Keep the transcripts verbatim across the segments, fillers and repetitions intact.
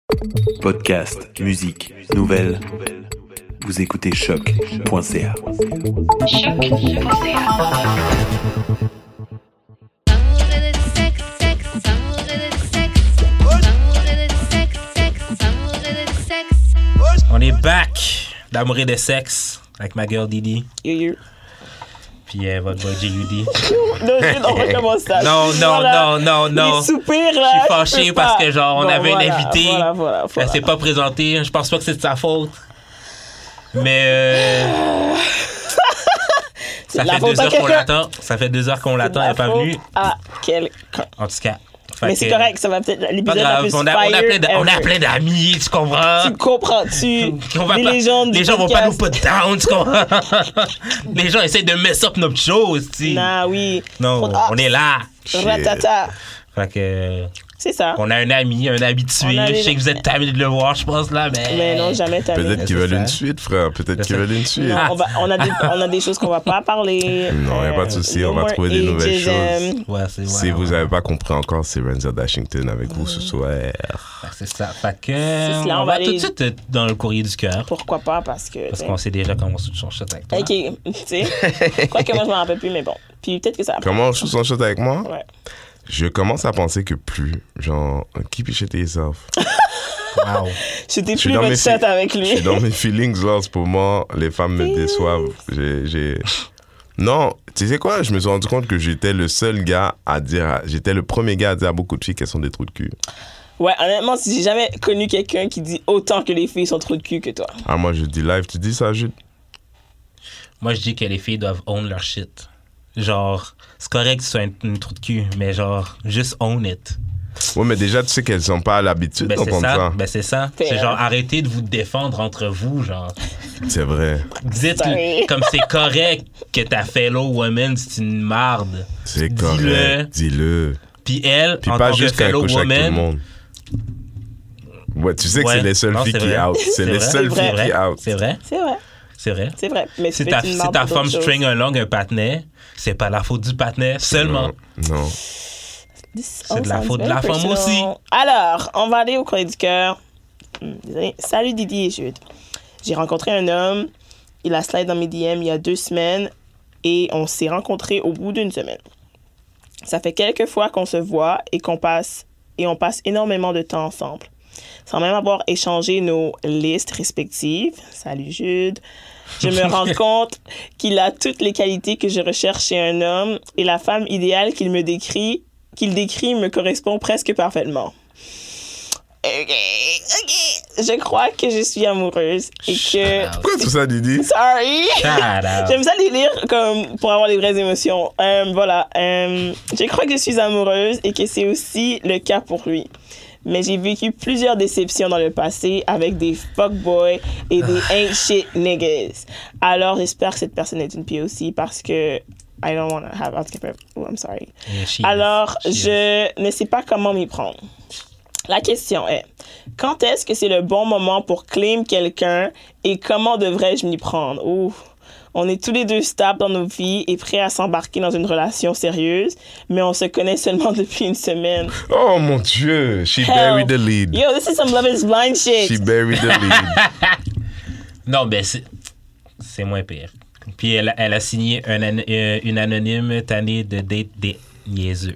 Podcast, musique, nouvelles. Vous écoutez choc point c a. On est back d'amour et de sexe avec ma girl Didi. Yo, yo. Puis euh, votre boy J U D. Non, je on recommence ça. Non, non, Voilà. non, non, non. Les soupirs, là. Je suis fâché parce que, genre, on bon, avait voilà, une invitée. Voilà, voilà, voilà. Elle s'est pas présentée. Je pense pas que c'est de sa faute. Mais. Euh... ça la fait faute deux à heures qu'on quelqu'un. l'attend. Ça fait deux heures qu'on l'attend. Elle n'est pas venue. Ah, quelqu'un. En tout cas. Mais c'est que... correct, ça va peut-être Pas l'épisode la grave. plus On a, fire on, a plein de- on a ever. plein d'amis, tu comprends? Tu comprends-tu? On va Les pas- légendes les du gens vont pas nous podcast. put down, tu comprends? Les gens essayent de mess up notre chose, tu sais. Nah, oui. Non, Ah, on est là. ratata. Fait que. C'est ça. On a un ami, un habitué. On a Je les- sais que vous êtes tanné de le voir, je pense, là, mais. Mais non, jamais t'as Peut-être c'est qu'ils veulent ça. une suite, frère. Peut-être C'est qu'ils ça. veulent une suite. Non, on, va, on, a des, on a des choses qu'on va pas parler. Non, y a pas de souci, on va more trouver des nouvelles ageism. choses. Ouais, c'est Si ouais, vous ouais. n'avez pas compris encore, c'est Renzel Dashington avec vous ce soir. Fait que C'est ça. Fait que. cela, on on va va tout de aller- suite euh, dans le courrier du cœur. Pourquoi pas? Parce que. Parce t'sais. qu'on sait déjà comment on se change avec toi. Ok, tu sais. Quoi que moi, je m'en rappelle plus, mais bon. Puis peut-être que ça va. Comment on joue son shot avec moi? Ouais. Je commence à penser que plus. Genre, keep it shit yourself. Wow. J'étais Je suis plus dans votre mes chat fi- avec Je lui. suis dans mes feelings là en ce moment. Les femmes me déçoivent. J'ai, j'ai... Non, tu sais quoi? Je me suis rendu compte que j'étais le seul gars à dire. à- J'étais le premier gars à dire à beaucoup de filles qu'elles sont des trous de cul. Ouais, honnêtement, si j'ai jamais connu quelqu'un qui dit autant que les filles sont trop de cul que toi. Ah, moi, je dis live. Tu dis ça, Jude? Moi, je dis que les filles doivent own leur shit. Genre, c'est correct que ce soit une, une trou de cul, mais genre, juste own it. Ouais, mais déjà, tu sais qu'elles sont pas à l'habitude Ben, c'est d'entendre ça. ça. Ben, c'est ça. Fair. C'est genre, arrêtez de vous défendre entre vous, genre. C'est vrai. Dites Sorry. comme c'est correct que ta fellow woman, c'est une marde. C'est Dis-le. correct. Dis-le. Puis elle, Puis en pas tant que juste qu'elle fellow couche avec tout le woman, monde. Ouais, tu sais que Ouais. c'est les seules Non, filles c'est qui vrai. out. C'est C'est les vrai. seules C'est filles vrai. qui out. c'est vrai, C'est vrai, c'est vrai. c'est vrai. Mais Si tu ta, fais une si marde ta pour femme d'autres choses. string along un patinet, c'est pas la faute du patinet seulement. Non. non. This C'est all de la sounds faute de very la femme personal. aussi. Alors, on va aller au courrier du cœur. Hum, Désolé. Salut Didi et Jude. J'ai rencontré un homme. Il a slide dans mes D M il y a deux semaines et on s'est rencontrés au bout d'une semaine. Ça fait quelques fois qu'on se voit et qu'on passe et on passe énormément de temps ensemble. Sans même avoir échangé nos listes respectives. Salut Jude. Je me rends compte qu'il a toutes les qualités que je recherche chez un homme et la femme idéale qu'il me décrit, qu'il décrit me correspond presque parfaitement. Ok, ok. Je crois que je suis amoureuse et que... Shout out. Pourquoi tout ça, Didi? Sorry! Shout out. J'aime ça les lire comme pour avoir les vraies émotions. Euh, voilà. Euh, je crois que je suis amoureuse et que c'est aussi le cas pour lui. Mais j'ai vécu plusieurs déceptions dans le passé avec des fuckboys et des ain't shit niggas. Alors j'espère que cette personne est une P aussi parce que I don't want to have... Oh, I'm sorry. Yeah, she is. Alors, She is. je ne sais pas comment m'y prendre. La question est, quand est-ce que c'est le bon moment pour claim quelqu'un et comment devrais-je m'y prendre? Ouh, on est tous les deux stables dans nos vies et prêts à s'embarquer dans une relation sérieuse, mais on se connaît seulement depuis une semaine. Oh mon Dieu, she Hell. buried the lead. Yo, this is some Love is Blind shit. She buried the lead. Non, ben c'est, c'est moins pire. Puis elle, elle a signé un an- euh, une anonyme tannée de date des niaiseux.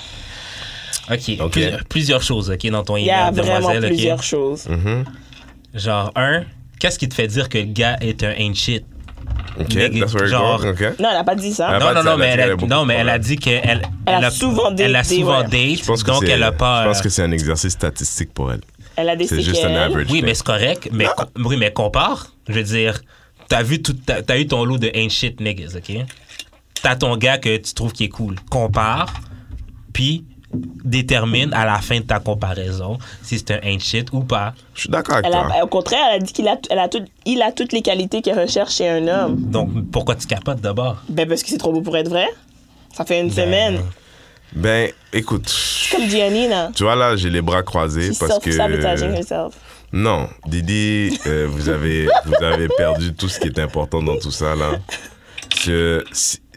OK. Ok. Plusieurs, plusieurs choses, OK, dans ton Il y a email, vraiment demoiselle, OK? plusieurs choses. Mhm. Genre, un, qu'est-ce qui te fait dire que le gars est un ain't shit? OK, Nigga, that's where genre- it goes. OK. Non, elle n'a pas dit ça. Elle a Non, pas non, dit non, ça, mais elle a elle dit a, qu'elle a beaucoup non, mais de elle a problèmes. dit qu'elle Elle a souvent date elle a des- souvent ouais. date, Je pense que donc c'est- elle a pas... Je pense euh, que c'est un exercice statistique pour elle. Elle a des C'est juste un séquelles. average. Oui, thing. mais c'est correct. Mais, com- oui, mais compare. Je veux dire, t'as, vu tout, t'as, t'as eu ton lot de ain't shit niggas, OK? T'as ton gars que tu trouves qui est cool. Compare, puis détermine à la fin de ta comparaison si c'est un ain't shit ou pas. Je suis d'accord avec Elle toi. a, au contraire, elle a dit qu'il a, elle a, tout, il a toutes les qualités qu'elle recherche chez un homme. Donc, pourquoi tu capotes d'abord? Ben, parce que c'est trop beau pour être vrai. Ça fait une Ben, semaine. Ben, écoute, Comme Giannina. tu vois là, j'ai les bras croisés She's parce que... self-sabotaging herself. Non, Didi, euh, vous, avez, vous avez perdu tout ce qui est important dans tout ça, là. Je- si,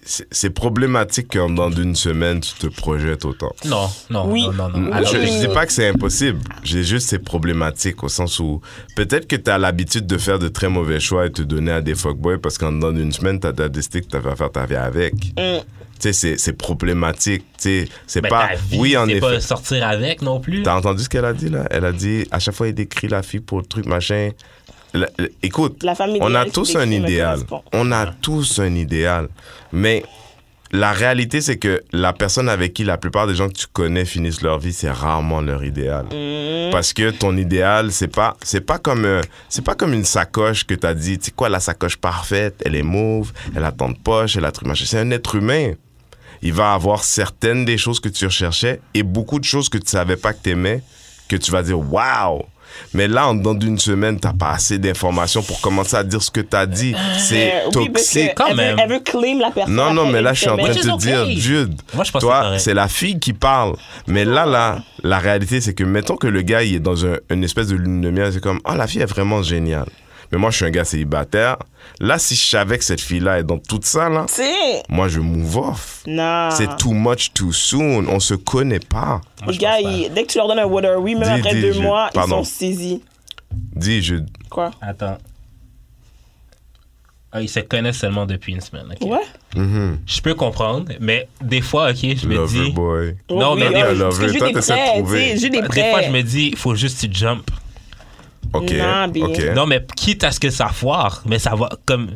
c'est, c'est problématique qu'en dans d'une semaine, tu te projettes autant. Non, non, Oui. non, non, non. Alors, je, oui. je dis pas que c'est impossible. J'ai juste c'est problématique au sens où peut-être que tu as l'habitude de faire de très mauvais choix et te donner à des fuckboys parce qu'en dans une semaine, tu as décidé que tu vas faire ta vie avec. Mm. Tu sais, c'est, c'est problématique. Tu sais, c'est Mais pas. ta vie, Oui, en c'est effet. pas sortir avec non plus. T'as entendu ce qu'elle a dit là? Elle a dit à chaque fois il décrit la fille pour le truc machin. La- la- écoute, La famille on a idéale tous qui un décrit me idéal. correspond. On a tous un idéal. Mais la réalité, c'est que la personne avec qui la plupart des gens que tu connais finissent leur vie, c'est rarement leur idéal. Mm. Parce que ton idéal, c'est pas, c'est pas comme, euh, c'est pas comme une sacoche que t'as dit, tu sais quoi, la sacoche parfaite, elle est mauve, elle a tant de poches, elle a truc machin. C'est un être humain. Il va avoir certaines des choses que tu recherchais et beaucoup de choses que tu savais pas que t'aimais, que tu vas dire waouh. Mais là, en dedans d'une semaine, t'as pas assez d'informations pour commencer à dire ce que t'as dit. C'est Euh, oui, parce toxique. que quand elle veut- même. Elle veut claim la personne. Non, non, après mais là, une je suis en train de semaine. te Which is dire, okay. Jude, Moi, je pense que c'est toi, correct. c'est la fille qui parle. Mais là, là, la réalité, c'est que mettons que le gars, il est dans un- une espèce de lune de miel, c'est comme, oh, la fille est vraiment géniale. Mais moi, je suis un gars célibataire. Là, si je savais que cette fille-là est dans tout ça, là, C'est. moi, je move off. Non. C'est too much too soon. On se connaît pas. Moi, Les je gars, pense pas. ils- dès que tu leur donnes un what are we, même Dis, après dis, deux je- mois, pardon. ils sont saisis. Dis, je. Quoi? Attends. Ah, ils se connaissent seulement depuis une semaine. ok. Ouais? Mhm. Je peux comprendre, mais des fois, ok, je me Lover dis. boy. Non, mais oui, des- euh, lover, parce que j'ai toi, des t'essaies de prêts, trouver. tu sais, j'ai des Des prêts. fois, je me dis, il faut juste que tu jump. OK. Non, bien. OK. Non, mais quitte à ce que ça foire, mais ça va comme.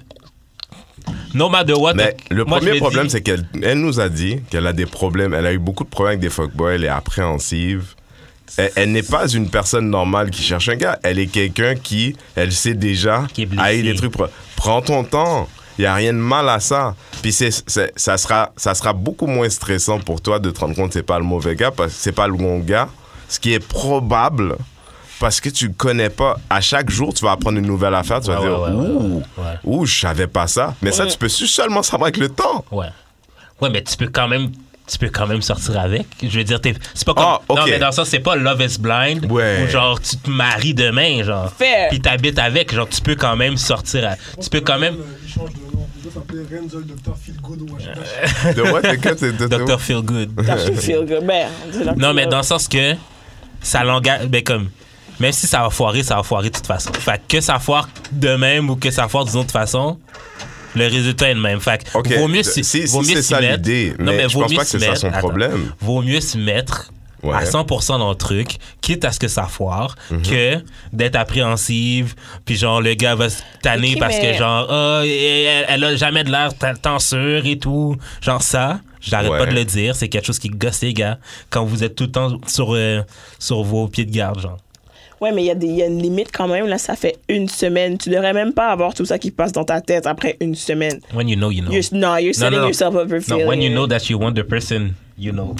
No matter what. Mais le moi, je premier me problème, dis- c'est qu'elle elle nous a dit qu'elle a des problèmes. Elle a eu beaucoup de problèmes avec des fuckboys. Elle est appréhensive. Elle, elle n'est pas une personne normale qui cherche un gars. Elle est quelqu'un qui, elle sait déjà, Qui est blessée. a eu des trucs. pro- Prends ton temps. Il n'y a rien de mal à ça. Puis c'est, c'est- ça, sera, ça sera beaucoup moins stressant pour toi de te rendre compte que c'est pas le mauvais gars, parce que c'est pas le bon gars. Ce qui est probable, parce que tu ne connais pas. À chaque jour, tu vas apprendre une nouvelle affaire. Tu vas Ouais, dire, ouais, ouais, ouais, ouh, ouais. ouh, je savais pas ça. Mais ça, Ouais. tu peux seulement savoir avec le temps. Ouais. Ouais, mais tu peux quand même. Tu peux quand même sortir avec. Je veux dire, t'es- c'est pas comme. Ah, ok. Non, mais dans le sens, c'est pas Love is Blind. Ouais. Où genre, tu te maries demain, genre. Fair. Puis t'habites avec. Genre, tu peux quand même sortir. à- Tu peux quand même. Il change de nom. Il doit s'appeler Renzo, docteur Feelgood ou Washington. De what? De quoi? C'est de- de- docteur Feel Good. Quand je feel good. Ben, c'est là que Non, tu mais vas- dans le sens que ça l'engage. Ben, comme. Même si ça va foirer, ça va foirer de toute façon. Fait que ça foire de même ou que ça foire d'une autre façon, le résultat est le même. Fait que OK. vaut mieux s'y Si- vaut si mieux c'est s'y ça mettre. l'idée, Non, mais je vaut pense mieux pas que s'y c'est ça mettre- son attends. problème. Vaut mieux s'y mettre Ouais. à cent pour cent dans le truc, quitte à ce que ça foire, que d'être appréhensive, puis genre le gars va se tanner Ok, parce mais- que genre, ah, elle, elle a jamais de l'air tant- tant sûre et tout. Genre ça, j'arrête Ouais. pas de le dire, c'est quelque chose qui gosse les gars quand vous êtes tout le temps sur, euh, sur vos pieds de garde, genre. Ouais, mais il y, a des- il y a une limite quand même. Là, ça fait une semaine. Tu devrais même pas avoir tout ça qui passe dans ta tête après une semaine. When you know, you know. You're, no, you're setting non. yourself up for No, when you failure. know that you want the person, you know.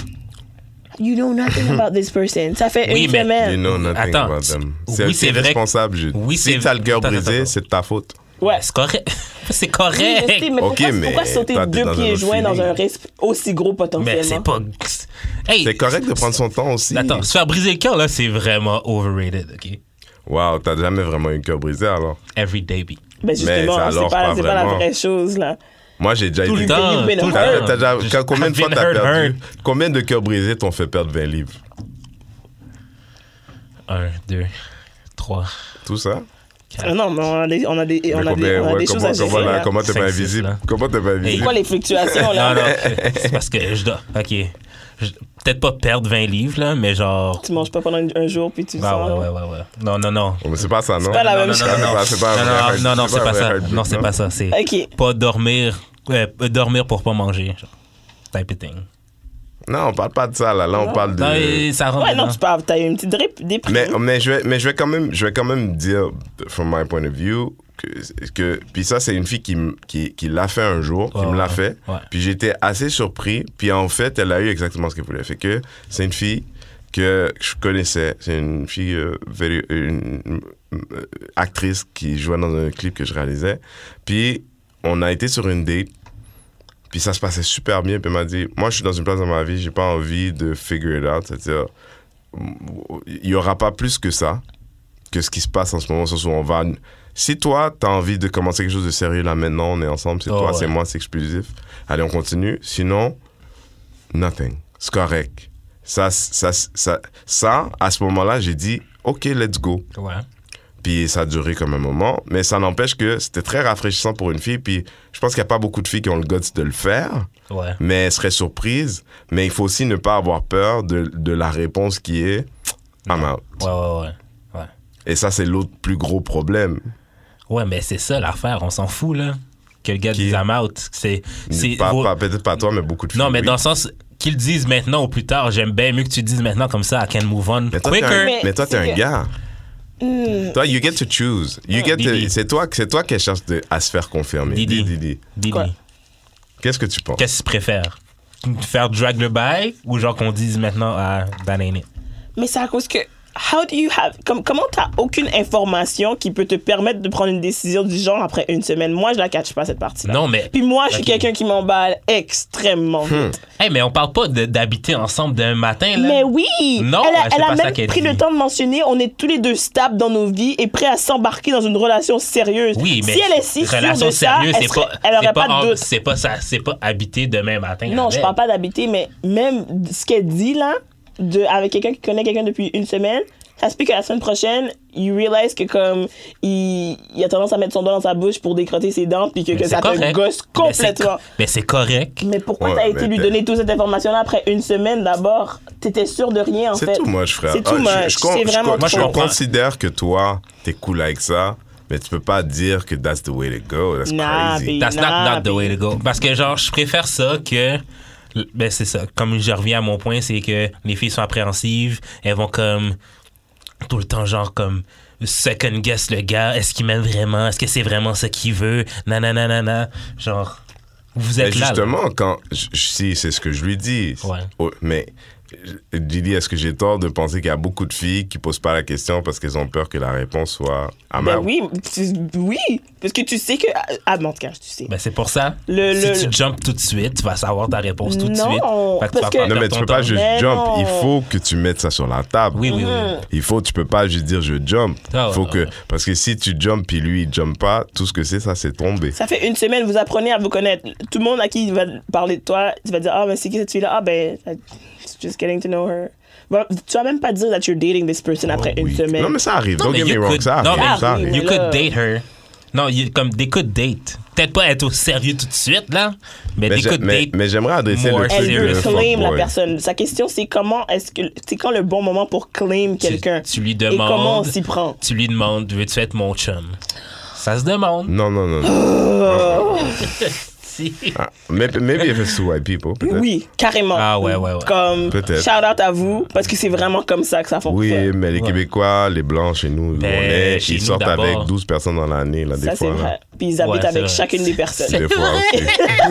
You know nothing about this person. Ça fait Oui, une mais- semaine. You know nothing Attends, about them. oui, C'est c'est c'est vrai que- responsable, Jude. oui, si c'est- t'as le cœur attends, brisé, attends, c'est de ta faute. Ouais. C'est correct. C'est correct. Oui, je sais, mais Ok, pourquoi, mais pourquoi sauter toi, t'es deux dans un pieds autre joints dans feeling. un risque aussi gros potentiellement? Mais c'est pas. Hey, C'est correct de prendre son temps aussi. Attends, se faire briser le cœur, là, c'est vraiment overrated, OK? Wow, t'as jamais vraiment eu le cœur brisé alors? Every day be. Ben justement, Mais ça, c'est alors, pas, pas c'est pas la vraiment. vraie chose, là. Moi, j'ai déjà Tout été. le temps. You've been tout le hurt. temps. T'as déjà- quand- combien de I've fois been t'as hurt, perdu? hurt. Combien de cœurs brisés t'ont fait perdre vingt livres? Un, deux, trois, Tout ça? Ah non, mais on a des, on a des, on Mais a combien- des, on a ouais, des comment, choses à gérer. comment, là, là. comment t'es Cinq, pas six, invisible? là. Comment t'es pas Hey. invisible? Quoi les fluctuations, là? Non, non, c'est parce que je dois. OK. Je- Peut-être pas perdre vingt livres, là, mais genre. Tu manges pas pendant un jour, puis tu le Ah, sens. ouais, ouais, ouais, ouais. Non, non, non. Oh, mais c'est pas ça, non? pas la non, même non, chose. non, non, non. C'est pas un Non, vrai non, heart- non, non, c'est pas un vrai ça. heartbeat, Non, c'est pas ça. C'est OK. pas dormir. Ouais, dormir pour pas manger. Genre. Type of thing. Non, on parle pas de ça, là. Là, on Non. parle de... Non, et ça rentre Ouais, non, dedans. tu parles. T'as eu une petite drip, déprime. Mais, mais, je vais, mais je, vais quand même, je vais quand même dire, from my point of view, que... que puis ça, c'est une fille qui, m- qui, qui l'a fait un jour, qui Ouais, me l'a ouais, fait. ouais. Puis j'étais assez surpris. Puis en fait, elle a eu exactement ce qu'elle voulait. Fait que c'est une fille que je connaissais. C'est une fille, euh, very- une, une- une actrice qui jouait dans un clip que je réalisais. Puis on a été sur une date. Puis ça se passait super bien. Puis elle m'a dit, moi, je suis dans une place dans ma vie, j'ai pas envie de figure it out. C'est-à-dire, il y aura pas plus que ça, que ce qui se passe en ce moment. Au sens où on va... si toi, t'as envie de commencer quelque chose de sérieux là maintenant, on est ensemble, c'est Oh, toi, ouais. c'est moi, c'est exclusif. Allez, on continue. Sinon, nothing. C'est correct. Ça, ça, ça, ça, à ce moment-là, j'ai dit, OK, let's go. Ouais. Puis ça a duré comme un moment, mais ça n'empêche que c'était très rafraîchissant pour une fille. Puis je pense qu'il n'y a pas beaucoup de filles qui ont le guts de le faire, Ouais. mais elles seraient surprises. Mais il faut aussi ne pas avoir peur de, de la réponse qui est I'm out. Ouais, ouais, ouais. Ouais, Et ça, c'est l'autre plus gros problème. ouais mais c'est ça l'affaire, on s'en fout, là. Que le gars Qui? dise I'm out. C'est, c'est, Pas, vos- pas- peut-être pas toi, mais beaucoup de filles. Non, mais oui. dans le sens qu'ils le disent maintenant ou plus tard, j'aime bien mieux que tu le dises maintenant comme ça, I can move on Mais toi, t'es quicker. un, Mais mais toi, t'es c'est un que- gars. Hmm. Toi, you get to choose. You get to- Didi. c'est toi, c'est toi qui cherche de- à se faire confirmer. Didi. Dis, Didi. Didi, Quoi? Qu'est-ce que tu penses? qu'est-ce que tu préfères? Faire drag le bail ou genre qu'on dise maintenant, ah, that ain't it? Mais c'est à cause que. How do you have. Comme, comment t'as aucune information qui peut te permettre de prendre une décision du genre après une semaine? Moi, je la catch pas, cette partie-là. Non, mais. Puis moi, je suis Ok. quelqu'un qui m'emballe extrêmement Hmm. vite. Hey, mais on parle pas de- d'habiter ensemble d'un matin, là. Mais oui! Non, elle a, c'est elle a pas ça même qu'elle pris dit. le temps de mentionner on est tous les deux stables dans nos vies et prêts à s'embarquer dans une relation sérieuse. Oui, mais si elle est si sûre relation de ça, sérieuse, elle, c'est serait- pas, elle aurait c'est pas, pas, de en- doute. c'est pas ça, c'est pas habiter demain matin. Non, je avec. parle pas d'habiter, mais même ce qu'elle dit là, de, avec quelqu'un qui connaît quelqu'un depuis une semaine, ça se peut que la semaine prochaine, you realize que comme il, il a tendance à mettre son doigt dans sa bouche pour décrotter ses dents, puis que, Mais que c'est ça te correct. gosse Mais c'est complètement. co- Mais c'est correct. Mais pourquoi Ouais, t'as été mais lui t'es- donner toute cette information-là après une semaine d'abord? T'étais sûr de rien en C'est fait. tout moche, frère. C'est Ah, too je- much. je con- C'est je vraiment con- Moi, je je trop. comprends. considère que toi, t'es cool avec ça, mais tu peux pas dire que that's the way to go. That's Nah, crazy. baby. That's not, Nah, not the way to go. Parce que, genre, je préfère ça que. Ben, c'est ça. Comme je reviens à mon point, c'est que les filles sont appréhensives. Elles vont comme. Tout le temps, genre, comme. Second guess le gars. Est-ce qu'il m'aime vraiment? Est-ce que c'est vraiment ce qu'il veut? Nanana, nanana. Genre. Vous Mais êtes là. là. justement, quand. je- je- Si, c'est ce que je lui dis. Ouais. Oh, mais. je- Didi, est-ce que j'ai tort de penser qu'il y a beaucoup de filles qui posent pas la question parce qu'elles ont peur que la réponse soit I'm Ben out? oui, tu- oui, parce que tu sais que. Ah, bon, en tout cas, tu sais. Ben, c'est pour ça. Le- si le- tu le- jumps tout de suite, tu vas savoir ta réponse tout de Non, suite. Fait que tu parce vas que- pas Non, perdre mais tu ton peux pas temps. juste Mais jump. non. Il faut que tu mettes ça sur la table. Oui, oui, oui. Mhm. Il faut, tu peux pas juste dire je jump. Ah ouais, faut ouais, que, ouais. parce que si tu jump puis lui il jump pas, tout ce que c'est, ça c'est tombé. Ça fait une semaine, vous apprenez à vous connaître. Tout le monde à qui il va parler de toi, tu vas dire, ah, mais c'est qui cette fille-là? Ah, ben, it's just getting to know her. Bon, tu vas même pas dire that you're dating this person après une Oui. semaine. Non, mais ça arrive. Non, Don't mais get me you wrong, could- ça non, arrive. mais- ça Ah, arrive. oui, You mais could là- date her. Non, you- comme they could date. Peut-être pas être au sérieux tout de suite, là. Mais, Mais, they j'ai- could mais, date. mais j'aimerais adresser more le Elle truc veut de claim la fuckboy. personne. Sa question, c'est comment est-ce que. C'est quand le bon moment pour claim Tu- quelqu'un? Tu, lui Et comment on demandes. s'y prend? Tu lui demandes, veux-tu être mon chum? Ça se demande. Non, non, non. non. Oh. Si. Ah, maybe, maybe if it's two white people, peut-être. Oui, carrément. Ah ouais, ouais, ouais. Comme, Peut-être. shout out à vous, parce que c'est vraiment comme ça que ça Oui, fonctionne. mais les Ouais. Québécois, les Blancs, chez nous, où Ben, on est, chez ils nous, sortent d'abord. avec douze personnes dans l'année, là, des Ça, c'est fois. là. vrai. Puis ils habitent Ouais, c'est avec vrai. chacune des personnes. Des fois aussi.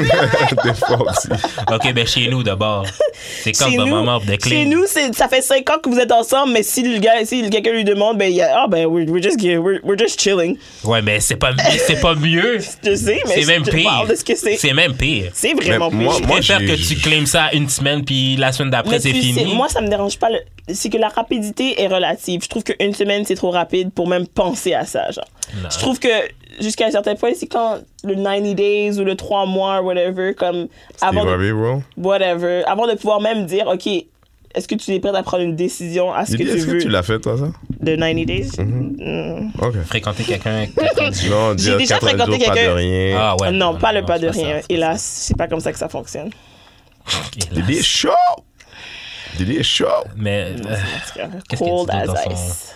des fois aussi. OK, ben chez nous d'abord. C'est comme Chez le nous, moment de chez claim. nous, c'est- ça fait cinq ans que vous êtes ensemble, mais si le gars, si quelqu'un lui demande, ben, il y a, ah, ben, we're, we're just, we're, we're just chilling. Ouais, mais c'est pas, c'est pas mieux. Je sais, mais C'est même je te pire. parle de ce que c'est. C'est même pire. C'est vraiment Mais pire. moi- Je préfère j'ai- que tu claimes ça une semaine, puis la semaine d'après, Mais c'est tu sais, fini. moi, ça me dérange pas. le- C'est que la rapidité est relative. Je trouve qu'une semaine, c'est trop rapide pour même penser à ça. Genre. Non. Je trouve que jusqu'à un certain point, c'est quand le ninety days ou le trois mois, whatever, comme avant Steve de, Harvey, bro. whatever, avant de pouvoir même dire, OK, est-ce que tu es prête à prendre une décision à ce que Didi, tu est-ce que veux tu l'as fait, toi, ça? de ninety days? OK. Fréquenter quelqu'un. quatre-vingt-dix jours. Non, dire déjà quatre-vingts fréquenté jours, pas de quelqu'un- rien. Ah ouais. non, pas le pas de c'est ça, rien. c'est Hélas, ça. c'est pas comme ça que ça fonctionne. Hélas. Didi est chaud! Didi est chaud! Mais euh, En tout cas, Qu'est-ce cold qu'il y a as d'autre dans son- ice.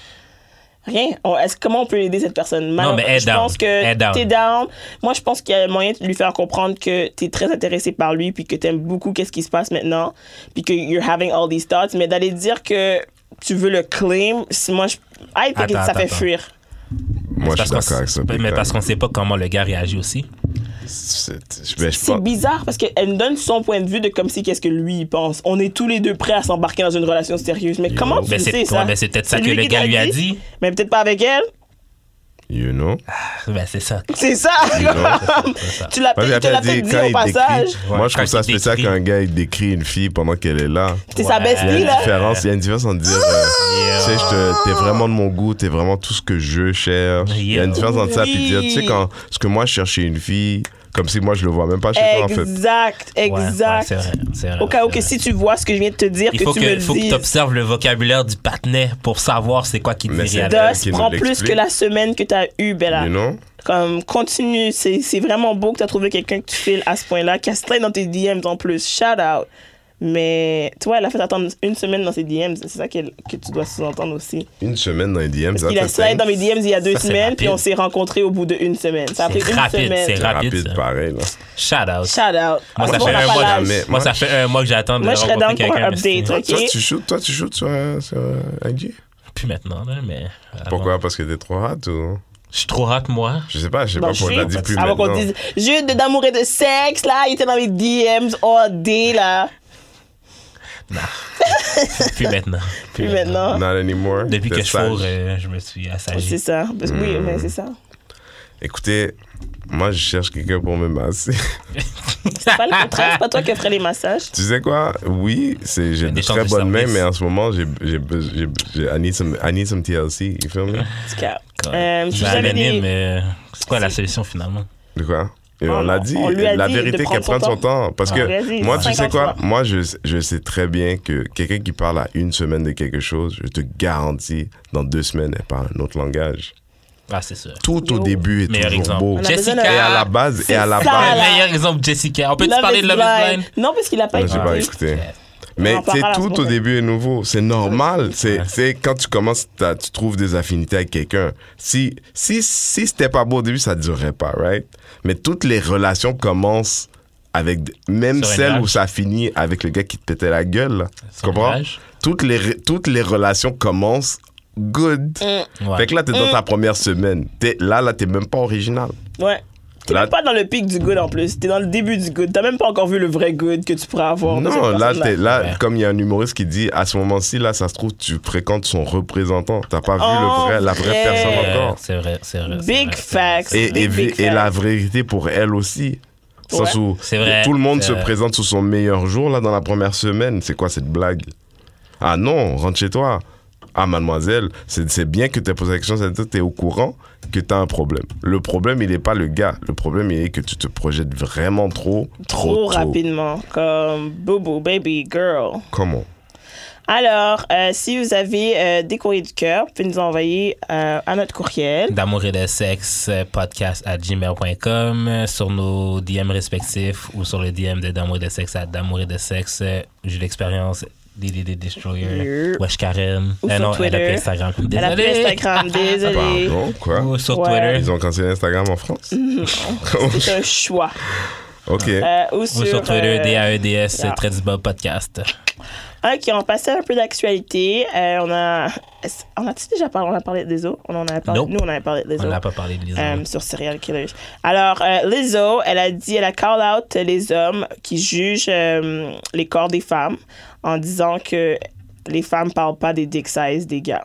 Rien. On- est-ce, comment on peut aider cette personne? Non, mais elle est je down. pense que Elle est down. t'es down. Moi, je pense qu'il y a moyen de lui faire comprendre que t'es très intéressé par lui, puis que t'aimes beaucoup qu'est-ce qui se passe maintenant, puis que you're having all these thoughts. Mais d'aller dire que tu veux le claim, si moi, je, I think Attends, ça fait attends. fuir. Moi, je parce suis qu'on d'accord avec ça. s- mais parce qu'on sait pas comment le gars réagit aussi. C'est ben, je C'est pense- bizarre parce qu'elle me donne son point de vue de comme si qu'est-ce que lui il pense. On est tous les deux prêts à s'embarquer dans une relation sérieuse. Mais comment tu Mais le c'est sais ouais, ça? mais c'est peut-être ça C'est que lui le qui gars t'a lui a dit. Mais peut-être pas avec elle. You know? Ben, c'est ça. C'est ça. You know? C'est ça. Tu l'as Parce peut-être tu qu'après, l'as elle dit, peut-être dit quand au il passage. décrit, Ouais, moi, je quand trouve ça il spécial décrit. qu'un gars, il décrit une fille pendant qu'elle est là. C'est sa Ouais. bestie, Il y a une là. différence, il y a une différence entre dire, euh, Yeah. tu sais, je te- t'es vraiment de mon goût, t'es vraiment tout ce que je cherche. Il y a une différence entre ça, puis dire, tu sais, quand, ce que moi, je cherche chez une fille, comme si moi, je le vois même pas chez toi, en fait. Exact, Ouais, ouais, exact. c'est vrai, c'est vrai, Au cas où c'est que vrai. si tu vois ce que je viens de te dire, Il que faut tu que, me le faut que tu dises. observes le vocabulaire du patinet pour savoir c'est quoi qui te Mais dit c'est réellement. elle Dos, qui nous prends plus l'explique. que la semaine que tu as eue, Bella. You know? Comme, continue. C'est c'est vraiment beau que tu as trouvé quelqu'un que tu files à ce point-là, qui a slide dans tes D Ms en plus. Shout out. Mais, toi, elle a fait attendre une semaine dans ses D Ms. C'est ça qu'elle- que tu dois sous-entendre aussi. Une semaine dans les D M, Parce qu'il a slide dans mes D Ms il y a deux Ça, c'est semaines, rapide. puis on s'est rencontrés au bout d'une semaine. Ça a pris C'est une rapide, semaine. c'est C'est rapide, rapide, ça. pareil, là. Shout out. Shout out. Moi, Ah, ça bon, fait on a un pas mois, l'âge. jamais. Moi, ça fait un mois que j'attends de Moi, je serais rencontrer down pour un quelqu'un. update, mais ok? Toi, tu shootes, toi, tu shootes sur, euh, sur euh, I G? c'est- Plus maintenant, là, mais... avant. Pourquoi? Parce que t'es trop hot ou? Je suis trop hot, moi. Je sais pas, je sais Bon, pas je pourquoi suis- t'as dit plus Avant qu'on maintenant. dise Jude de d'amour et de sexe, là, il était dans mes D Ms all day, là. Plus maintenant. Plus maintenant. Not anymore. Depuis T'es que je sage. fourre, euh, je me suis C'est assagi. ça. Parce que Oui, Hmm. mais c'est ça. Écoutez, moi, je cherche quelqu'un pour me masser. C'est pas le contraire, c'est pas toi qui ferais les massages. Tu sais quoi? Oui, c'est, j'ai Des de chances très de bonnes mains, service. mais en ce moment, j'ai, j'ai, besoin- j'ai, j'ai, I need some, I need some T L C. You feel me? En tout cas, euh, si Ben, j'avais anonyme, des... mais c'est quoi la solution, finalement? De quoi? Et Oh on l'a non, dit, on lui a la dit de vérité prendre qu'elle prenne son son temps. Parce Ah. que On lui a dit moi, tu sais cinquante quoi? fois. Moi, je, je sais très bien que quelqu'un qui parle à une semaine de quelque chose, je te garantis, dans deux semaines, elle parle un autre langage. Ah, c'est sûr. Tout au Yo. début est Meilleur toujours exemple. beau. On a besoin Jessica. d'un- Et à la base, et à la C'est ça, base, là. Meilleur exemple, Jessica. On peut-tu Love parler is de Love is Blind? Non, parce qu'il a pas je sais pas écouté. écouter. Mais en tu sais, parlera la tout semaine au prochaine. début est nouveau. C'est normal. C'est c'est quand tu commences, t'as- tu trouves des affinités avec quelqu'un. Si, si, si c'était pas beau au début, ça durerait pas, right? Mais toutes les relations commencent avec, même Sur un celles où nuage. ça finit avec le gars qui te pétait la gueule, là. Tu Sur comprends? un nuage. Toutes les, re- toutes les relations commencent good. Ouais. Fait que là, t'es dans ta première semaine. T'es, là, là, t'es même pas original. Ouais. T'es Là- même pas dans le pic du good en plus. T'es dans le début du good. T'as même pas encore vu le vrai good que tu pourrais avoir. de cette Non, là, personne-là. t'es, là Ouais. comme il y a un humoriste qui dit, à ce moment-ci, là, ça se trouve, tu fréquentes son représentant. T'as pas vu Oh, le vrai, la vraie vrai. personne Euh, encore. C'est vrai, c'est vrai. c'est Big vrai, c'est vrai. facts. Et, et, Big, big et la facts. vérité pour elle aussi. Dans le sens où C'est vrai, tout le monde c'est se vrai. présente sous son meilleur jour, là, dans la première semaine. C'est quoi cette blague? Ah non, rentre chez toi. Ah, mademoiselle, c'est, c'est bien que tu aies posé la question, c'est que tu es au courant que tu as un problème. Le problème, il n'est pas le gars. Le problème, il est que tu te projettes vraiment trop, trop, Trop tôt. rapidement. Comme boubou, baby, girl. Comment? Alors, euh, si vous avez euh, des courriers du cœur, vous pouvez nous envoyer euh, à notre courriel. D'amour et de sexe podcast à gmail point com euh, sur nos D M respectifs ou sur le D M de D'amour et de sexe à D'amour et de sexe. euh, J'ai l'expérience D D D Destroyer, Yeah. Wesh Karen. Ou Euh, sur non, elle a Twitter. plus Instagram. Elle a plus Désolé. Instagram, désolé. Pardon, quoi? Ou sur Ouais. Twitter. Ils ont cancellé Instagram en France? C'est un choix. OK. Euh, ou Ou sur, sur Twitter, euh, D A E D S, yeah. très du bas podcast. Ok, on passait un peu d'actualité. Euh, on a... On a-tu déjà parlé? On a parlé de Lizzo? On en avait parlé. Nope. Nous, on avait parlé de On Lizzo. n'a pas parlé de Lizzo. Euh, sur Serial Killers. Alors, euh, Lizzo, elle a dit, elle a call out les hommes qui jugent euh, les corps des femmes en disant que les femmes parlent pas des dick size des gars.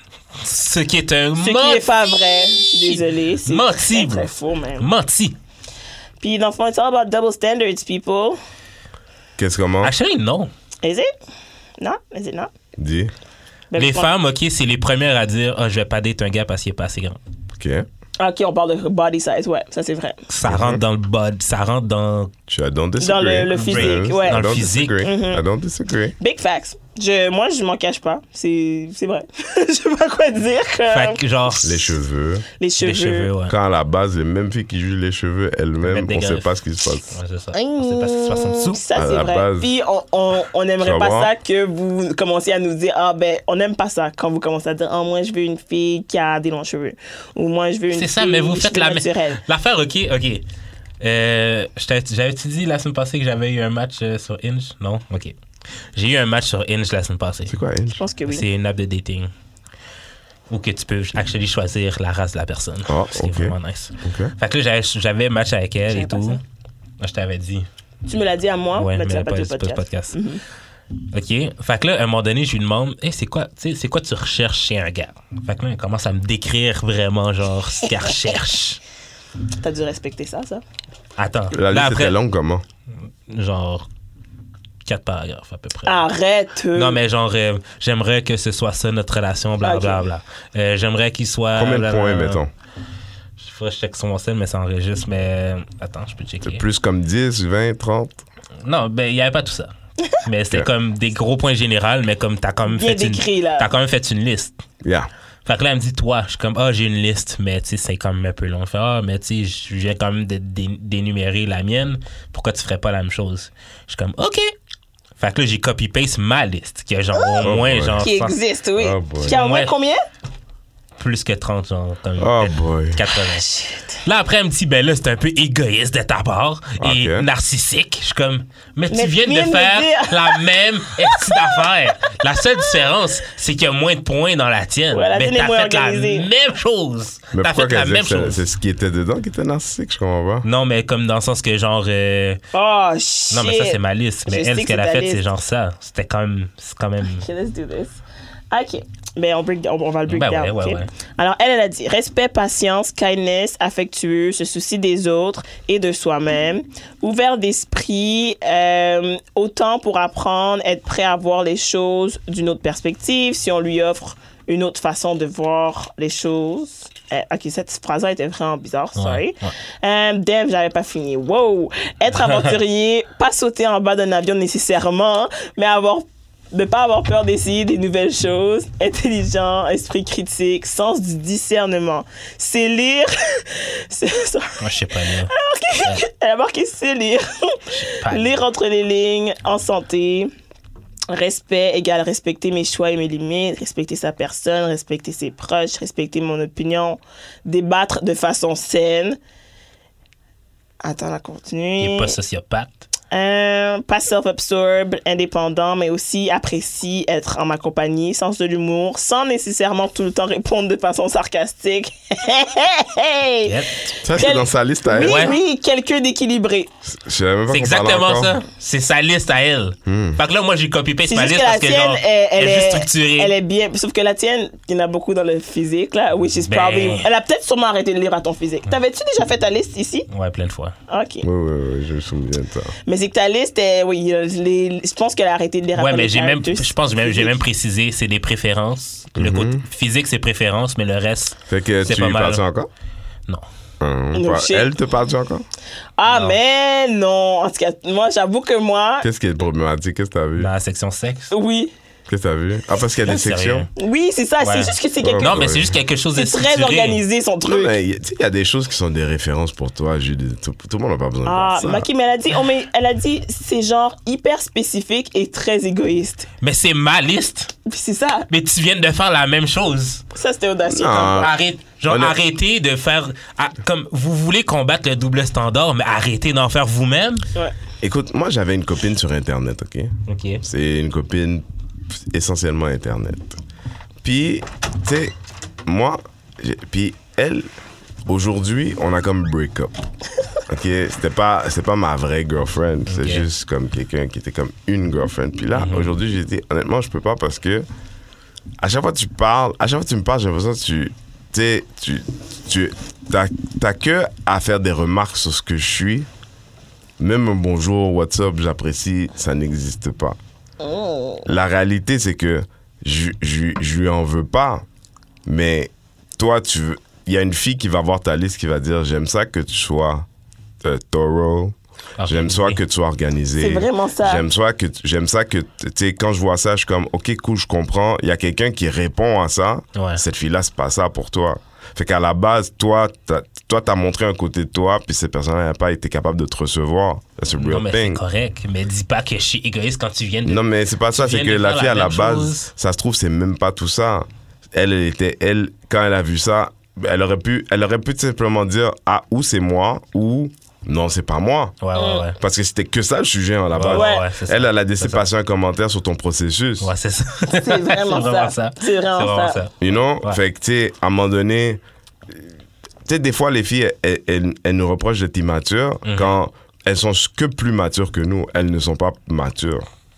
Ce qui est un Ce qui menti. est pas vrai. Je suis désolée. C'est Menti, très, très bro. faux, même. Menti. Puis, dans le fond, it's all about double standards, people. Qu'est-ce comment? Actually, non. Is it? Non? Is it not? Dis. Ben, Les je pense- femmes, OK, c'est les premières à dire « Ah, je vais pas date un gars parce qu'il est pas assez grand. OK. OK, on parle de body size, ouais, ça c'est vrai. » Ça rentre dans le bod, ça rentre dans... Tu as don't disagree. Dans le- le physique, I ouais. Dans le don't physique. disagree. Mhm. I don't disagree. Big facts. Je, moi, je m'en cache pas. C'est, c'est vrai. Je sais pas quoi dire. comme Fait que genre... Les cheveux. les cheveux. Les cheveux, ouais. Quand à la base, les mêmes filles qui jugent les cheveux elles-mêmes, Mettre des on sait greffes. pas ce qui se passe. Ouais, c'est ça. On sait pas ce qui se passe en dessous. Ça, À c'est la vrai. base. Puis, on, on, on aimerait Ça pas va? ça que vous commenciez à nous dire, ah, ben, on n'aime pas ça quand vous commencez à dire, ah, moi, je veux une fille qui a des longs cheveux. Ou moi, je veux une C'est fille ça, mais vous faites cheveux la même... naturels. L'affaire, OK, OK. Euh, je t'avais- J'avais-tu dit la semaine passée que j'avais eu un match euh, sur Hinge? Non? OK. J'ai eu un match sur Hinge la semaine passée. C'est quoi, Hinge? Je pense que oui. C'est une app de dating où que tu peux actually choisir la race de la personne. Ah, C'est ok. vraiment nice. OK. Fait que là, j'avais- j'avais match avec elle J'avais et pas tout. ça. Moi, je t'avais dit. Tu me l'as dit à moi, Ouais, mais mais tu l'as pas, pas dit au c'est pas le podcast. podcast. Mhm. OK? Fait que là, à un moment donné, je lui demande, hey, c'est quoi, tu sais, c'est quoi tu recherches chez un gars? Fait que là, elle commence à me décrire vraiment, genre, ce qu'elle recherche. T'as dû respecter ça, ça? Attends. La là, liste après, était longue comment? genre, quatre paragraphes à peu près. Arrête! Non, mais genre, euh, j'aimerais que ce soit ça, notre relation, blablabla. Ok. Bla, bla. euh, j'aimerais qu'il soit... Combien de points, blablabla. mettons? Il faudrait que je check sur mon sel, mais ça enregistre. Mais euh, attends, je peux checker. C'est plus comme dix, vingt, trente? Non, ben, il n'y avait pas tout ça. Mais c'était Ok. comme des gros points généraux, mais comme t'as quand même Bien fait une... décrit, là. T'as quand même fait une liste. Yeah. Fait que là, elle me dit, toi, je suis comme, ah, j'ai une liste, mais tu sais, c'est quand même un peu long. Je fais, ah, mais tu sais, je viens quand même de dé- d'énumérer la mienne. Pourquoi tu ferais pas la même chose? Je suis comme, OK. Fait que là, j'ai copy-paste ma liste, qui a genre au Oh moins, boy. genre, Qui cent- existe, oui. Oh boy. Qui a au moins Ouais. combien? plus que trente, genre, comme Oh peut-être boy. quatre-vingts. Shit. Là, après, elle me dit, ben là, c'est un peu égoïste de ta part et Ok. narcissique. Je suis comme, mais, Mais tu viens tu viens de de faire me dire. la même esti d'affaire. La seule différence, c'est qu'il y a moins de points dans la tienne. Ouais, la mais tienne est t'as moins fait organisée. la même chose. Mais T'as pourquoi fait la qu'elle disait même que c'est- chose. c'est ce qui était dedans qui était narcissique? Je comprends pas. Non, mais comme dans le sens que, genre... euh, Oh, shit. Non, mais ça, c'est ma liste. Mais Je sais elle, ce que qu'elle c'est a ta fait, liste. c'est genre ça. C'était quand même... C'est quand même... OK, let's do this. OK. Mais on, break, on, on va le break Ben down. ouais, ouais, OK? ouais. Alors, elle, elle a dit respect, patience, kindness, affectueux, se soucie des autres et de soi-même, ouvert d'esprit, euh, autant pour apprendre, être prêt à voir les choses d'une autre perspective, si on lui offre une autre façon de voir les choses. Euh, OK, cette phrase-là était vraiment bizarre, sorry. ouais. Euh, Dev, j'avais pas fini. Wow! Être aventurier, pas sauter en bas d'un avion nécessairement, mais avoir ne pas avoir peur d'essayer des nouvelles choses, intelligent, esprit critique, sens du discernement. C'est lire. C'est ça. Moi, je sais pas lire. Elle a marqué c'est lire. Pas Lire entre les lignes, en santé. Respect égale respecter mes choix et mes limites, respecter sa personne, respecter ses proches, respecter mon opinion, débattre de façon saine. Attends, la continue. Il est pas sociopathe. Euh, pas self-absorbed, indépendant, mais aussi apprécie être en ma compagnie, sens de l'humour, sans nécessairement tout le temps répondre de façon sarcastique. Yep. Ça, c'est Quel- dans sa liste à elle. Oui, Ouais. oui, quelqu'un d'équilibré. Je savais même pas C'est qu'on parlait exactement encore. ça. C'est sa liste à elle. Hmm. Fait que là, moi, j'ai copy-paste C'est ma juste liste que la parce que, tienne, genre, elle, elle elle est est, structurée. elle est bien. Sauf que la tienne, il y en a beaucoup dans le physique, là, which is Ben- probably... Elle a peut-être sûrement arrêté de lire à ton physique. T'avais-tu déjà fait ta liste ici? Ouais, plein de fois. OK. Oui, oui, oui, je me souviens de ça. Mais c'est que ta liste, est, oui, euh, les, je pense qu'elle a arrêté de lire Ouais, après mais les j'ai même, characters je pense que j'ai même, j'ai physiques. même précisé, c'est des préférences. Le Mhm. côté physique, c'est préférence, mais le reste, Fait que C'est tu pas lui mal. parles encore? non. Hum, No pas- shit. Elle te parle encore? Ah, Non. mais non. En tout cas, moi, j'avoue que moi, Qu'est-ce qui est problématique? Qu'est-ce que t'as vu? Dans la section sexe. oui. Qu'est-ce que t'as vu? Ah, parce qu'il y a des Ah, sérieux? sections? Oui, c'est ça. Ouais. C'est juste que c'est Ouais, quelque Non, ouais. mais c'est juste quelque chose de C'est très structuré. organisé, son Non, truc. mais il y a- tu sais, il y a des choses qui sont des références pour toi, Julie. Tout, tout le monde n'a pas besoin de Ah, voir ça. mais ok, mais elle a dit, oh, mais elle a dit, c'est genre hyper spécifique et très égoïste. Mais c'est ma liste. Puis c'est ça. Mais tu viens de faire la même chose. Ça, c'était audacieux. Non. Arrête, genre, Honnête- arrêtez de faire. ah, comme vous voulez combattre le double standard, mais arrêtez d'en faire vous-même. Ouais. Écoute, moi, j'avais une copine sur Internet, OK? OK. C'est une copine essentiellement Internet. Puis, tu sais, moi, j'ai- puis elle, aujourd'hui, on a comme break-up. OK? C'était pas, c'était pas ma vraie girlfriend. C'est Ok. juste comme quelqu'un qui était comme une girlfriend. Puis là, aujourd'hui, j'ai dit, honnêtement, je peux pas parce que à chaque fois que tu parles, à chaque fois que tu me parles, j'ai l'impression que tu, tu sais, tu, tu, t'as, t'as que à faire des remarques sur ce que je suis. Même un bonjour, what's up, j'apprécie, ça n'existe pas. La réalité, c'est que je, je, je lui en veux pas, mais toi, tu veux. Il y a une fille qui va voir ta liste qui va dire j'aime ça que tu sois euh, thorough, j'aime ça que tu sois organisé. C'est vraiment ça. J'aime ça que tu- j'aime ça que tu sais quand je vois ça, je suis comme OK cool, je comprends. Il y a quelqu'un qui répond à ça. Ouais. Cette fille-là, c'est pas ça pour toi. Fait qu'à la base, toi, t'as, toi, t'as montré un côté de toi, puis cette personne-là n'a pas été capable de te recevoir. That's a real Non, mais c'est thing. correct. Mais dis pas que je suis égoïste quand tu viens de. Non, mais c'est pas ça. Tu C'est viens que de la faire fille, la à la même base, chose. ça se trouve, c'est même pas tout ça. Elle, elle était, elle, quand elle a vu ça, elle aurait pu, elle aurait pu tout simplement dire, ah, ou c'est moi, ou non, c'est pas moi. Ouais, ouais, ouais. Parce que c'était que ça le sujet à la base. Ouais, ouais, c'est ça. Elle, elle a laissé C'est ça. passer un commentaire sur ton processus. Ouais, c'est ça. C'est vraiment, ça. C'est vraiment, ça. ça. You know? Ouais. Fait que, tu sais, à un moment donné, tu sais, des fois, les filles, elles, elles- elles nous reprochent d'être immatures Mhm. quand elles sont que plus matures que nous. Elles ne sont pas matures.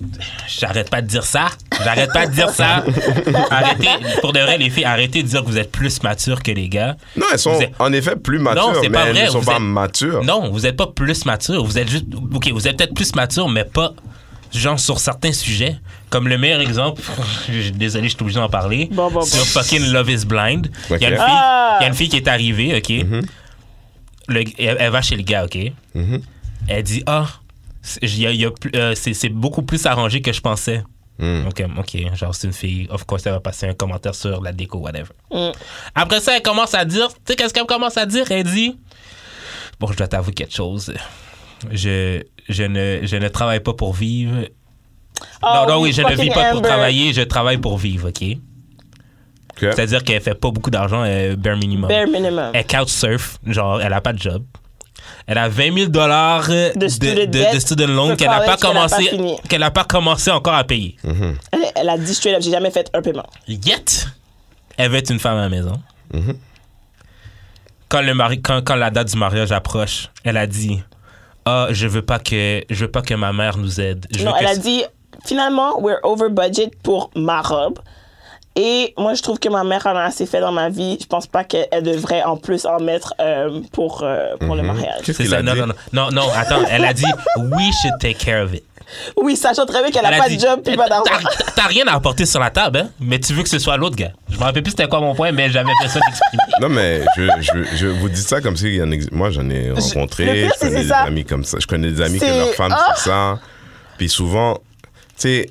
J'arrête pas de dire ça. J'arrête pas de dire ça. Arrêtez, pour de vrai, les filles, arrêtez de dire que vous êtes plus matures que les gars. Non, elles sont Vous êtes- en effet plus matures, Non, c'est mais pas elles vrai, ne sont vous pas êtes- matures. Non, vous êtes pas plus mature. Vous êtes juste. OK, vous êtes peut-être plus mature, mais pas. Genre sur certains sujets. Comme le meilleur exemple, je- désolé, je suis obligé d'en parler. Bon, bon, sur bon. fucking Love is Blind. Il y a une Ok. fille, Ah! il y a une fille qui est arrivée, OK? Le- elle, elle va chez le gars, OK? Mhm. Elle dit, ah, c'est- il y a- il y a plus- euh, c'est c'est beaucoup plus arrangé que je pensais. Mm. OK, OK. Genre, c'est une fille. Of course, elle va passer un commentaire sur la déco, whatever. Mm. Après ça, elle commence à dire, tu sais, qu'est-ce qu'elle commence à dire? Elle dit, bon, je dois t'avouer quelque chose. Je, je, ne, je ne travaille pas pour vivre. Oh, non, non, oui, je ne fucking vis pas pour Amber. travailler, je travaille pour vivre, OK? Ok. C'est-à-dire qu'elle fait pas beaucoup d'argent, elle bare minimum. Bare minimum. Elle couchsurf, genre, elle a pas de job. Elle a vingt mille dollars de, de, student de, debt de student loan for qu'elle n'a pas college qu'elle a pas commencé, fini. qu'elle a pas commencé encore à payer. Mhm. Elle, elle a dit straight up, j'ai jamais fait un paiement. Yet, elle veut être une femme à la maison. Mhm. Quand, le mari, quand, quand la date du mariage approche, elle a dit, ah, je veux pas que, je veux pas que ma mère nous aide. Je Non, veux elle que a dit, finalement, we're over budget pour ma robe. Et moi, je trouve que ma mère en a assez fait dans ma vie. Je pense pas qu'elle devrait en plus en mettre euh, pour, euh, pour le mariage. Qu'est-ce c'est qu'il ça. a Non, dit? non, non, non, non, attends, elle a dit, we should take care of it. Oui, sachant très bien qu'elle Elle a a pas dit, de job puis pas d'argent. T'as t'as rien à apporter sur la table, hein? Mais tu veux que ce soit l'autre gars. Je me rappelle plus c'était quoi mon point, mais j'avais besoin d'exprimer. Non, mais je, je, je vous dis ça comme si il y en ex- moi j'en ai rencontré, le pire, je c'est connais des ça. amis comme ça, je connais des amis que C'est- leurs femmes Ah! font ça. Puis souvent, tu sais,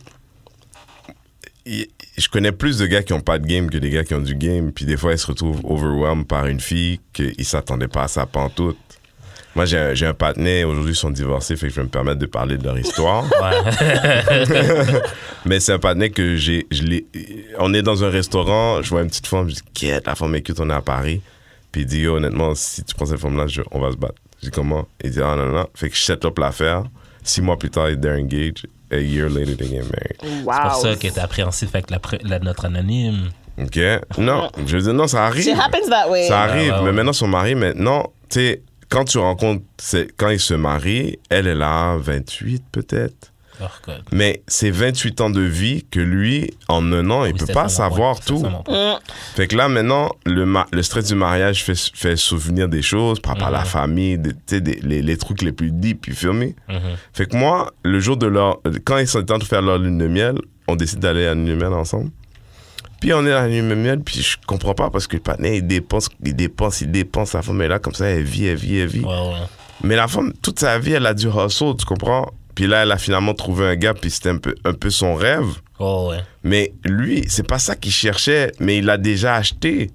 y- je connais plus de gars qui ont pas de game que des gars qui ont du game. Puis des fois, ils se retrouvent overwhelmed par une fille qu'ils s'attendaient pas à ça pantoute. Moi, j'ai un, j'ai un partenaire, aujourd'hui, ils sont divorcés, fait que je vais me permettre de parler de leur histoire. Ouais. Mais c'est un partenaire que j'ai. Je l'ai- on est dans un restaurant, je vois une petite femme, je dis, quête, la femme est cute, on est à Paris. Puis il dit, yo, honnêtement, si tu prends cette femme-là, je- on va se battre. Je dis, comment? Il dit, ah non, non, non. Fait que je set up l'affaire. Six mois plus tard, they're engaged. A year later, they get married. Wow. C'est pour ça que t'es appréhensif avec la, pr- la- notre anonyme. OK? Non, je veux dire, non, ça arrive. It happens that way. Ça arrive, Ouais, ouais, mais ouais. maintenant, ils sont mariés. Maintenant, tu sais, quand tu rencontres, c'est- quand ils se marient, elle, elle a vingt-huit peut-être. Oh, God. Mais c'est vingt-huit ans de vie que lui, en un an, il Oui, peut c'est pas ça, mon savoir point. tout. C'est ça, mon point. Mm. Fait que là, maintenant, le, ma- le stress du mariage fait, fait souvenir des choses par rapport à la Mhm. famille, des- tu sais, des- les, les trucs les plus deep, puis filmés. Mhm. Fait que moi, le jour de leur... Quand ils sont en train de faire leur lune de miel, on décide d'aller à la lune de miel ensemble. Puis on est à la lune de miel, puis je comprends pas parce que le partenaire, il dépense, il dépense, il dépense. La femme est là, comme ça, elle vit, elle vit, elle vit. Ouais, ouais. Mais la femme, toute sa vie, elle a du hustle, tu comprends? Puis là, elle a finalement trouvé un gars, puis c'était un peu, un peu son rêve. Oh, ouais. Mais lui, c'est pas ça qu'il cherchait, mais il l'a déjà acheté.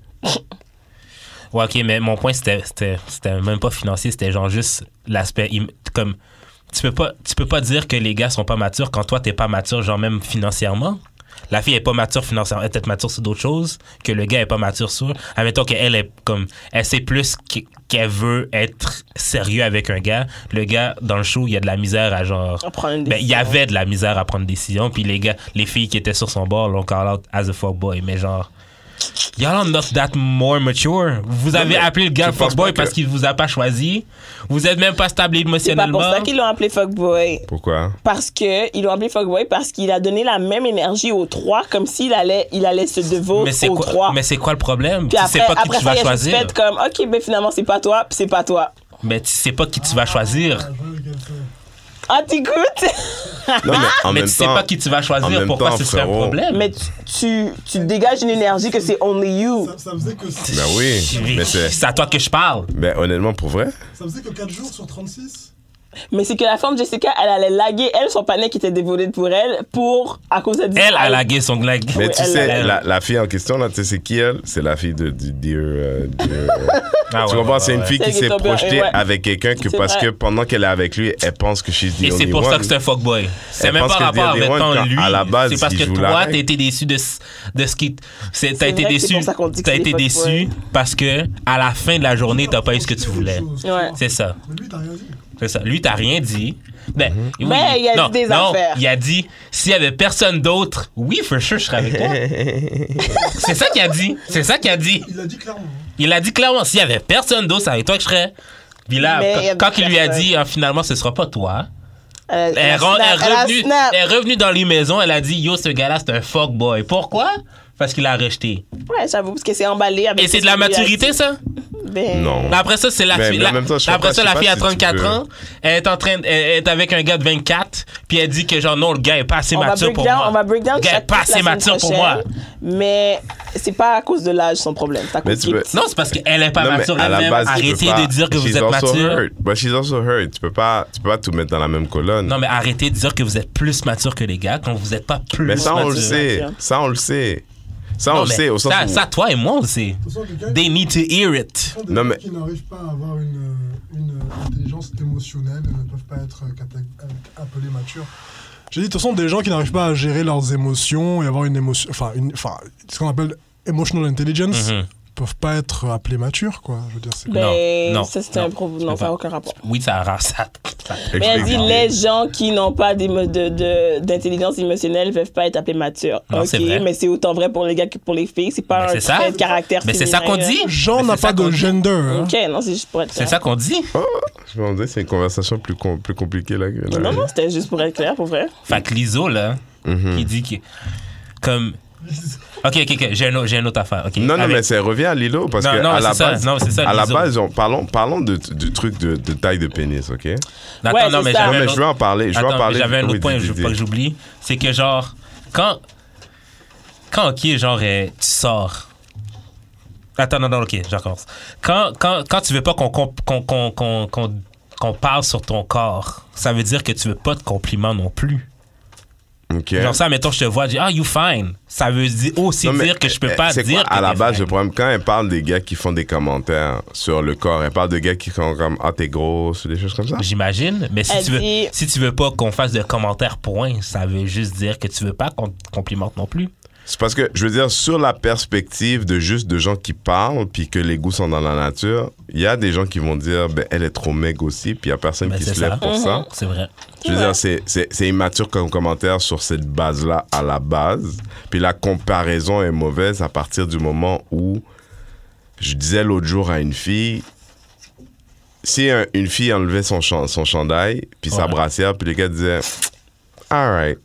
Ouais, ok, mais mon point, c'était, c'était, c'était même pas financier, c'était genre juste l'aspect. im- Comme, tu peux pas, tu peux pas dire que les gars sont pas matures quand toi, t'es pas mature, genre même financièrement. La fille est pas mature financièrement, elle est peut-être mature sur d'autres choses, que le gars est pas mature sur. Admettons qu'elle est comme, elle sait plus qu'- qu'elle veut être sérieux avec un gars. Le gars, dans le show, il y a de la misère à genre. À prendre une Ben, il y décision. avait de la misère à prendre des décisions, puis les gars, les filles qui étaient sur son bord l'ont call out as a fuckboy, mais genre. Y'all are not that more mature. Vous avez mais appelé le gars tu penses fuckboy pas parce que- qu'il vous a pas choisi. Vous êtes même pas stable C'est pas émotionnellement. pour ça qu'ils l'ont appelé fuckboy. Pourquoi? Parce que ils l'ont appelé fuckboy parce qu'il a donné la même énergie aux trois, comme s'il allait, il allait se dévoter Mais c'est aux quoi, trois. mais c'est quoi le problème? Puis Tu après, sais pas qui après tu ça, vas il a juste choisir. fait comme, ok, ben finalement c'est pas toi, puis c'est pas toi. Mais tu sais pas qui tu vas choisir. Ah, je vois lequel c'est. Ah, t'écoutes? Non, mais en Mais même tu sais temps, pas qui tu vas en choisir. même Pourquoi temps, ce serait un frérot. problème? Mais tu, tu, tu dégages une énergie que c'est only you. Ça, ça faisait que ben oui, mais c'est... C'est à toi que je parle. Ben honnêtement, pour vrai, ça faisait que quatre jours sur trente-six. Mais c'est que la femme Jessica, elle allait laguer, elle, son panneau qui était dévoté pour elle, pour, à cause de Elle a lagué son lag. mais Oui, tu elle, sais, elle. la, la fille en question, là, tu sais, c'est qui elle? C'est la fille de, du Dear... euh, Dear, euh, Ah tu ouais, comprends? ouais, C'est une ouais. fille qui Celle qui s'est est tombée, projetée ouais. avec quelqu'un que C'est parce vrai. que pendant qu'elle est avec lui, elle pense que she's the Et c'est only pour ça one. que c'est un fuckboy. C'est Elle même pense pas que rapport the avec other one, tant quand- lui. à la base, C'est parce il que joue toi, la t'as règle. été déçu de, ce- de ce qui. c'est- T'as C'est été vrai que c'est déçu. pour ça qu'on dit que T'as c'est été des déçu fuckboys. parce que à la fin de la journée, t'as pas eu ce que tu voulais. Ouais. C'est ça. Mais lui, t'as rien dit. C'est ça. Lui, t'as rien dit. Ben, oui, Mais il a non, dit des non, affaires. Il a dit, s'il y avait personne d'autre, oui, for sure, je serais avec toi. C'est ça qu'il a dit. C'est ça qu'il a dit. Il l'a dit clairement. hein. Il a dit clairement, s'il y avait personne d'autre, c'est avec toi que je serais. Puis là, Mais quand, il y avait quand il lui a personne. dit, ah, finalement, ce sera pas toi, Elle, Elle, est a ren- snap, elle est elle a revenue, snap. elle est revenue dans les maisons, elle a dit yo, ce gars-là, c'est un fuckboy. Pourquoi? Parce qu'il a rejeté. Ouais, j'avoue, parce que c'est emballé avec. Et c'est ce de la que lui a maturité, dit. ça? Ben, Non. Après ça, c'est la Mais- fille. mais en la- même temps, je sais après pas- ça, je la sais fille pas a si tu trente-quatre peux- ans. Elle est en train, elle est avec un gars de vingt-quatre. Puis elle dit que genre non, le gars est pas assez on va mature break pour down, moi. on va break down Le gars est chaque pas la assez semaine mature pour moi. prochaine, Mais c'est pas à cause de l'âge son problème. C'est à Mais cause tu qu'il est peux- petit. Non, c'est parce qu'elle est pas Non, mais mature à la elle-même. base, tu Arrêtez peux pas- de dire que vous she's êtes also mature. hurt. But she's also hurt. Tu peux pas, tu peux pas tout mettre dans la même colonne. Non, mais arrêtez de dire que vous êtes plus mature que les gars quand vous êtes pas plus mais ça, on mature. le sait. Ça, on le sait. Ça, on Non, le mais sait. Au sens ça, où- ça, toi et moi, on le sait. De toute façon, les gars, They need to hear it. ce sont des Non, gens mais- qui n'arrivent pas à avoir une, euh, une euh, intelligence émotionnelle et ne peuvent pas être euh, cata- euh, appelés matures. J'ai dit, de toute façon, des gens qui n'arrivent pas à gérer leurs émotions et avoir une émotion, enfin, une, enfin, ce qu'on appelle emotional intelligence, Mhm. peuvent pas être appelés matures, quoi. Je veux dire, c'est Ben, Non, non, ça, c'est non, un problème. je Non, peux ça n'a pas. aucun rapport. Oui, ça a ça. ça- Mais elle dit Explique-moi. les gens qui n'ont pas d'émo- de, de, d'intelligence émotionnelle ne peuvent pas être appelés matures. Non, ok, c'est vrai. mais c'est autant vrai pour les gars que pour les filles. C'est pas Mais un c'est ça. trait de caractère Mais c'est ça féminin, qu'on là. dit. Genre Mais n'a c'est pas ça qu'on de dit. gender. hein. Ok, non, c'est juste pour être C'est clair. ça qu'on dit. Je me demandais, c'est une conversation plus, com- plus compliquée là que là. Non, non, c'était juste pour être clair, pour vrai. Fait que l'Iso, là, Mhm. qui dit que. Comme. Ok, ok, ok, j'ai un, autre- j'ai une autre affaire. ok? Non, non, Avec- mais ça revient à Lilo parce Non, que non, à mais la c'est ça. base, Non, c'est ça, à la l'Iso. base, on- parlons, parlons de, du truc de, de taille de pénis, ok? Attends, Ouais, non, c'est mais ça. j'avais Non, un mais autre- je veux en parler. Je veux en Attends, parler. j'avais un autre Oui, point, dis, je dis, veux pas que dis. j'oublie. C'est que genre, quand. Quand, ok, genre, euh, tu sors. Attends, non, non, ok, je recommence. Quand, quand, quand tu veux pas qu'on, qu'on, qu'on, qu'on, qu'on, qu'on, qu'on parle sur ton corps, ça veut dire que tu veux pas de compliments non plus. Ok. Genre ça, mettons, je te vois, je dis, ah, you fine. Ça veut dire, aussi Non, mais, dire que je peux euh, pas c'est dire quoi, que à la t'es base, fine. le problème, quand elle parle des gars qui font des commentaires sur le corps, elle parle de gars qui font comme ah t'es grosse ou des choses comme ça. J'imagine, mais si Elle tu, veux, dit- si tu veux pas qu'on fasse de commentaires point, ça veut juste dire que tu veux pas qu'on te complimente non plus. C'est parce que je veux dire sur la perspective de juste de gens qui parlent puis que les goûts sont dans la nature, il y a des gens qui vont dire ben elle est trop maigre aussi puis il y a personne Ben, qui c'est se ça. lève pour ça. C'est vrai. Je veux Ouais. dire, c'est, c'est, c'est immature comme commentaire sur cette base-là à la base. Puis la comparaison est mauvaise à partir du moment où je disais l'autre jour à une fille, si un- une fille enlevait son, chan- son chandail, puis sa Ouais. brassière, puis le gars disait, all right,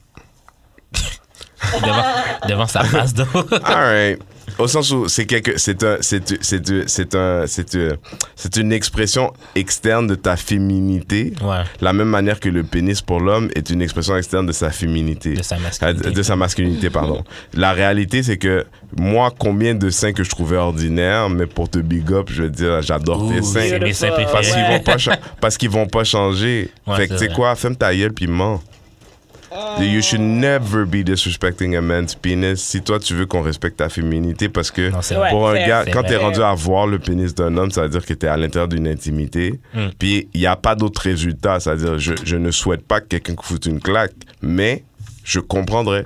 Devant, devant sa face d'eau. all right. Au sens où c'est quelque, c'est un, c'est, c'est, c'est un, c'est, un- c'est une expression externe de ta féminité. Ouais. La même manière que le pénis pour l'homme est une expression externe de sa féminité. De sa masculinité. De sa masculinité, pardon. La réalité, c'est que moi, combien de seins que je trouvais ordinaires, mais pour te big up, je veux dire, j'adore tes Ouh, seins. c'est mes seins Parce Parce préférés. qu'ils Ouais. vont pas cha- parce qu'ils vont pas changer. Ouais, fait que c'est tu sais vrai. quoi, ferme ta gueule puis mens. You should never be disrespecting a man's penis si toi tu veux qu'on respecte ta féminité parce que Non, c'est Ouais. vrai. pour un fair, gars, c'est quand vrai. t'es rendu à voir le pénis d'un homme, ça veut dire que t'es à l'intérieur d'une intimité. Mm. Puis il n'y a pas d'autre résultat. C'est-à-dire, je, je ne souhaite pas que quelqu'un foute une claque, mais je comprendrais.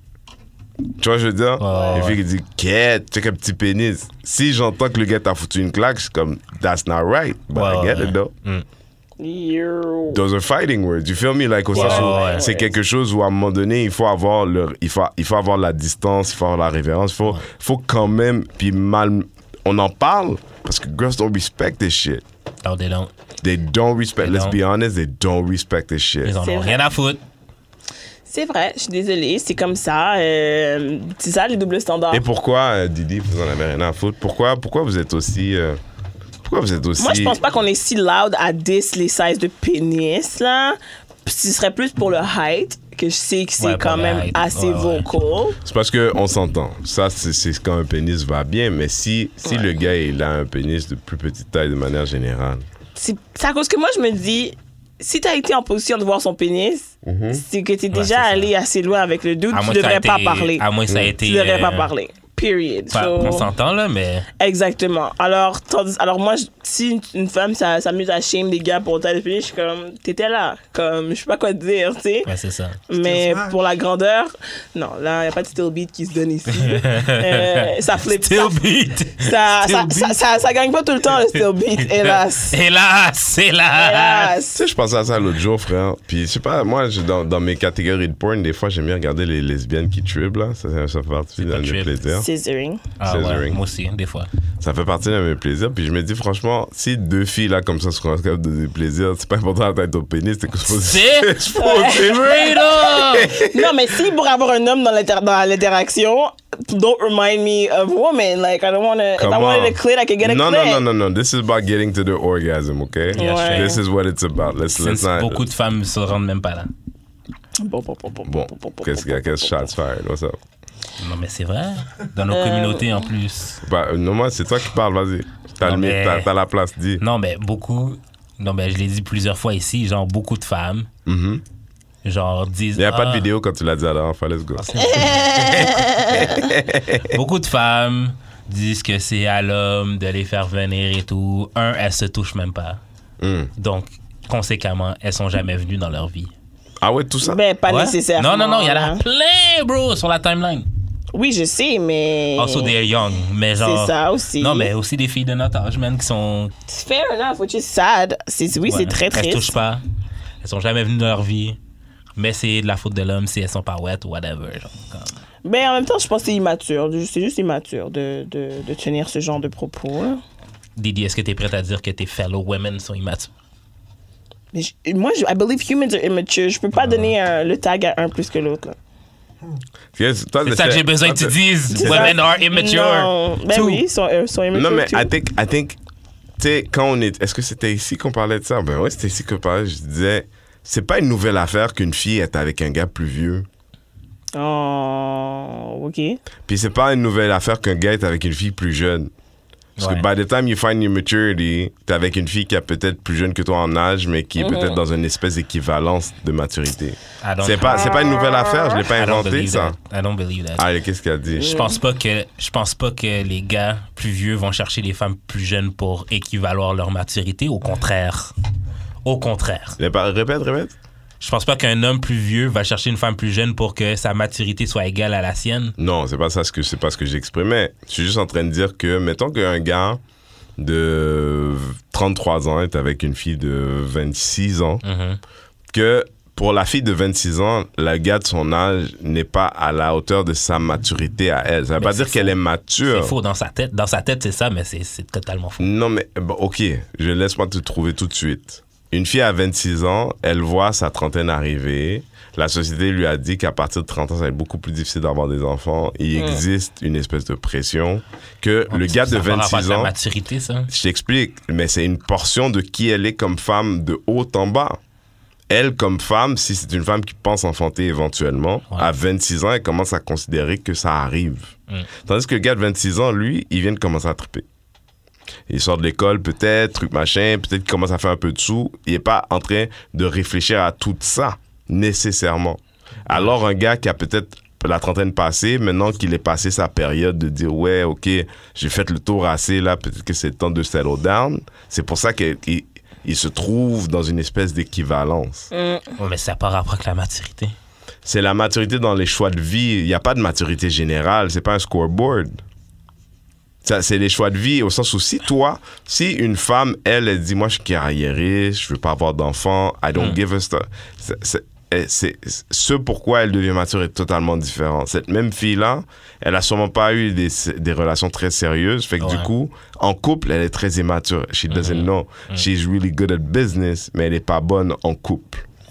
Tu vois, je veux dire? Ouais, Et ouais. puis il dit, quête, check un petit pénis. Si j'entends que le gars t'a foutu une claque, je suis comme, that's not right. But Ouais, I get ouais, it though. Mm. Yo. Those are fighting words. You feel me? Like, au Ouais, sens où ouais, ouais. c'est quelque chose où, à un moment donné, il faut avoir, le, il faut, il faut avoir la distance, il faut avoir la révérence. Il faut, faut quand même, puis mal, on en parle parce que girls don't respect this shit. Non, they don't. They don't respect, They let's don't. be honest, they don't respect this shit. Ils en C'est ont vrai. rien à foutre. C'est vrai, je suis désolée, c'est comme ça. euh, c'est ça, les doubles standards. Et pourquoi, euh, Didi, vous en avez rien à foutre? Pourquoi, pourquoi vous êtes aussi... euh, pourquoi vous êtes aussi... Moi, je pense pas qu'on est si loud à diss les sizes de pénis, là. Ce serait plus pour le height, que je sais que c'est Ouais, pour quand le même height. assez Ouais, ouais. vocal. C'est parce qu'on s'entend. Ça, c'est, c'est quand un pénis va bien, mais si, si Ouais. le gars il a un pénis de plus petite taille de manière générale... C'est c'est à cause que moi, je me dis, si t'as été en position de voir son pénis, c'est que t'es Ouais, c'est déjà ça. allé assez loin avec le dude, À tu moins que ça a devrais pas été- parler. À moins que ça a été. Tu devrais pas euh, parler. Period. Enfin, So- on s'entend, là, mais. Exactement. Alors, tandis- alors moi, je- si une, une femme ça- s'amuse à shame des gars pour taille de pénis, je suis comme, t'étais là. Comme, je sais pas quoi te dire, tu sais. Ouais, c'est ça. Mais smash. pour la grandeur, non, là, il n'y a pas de still beat qui se donne ici. Euh, ça flippe. Still ça, beat. ça, Still ça, beat. ça, ça, ça gagne pas tout le temps, le still beat, hélas. Hélas, hélas. Tu Hélas. sais, je pensais à ça l'autre jour, frère. Puis, je sais pas, moi, je- dans, dans mes catégories de porn, des fois, j'aime bien regarder les lesbiennes qui trip, là. Ça, ça fait partie pas de mes trip. plaisirs. Scissoring. Ah ouais, Scissoring. moi aussi, des fois. Ça fait partie de mes plaisirs. Puis je me dis, franchement, si deux filles là comme ça sont capables de donner plaisir, c'est pas important la taille de ton pénis, c'est que je C'est supposé. straight up! Non, mais si pour avoir un homme dans l'inter- dans l'interaction, don't remind me of woman. Like, I don't want to. If I Come wanted on. a clit, I could get a No, clit. no, no, no, no. This is about getting to the orgasm, okay? Yeah, Ouais. This is what it's about. Let's, let's Since not... beaucoup de femmes se rendent même pas là. Bon, bon, bon, bon, Bon, bon, bon, qu'est-ce qu'il y a? Qu'est-ce shots fired? What's up? Non, mais c'est vrai. Dans nos Euh, communautés en plus. Bah, non, moi, c'est toi qui parles, vas-y. T'as, Non, le- mais- t'as, t'as la place, dis. Non, mais beaucoup. Non, mais je l'ai dit plusieurs fois ici, genre beaucoup de femmes, Mhm. genre disent. Il n'y a pas de Ah, vidéo quand tu l'as dit à la dernière fois, let's go. Beaucoup de femmes disent que c'est à l'homme de les faire venir et tout. Un, elles se touchent même pas. Hmm. Donc, conséquemment, elles sont jamais venues dans leur vie. Ah ouais, tout ça? Ben, pas Ouais. nécessairement. Non, non, non, il y en a hein. plein, bro, sur la timeline. Oui, je sais, mais. Also, they're young, mais genre. C'est ça aussi. Non, mais aussi des filles de notre âge, man, qui sont. Fair enough, which is sad. C'est, oui, Ouais, c'est très Elles se triste. touchent pas. Elles sont jamais venues dans leur vie. Mais c'est de la faute de l'homme si elles sont pas wet ou whatever. Genre, comme- Ben, en même temps, je pense que c'est immature. C'est juste immature de, de, de tenir ce genre de propos. Hein. Didi, est-ce que tu es prête à dire que tes fellow women sont immatures? Mais je- moi, je, I believe humans are immature. Je peux pas donner un- le tag à un plus que l'autre. là. Yes, toi, C'est ça que j'ai besoin que tu dises. C'est Women ça. are immature. Non. Ben Two. oui, ils sont, euh, sont immature. Non, mais too. I think, I think, tu sais, quand on est. Est-ce que c'était ici qu'on parlait de ça? Ben ouais, c'était ici qu'on parlait. Je disais, c'est pas une nouvelle affaire qu'une fille est avec un gars plus vieux. Oh, ok. Puis c'est pas une nouvelle affaire qu'un gars est avec une fille plus jeune. Parce Ouais. que by the time you find your maturity, t'es avec une fille qui est peut-être plus jeune que toi en âge, mais qui est peut-être dans une espèce d'équivalence de maturité. I don't- C'est pas, c'est pas une nouvelle affaire, je l'ai pas I don't inventé believe ça. that. I don't believe that. Ah, qu'est-ce qu'il a dit? Je pense pas que je pense pas que les gars plus vieux vont chercher les femmes plus jeunes pour équivaloir leur maturité. Au contraire. Au contraire. Il a pas- Répète, répète. Je pense pas qu'un homme plus vieux va chercher une femme plus jeune pour que sa maturité soit égale à la sienne. Non, c'est pas ça ce que c'est pas ce que j'exprimais. Je suis juste en train de dire que mettons qu'un gars de trente-trois ans est avec une fille de vingt-six ans, Mhm. que pour la fille de vingt-six ans, le gars de son âge n'est pas à la hauteur de sa maturité à elle. Ça veut Mais pas c'est dire qu'elle faux. est mature. C'est faux dans sa tête. Dans sa tête, c'est ça, mais c'est c'est totalement faux. Non, mais bon, ok, je laisse-moi te trouver tout de suite. Une fille à vingt-six ans, elle voit sa trentaine arriver. La société lui a dit qu'à partir de trente ans, ça va être beaucoup plus difficile d'avoir des enfants. Il existe une espèce de pression que le gars de Ça a pas rapport vingt-six avec la ans, maturité, ça. je t'explique, mais c'est une portion de qui elle est comme femme de haut en bas. Elle, comme femme, si c'est une femme qui pense enfanter éventuellement, Ouais. à vingt-six ans, elle commence à considérer que ça arrive. Mm. Tandis que le gars de vingt-six ans, lui, il vient de commencer à triper. Il sort de l'école, peut-être, truc machin, peut-être qu'il commence à faire un peu de sous. Il n'est pas en train de réfléchir à tout ça, nécessairement. Alors, un gars qui a peut-être la trentaine passée, maintenant qu'il est passé sa période de dire, ouais, ok, j'ai fait le tour assez, là, peut-être que c'est le temps de settle down. C'est pour ça qu'il il- il se trouve dans une espèce d'équivalence. Ouais, mais ça n'a pas rapport avec la maturité. C'est la maturité dans les choix de vie. Il n'y a pas de maturité générale. C'est pas un scoreboard. Ça, c'est les choix de vie au sens où si toi, si une femme, elle, elle dit, moi, je suis carriériste, je veux pas avoir d'enfants, I don't Mm. give a stuff. C'est, c'est, c'est- c'est- ce pourquoi elle devient mature est totalement différent. Cette même fille-là, elle a sûrement pas eu des, des relations très sérieuses. Fait que Ouais. du coup, en couple, elle est très immature. She doesn't know. She's really good at business, mais elle est pas bonne en couple. Ouais.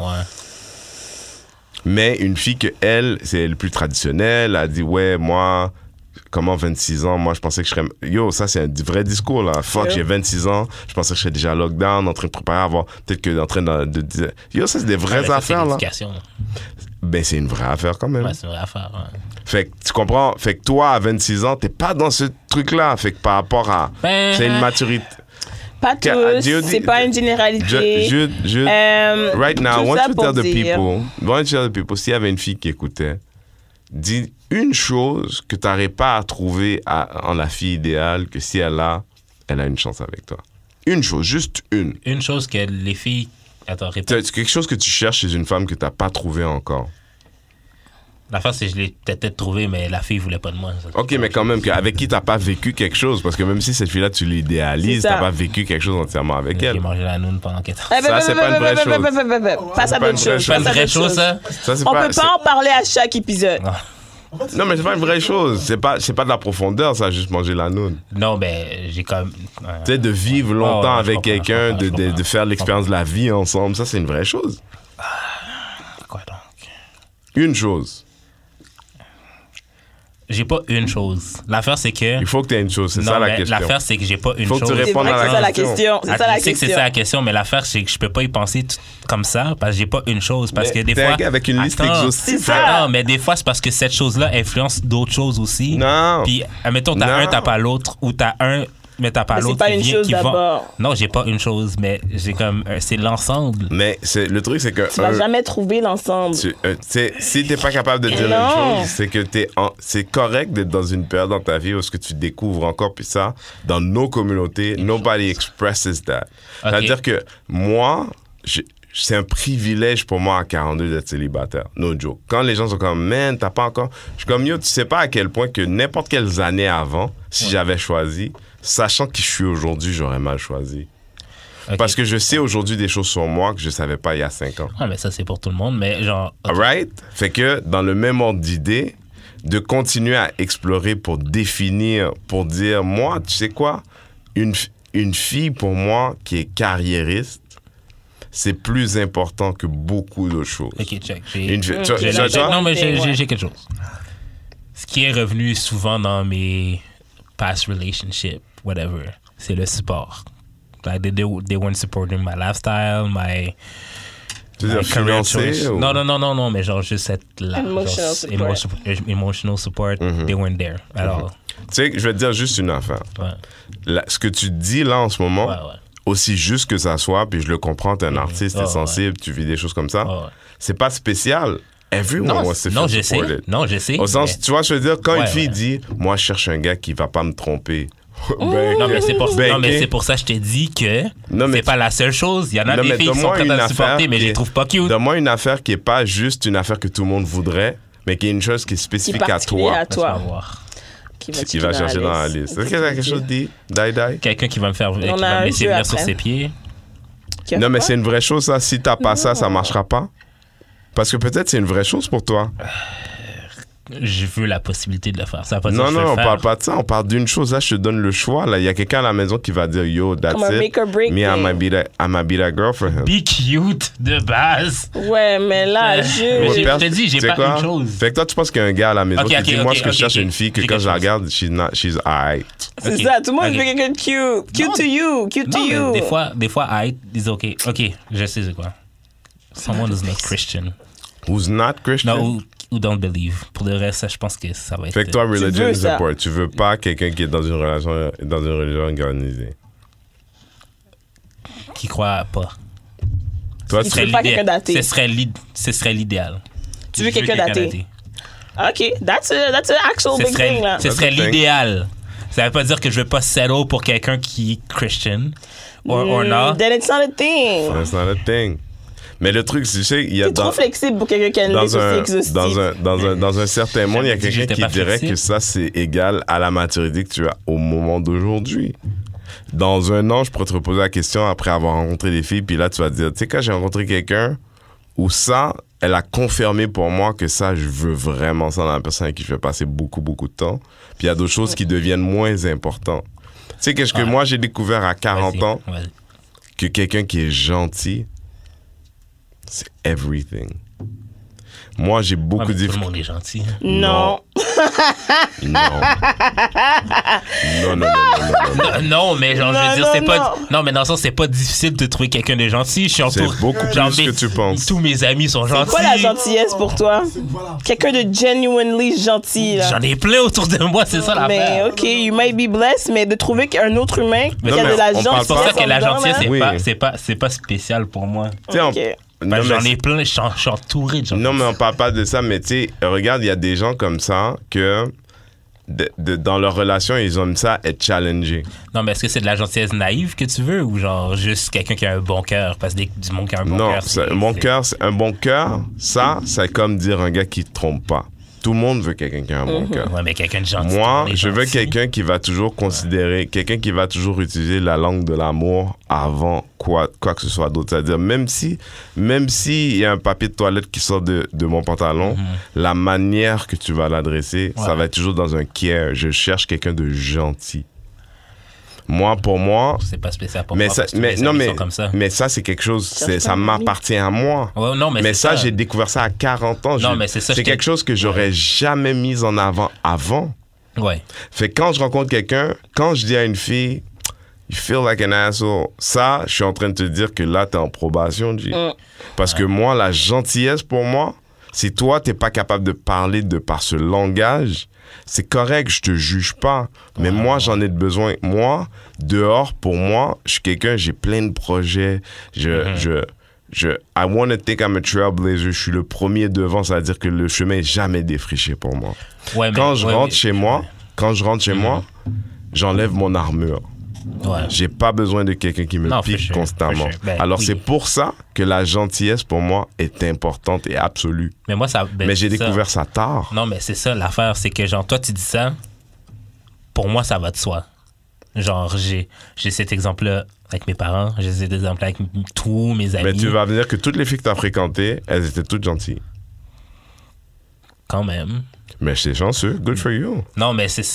Mais une fille que elle, c'est le plus traditionnel, elle a dit ouais, moi, comment vingt-six ans, moi je pensais que je serais. Yo, ça c'est un vrai discours là. Fuck, Yeah. j'ai vingt-six ans, je pensais que je serais déjà lockdown, en train de préparer à avoir. Peut-être que en train de. de, de- Yo, ça c'est des Ouais, vraies mais ça, affaires c'est là. l'éducation. Ben c'est une vraie affaire quand même. Ouais, c'est une vraie affaire. Ouais. Fait que tu comprends, fait que toi à vingt-six ans, t'es pas dans ce truc là. Fait que par rapport à. Ben, C'est une maturité. Pas Ka- tous, Jude- c'est pas une généralité. Jude, Jude, Euh, right now, tout why ça don't you pour tell the dire- people, why don't you tell the people, s'il y avait une fille qui écoutait, dis une chose que tu n'aurais pas à trouver à- en la fille idéale, que si elle a, elle a une chance avec toi. Une chose, juste une. Une chose que les filles. Attends, répète. C'est quelque chose que tu cherches chez une femme que tu n'as pas trouvé encore. L'affaire, c'est que je l'ai peut-être trouvé, mais la fille voulait pas de moi. Ça, Ok, mais quand même, que- avec qui tu n'as pas vécu quelque chose, parce que même si cette fille-là, tu l'idéalises, C'est tu ça. n'as pas vécu quelque chose entièrement avec J'ai elle. mangé la noune pendant quatre ans. Eh, Ça, ben, c'est ben, pas une ben, vraie ben, chose. ben, ben, ben, ben, Passe à C'est pas d'autres une vraie choses. chose. Pas une passe à vraie d'autres chose, choses. ça? Ça, c'est On pas- peut c'est- pas en parler à chaque épisode. Non. Non, mais c'est pas une vraie chose. C'est pas, c'est pas de la profondeur, ça, juste manger la noune. Non, mais j'ai comme. euh, Tu sais, de vivre longtemps ouais, je avec comprends, quelqu'un, je comprends, de, je de, comprends. de faire l'expérience de la vie ensemble, ça, c'est une vraie chose. Quoi donc? Une chose. J'ai pas une chose. L'affaire, c'est que. Il faut que tu aies une chose, c'est non, ça la mais question. l'affaire, c'est que j'ai pas une Faut que tu chose. C'est répondes vrai à que la c'est ça la question. question. C'est Ah, ça la je sais que c'est question. ça la question, mais l'affaire, c'est que je peux pas y penser tout comme ça parce que j'ai pas une chose. Parce Mais que des t'es un fois. gars avec une liste Attends, exhaustive. C'est ça. Attends, mais des fois, c'est parce que cette chose-là influence d'autres choses aussi. Non. Puis, admettons, t'as Non. un, t'as pas l'autre, ou t'as un, mais t'as pas Mais c'est l'autre. pas qui une vient- chose qui vont- d'abord. Non, j'ai pas une chose, mais j'ai comme. euh, C'est l'ensemble. Mais c'est, le truc, c'est que. Tu vas un, jamais trouver l'ensemble. tu- euh, tu sais, si t'es pas capable de dire Non. une chose, c'est que t'es en- c'est correct d'être dans une période dans ta vie où ce que tu découvres encore, puis ça, dans nos communautés, nobody expresses that. Ok. C'est-à-dire que moi, j'ai- c'est un privilège pour moi à quarante-deux d'être célibataire. No joke. Quand les gens sont comme, man, t'as pas encore. Je suis comme, yo, tu sais pas à quel point que n'importe quelles années avant, si j'avais choisi, sachant qui je suis aujourd'hui, j'aurais mal choisi. Ok. Parce que je sais aujourd'hui des choses sur moi que je savais pas il y a cinq ans. Ah, mais ça, c'est pour tout le monde, mais genre. ok. Right? Fait que dans le même ordre d'idée, de continuer à explorer pour définir, pour dire, moi, tu sais quoi? Une, f- une fille, pour moi, qui est carriériste, c'est plus important que beaucoup d'autres choses. Ok, check. J'ai- Une fille, tu, Mm, tu- j'ai tu- la tu vois? Non, mais j'ai, Ouais. j'ai, j'ai quelque chose. Ce qui est revenu souvent dans mes past relationships, whatever, c'est le support. Like, they, they, they weren't supporting my lifestyle, my, Tu veux my dire career financier choice. ou- Non, non, non, non, non, mais genre juste être là. Emotional genre, support. emotion- emotional support, Mm-hmm. they weren't there. Alors, Tu sais, je vais te dire juste une affaire. ouais, Là, ce que tu dis là en ce moment, ouais, ouais. aussi juste que ça soit, puis je le comprends, t'es un artiste, t'es Ouais, ouais. sensible, tu vis des choses comme ça, Ouais, ouais. c'est pas spécial. Everyone Non, wants to c'est- feel non, je sais. supported. Non, je sais. Au sens, mais- tu vois, je veux dire, quand Ouais, une fille ouais. dit, moi, je cherche un gars qui va pas me tromper. ben, Non, mais c'est pour, ben, non, mais ok. c'est pour ça que je t'ai dit que Non, mais c'est pas la seule chose. Il y en a Non, des mais filles qui sont donne-moi prêtes une à le supporter, affaire mais je qui les est- trouve pas cute. Donne-moi une affaire qui est pas juste une affaire que tout le monde voudrait, mais qui est une chose qui est Qui est spécifique à particulier toi. à Laisse-moi toi. voir. Qui va, Qui va chercher dans la liste. Est-ce que t'as quelque chose dit? Die, die? Quelqu'un qui va me faire, qui a va un me laisser jeu venir sur après. ses pieds. Non, mais c'est une vraie chose, ça. Si t'as pas ça, ça marchera pas. Parce que peut-être c'est une vraie chose pour toi. Je veux la possibilité de le faire. Ça va pas dire Non, que je veux non, le on faire. parle pas de ça. On parle d'une chose. Là, je te donne le choix. Là, il y a quelqu'un à la maison qui va dire, yo, that's Comme un it. make or break Me, I thing. might be that, I might be that girl for him. Be cute de base. Ouais, mais là, Euh, je. mais j'ai- Pers- je te dis, j'ai tu sais pas quoi? une chose. Fait que toi, tu penses qu'il y a un gars à la maison Ok, qui ok, dit, moi, ok, ce que je ok, cherche ok. une fille que J'ai quand quelque je la chose. regarde, she's not, she's alright. C'est Ok. ça, tout le monde Ok. veut quelqu'un de cute. Cute Non. to you, cute to Non, mais you. des fois, des fois, I is OK. OK, je sais c'est quoi. Someone who's not Christian. Who's not Christian? No, who, who don't believe. Pour le reste, ça, je pense que ça va être... Fait que toi, religion veux is ça. support. Tu veux pas quelqu'un qui est dans une relation, dans une religion organisée. qui croit pas. Toi, Tu tu veux serait pas l'idéal. quelqu'un d'athée. Ce serait l'id- ce serait l'idéal. Tu veux Je quelqu'un d'athée. OK, that's a, that's a actual Ce big thing, là. serait, ce serait That's a thing. l'idéal. Ça veut pas dire que je veux pas settle pour quelqu'un qui est Christian. Or, or Mm, not. Then it's not a thing. That's not a thing. Mais le truc, c'est, tu sais, il y a T'es trop dans, flexible pour quelqu'un qui a une liste dans, aussi un, exhaustive. dans, un, dans, un, dans un certain monde, il y a J'avais dit que quelqu'un j'étais qui pas dirait flexible. que ça, c'est égal à la maturité que tu as au moment d'aujourd'hui. Dans un an, je pourrais te reposer la question après avoir rencontré des filles, puis là, tu vas te dire, tu sais, quand j'ai rencontré quelqu'un où ça, elle a confirmé pour moi que ça, je veux vraiment ça dans la personne avec qui je vais passer beaucoup, beaucoup de temps. Puis il y a d'autres choses qui deviennent moins importantes. Tu sais, qu'est-ce que Ouais. moi, j'ai découvert à quarante Vas-y, ans? vas-y. Que quelqu'un qui est gentil, c'est everything. Moi, j'ai Ouais, beaucoup mais de tout le difficultés. monde est gentil. Non. Non. Non, non, non, non, non, non. Non, non, mais genre, je Non, veux dire, non, c'est pas. non. Non, mais dans le sens, c'est pas difficile de trouver quelqu'un de gentil. Je suis C'est entouré. beaucoup genre, plus mes- que tu penses. Tous mes amis sont C'est gentils. quoi la gentillesse pour toi? C'est- Voilà. Quelqu'un de genuinely gentil, là. J'en ai plein autour de moi, c'est ça la Mais OK, you might be blessed, mais de trouver qu'un autre humain qui Non, a mais de la on parle gentillesse C'est pour ça pas- que la en dedans, gentillesse, là. c'est Oui. pas, c'est pas, c'est pas spécial pour moi. Tu sais, on- OK. non, Parce que mais j'en ai plein, je suis en- je suis entouré de gens. Non, mais on parle pas de ça, mais tu sais, regarde, il y a des gens comme ça que de- de- dans leur relation, ils aiment ça être challengés. Non, mais est-ce que c'est de la gentillesse naïve que tu veux ou genre juste quelqu'un qui a un bon cœur? Parce que des- du monde qui a un bon non, cœur, c'est- c'est- mon c'est- cœur, c'est- un bon cœur, ça, c'est comme dire un gars qui te trompe pas. Tout le monde veut quelqu'un qui a un bon Mhm. cœur. Ouais, mais quelqu'un de gentil. Moi, on est je veux gentil. quelqu'un qui va toujours considérer, quelqu'un qui va toujours utiliser la langue de l'amour avant quoi, quoi que ce soit d'autre. C'est-à-dire, même si, même si il y a un papier de toilette qui sort de, de mon pantalon, Mhm. la manière que tu vas l'adresser, ça Ouais. va être toujours dans un care. Je cherche quelqu'un de gentil. Moi, pour moi, C'est pas spécial pour mais moi. ça, parce que mais mes non, amis mais, sont comme ça. mais ça, c'est quelque chose, Cherche c'est, pas ça un ami. m'appartient à moi. Ouais, non, mais, Mais c'est ça, j'ai découvert ça à quarante ans. Non, Je- mais c'est ça, C'est je t'ai- quelque chose que j'aurais jamais mis en avant avant. Ouais. Fait que quand je rencontre quelqu'un, quand je dis à une fille, you feel like an asshole, ça, je suis en train de te dire que là, t'es en probation, G. Mm. Parce que moi, la gentillesse pour moi, si toi, t'es pas capable de parler de par ce langage, c'est correct, je te juge pas. Mais moi, j'en ai besoin. Moi, dehors, pour moi, je suis quelqu'un, j'ai plein de projets. Je, Mhm. je, je, I want to think I'm a trailblazer. Je suis le premier devant, c'est-à-dire que le chemin est jamais défriché pour moi. Ouais, mais- Quand je ouais, rentre ouais. chez moi, quand je rentre chez Mhm. moi, j'enlève mon armure. Ouais. J'ai pas besoin de quelqu'un qui me Non, for pique sure, constamment. for sure. Ben, Alors oui. c'est pour ça que la gentillesse pour moi est importante et absolue. Mais moi, ça. ben, Mais j'ai c'est ça. découvert ça tard. Non, mais c'est ça l'affaire, c'est que genre, toi, tu dis ça, pour moi, ça va de soi. Genre, j'ai, j'ai cet exemple-là avec mes parents, j'ai cet exemple avec m- tous mes amis. Mais tu vas me dire que toutes les filles que tu as fréquentées, elles étaient toutes gentilles. Quand même. Mais c'est chanceux. Good for you. Non, mais c'est.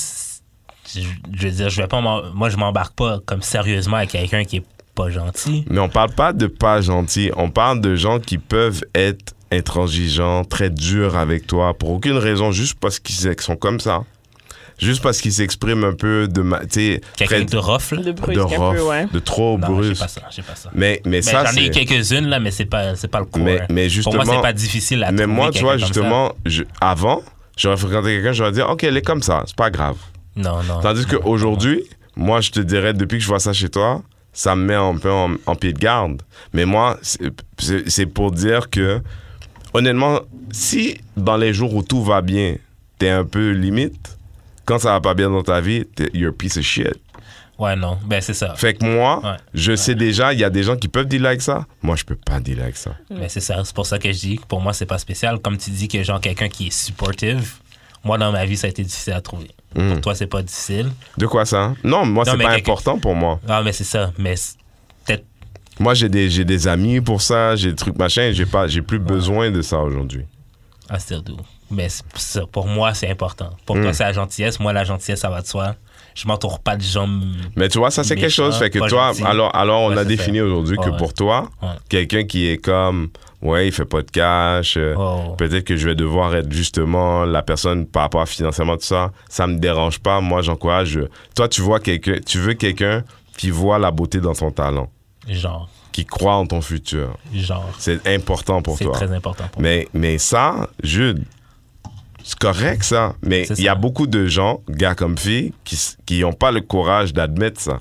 Je je veux dire, je vais pas. m'en- Moi, je m'embarque pas comme sérieusement avec quelqu'un qui est pas gentil. Mais on parle pas de pas gentils. On parle de gens qui peuvent être intransigeants, très durs avec toi, pour aucune raison, juste parce qu'ils sont comme ça. Juste parce qu'ils s'expriment un peu de... ma- tu sais, Quelqu'un très- de rough, là. De de brusque un rough, peu, ouais. de trop Non, j'ai brusque. pas ça, j'ai pas ça. Mais, mais Ben, ça, j'en ai eu c'est... quelques-unes, là, mais c'est pas, c'est pas le core. Mais, mais Pour justement... moi, c'est pas difficile à Mais trouver moi, tu vois, quelqu'un comme ça. justement, je- avant, j'aurais fréquenté quelqu'un, j'aurais dit, OK, elle est comme ça, c'est pas grave. Non, non. Tandis non, qu'aujourd'hui, moi, je te dirais, depuis que je vois ça chez toi, ça me met un peu en, en pied de garde. Mais moi, c'est- c'est c'est pour dire que, honnêtement, si dans les jours où tout va bien, t'es un peu limite, quand ça va pas bien dans ta vie, t'es you're a piece of shit. Ouais, non. Ben, c'est ça. Fait que moi, Ouais. je sais déjà, il y a des gens qui peuvent dealer avec ça. Moi, je peux pas dealer avec ça. Ben, c'est ça. C'est pour ça que je dis que pour moi, c'est pas spécial. Comme tu dis que, genre, quelqu'un qui est supportive, moi, dans ma vie, ça a été difficile à trouver. Mm. Pour toi, c'est pas difficile. De quoi ça? Non, moi, Non, c'est mais pas quelqu'un- important pour moi. Ah, mais c'est ça. Mais c'est- peut-être. Moi, j'ai des, j'ai des amis pour ça, j'ai des trucs machin, j'ai pas, j'ai plus besoin de ça aujourd'hui. I still do. Mais c'est- ça, pour moi, c'est important. Pour Mm. toi, c'est la gentillesse. Moi, la gentillesse, ça va de soi. Je m'entoure pas de gens. m- Mais tu vois, ça, c'est quelque Méchant, chose. Fait que pas toi, gentil. alors, alors on Ouais, a c'est défini ça. aujourd'hui que Ouais, pour toi, Ouais. quelqu'un qui est comme, ouais, il fait pas de cash, euh, Oh. peut-être que je vais devoir être justement la personne par rapport à financièrement, tout ça, ça me dérange pas. Moi, j'encourage. Toi, tu vois quelqu'un, tu veux quelqu'un qui voit la beauté dans ton talent, Genre. qui croit en ton futur. Genre. C'est important pour C'est toi. très important pour Mais, mais ça, Jude, c'est correct ça. Mais C'est il y a ça. beaucoup de gens, gars comme filles, qui s- qui n'ont pas le courage d'admettre ça.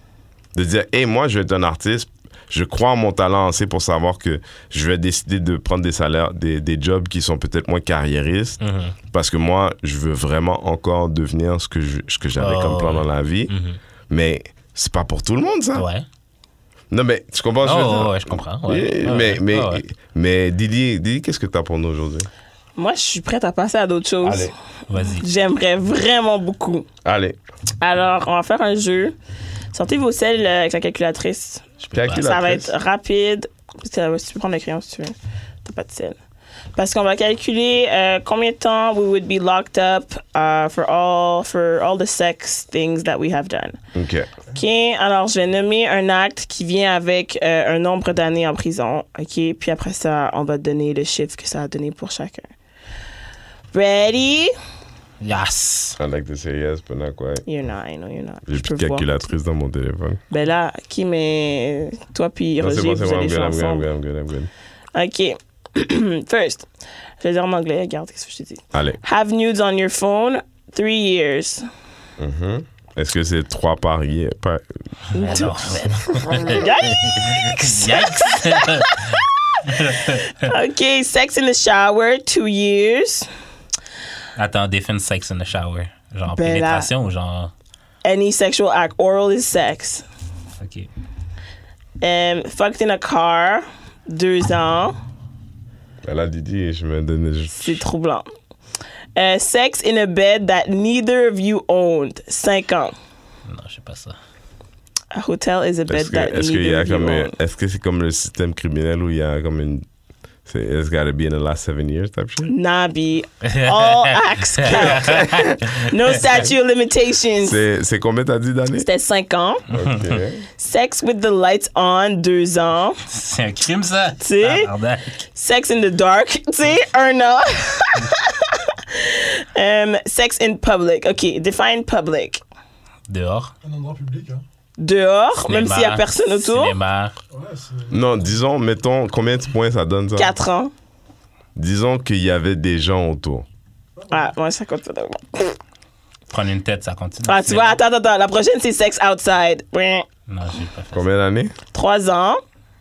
De dire, hé, moi, je vais être un artiste, je crois en mon talent assez pour savoir que je vais décider de prendre des salaires, des, des jobs qui sont peut-être moins carriéristes, moi. Mhm. parce que moi, je veux vraiment encore devenir ce que, je- ce que j'avais Oh, comme plan dans la vie. Mhm. Mais c'est pas pour tout le monde, ça. Ouais. Non, mais tu comprends ce que je veux Oh, dire? ouais, je comprends. Ouais. Eh, Ouais, mais, ouais. mais, Ouais, ouais. mais Didi, Didi, qu'est-ce que tu as pour nous aujourd'hui? Moi, je suis prête à passer à d'autres choses. Allez. Vas-y. J'aimerais vraiment beaucoup. Allez. Alors, on va faire un jeu. Sortez vos selles euh, avec la calculatrice. Je peux pas. Calcul- Ça va Calculatrice. être rapide. Parce que, si tu peux prendre le crayon si tu veux. T'as pas de sel. Parce qu'on va calculer euh, combien de temps we would be locked up uh, for all for all the sex things that we have done. OK. OK, alors je vais nommer un acte qui vient avec euh, un nombre d'années en prison. OK, puis après ça, on va donner le chiffre que ça a donné pour chacun. Ready? Yes. I like to say yes, but not quite. You're not, I know you're not. J'ai Je plus peux de voir. calculatrice dans mon téléphone. Ben là, qui mais toi puis Non, c'est Roger, bon, c'est vous bon. allez I'm good, jouer I'm good, I'm ensemble. good, I'm good, I'm good. OK. First, je vais dire en anglais. Regarde, qu'est-ce que je te dis. Allez. Have nudes on your phone, three years. Mhm. Est-ce que c'est trois par year? Par... Mais non, mais non. Yikes! Yikes. OK, sex in the shower, two years. Attends, défine sex in the shower. Genre Ben là. pénétration ou genre. Any sexual act. Oral is sex. Ok. Um, fucked in a car, deux ans. Ben là, Didi, je me donne... je- C'est troublant. Euh, sex in a bed that neither of you owned. cinq ans. Non, je sais pas ça. A hotel is a bed Est-ce que, that est-ce qu'il y neither a of you comme un- owned. est-ce que c'est comme le système criminel où il y a comme une c'est it's gotta be in the last seven years type shit? Nabi. All acts count. No statute of limitations. C'est c'est combien t'as dit d'années? C'était cinq ans. Ok. Sex with the lights on, deux ans. C'est un crime, ça. Tu sais? Tabarnak. Sex in the dark, tu sais, un an. um, sex in public. OK, define public. Dehors. Un endroit public, hein. Dehors, même s'il n'y a Cinéma, personne autour. Cinéma. Ouais, c'est... Non, disons, mettons, combien de points ça donne ça? quatre ans. Disons qu'il y avait des gens autour. Ah, moi, ça compte pas. Prendre une tête, ça continue. Ah, tu vois, attends, attends, attends. La prochaine, c'est sex outside. Ouais. Non, j'ai pas fait Combien d'années? Trois ans.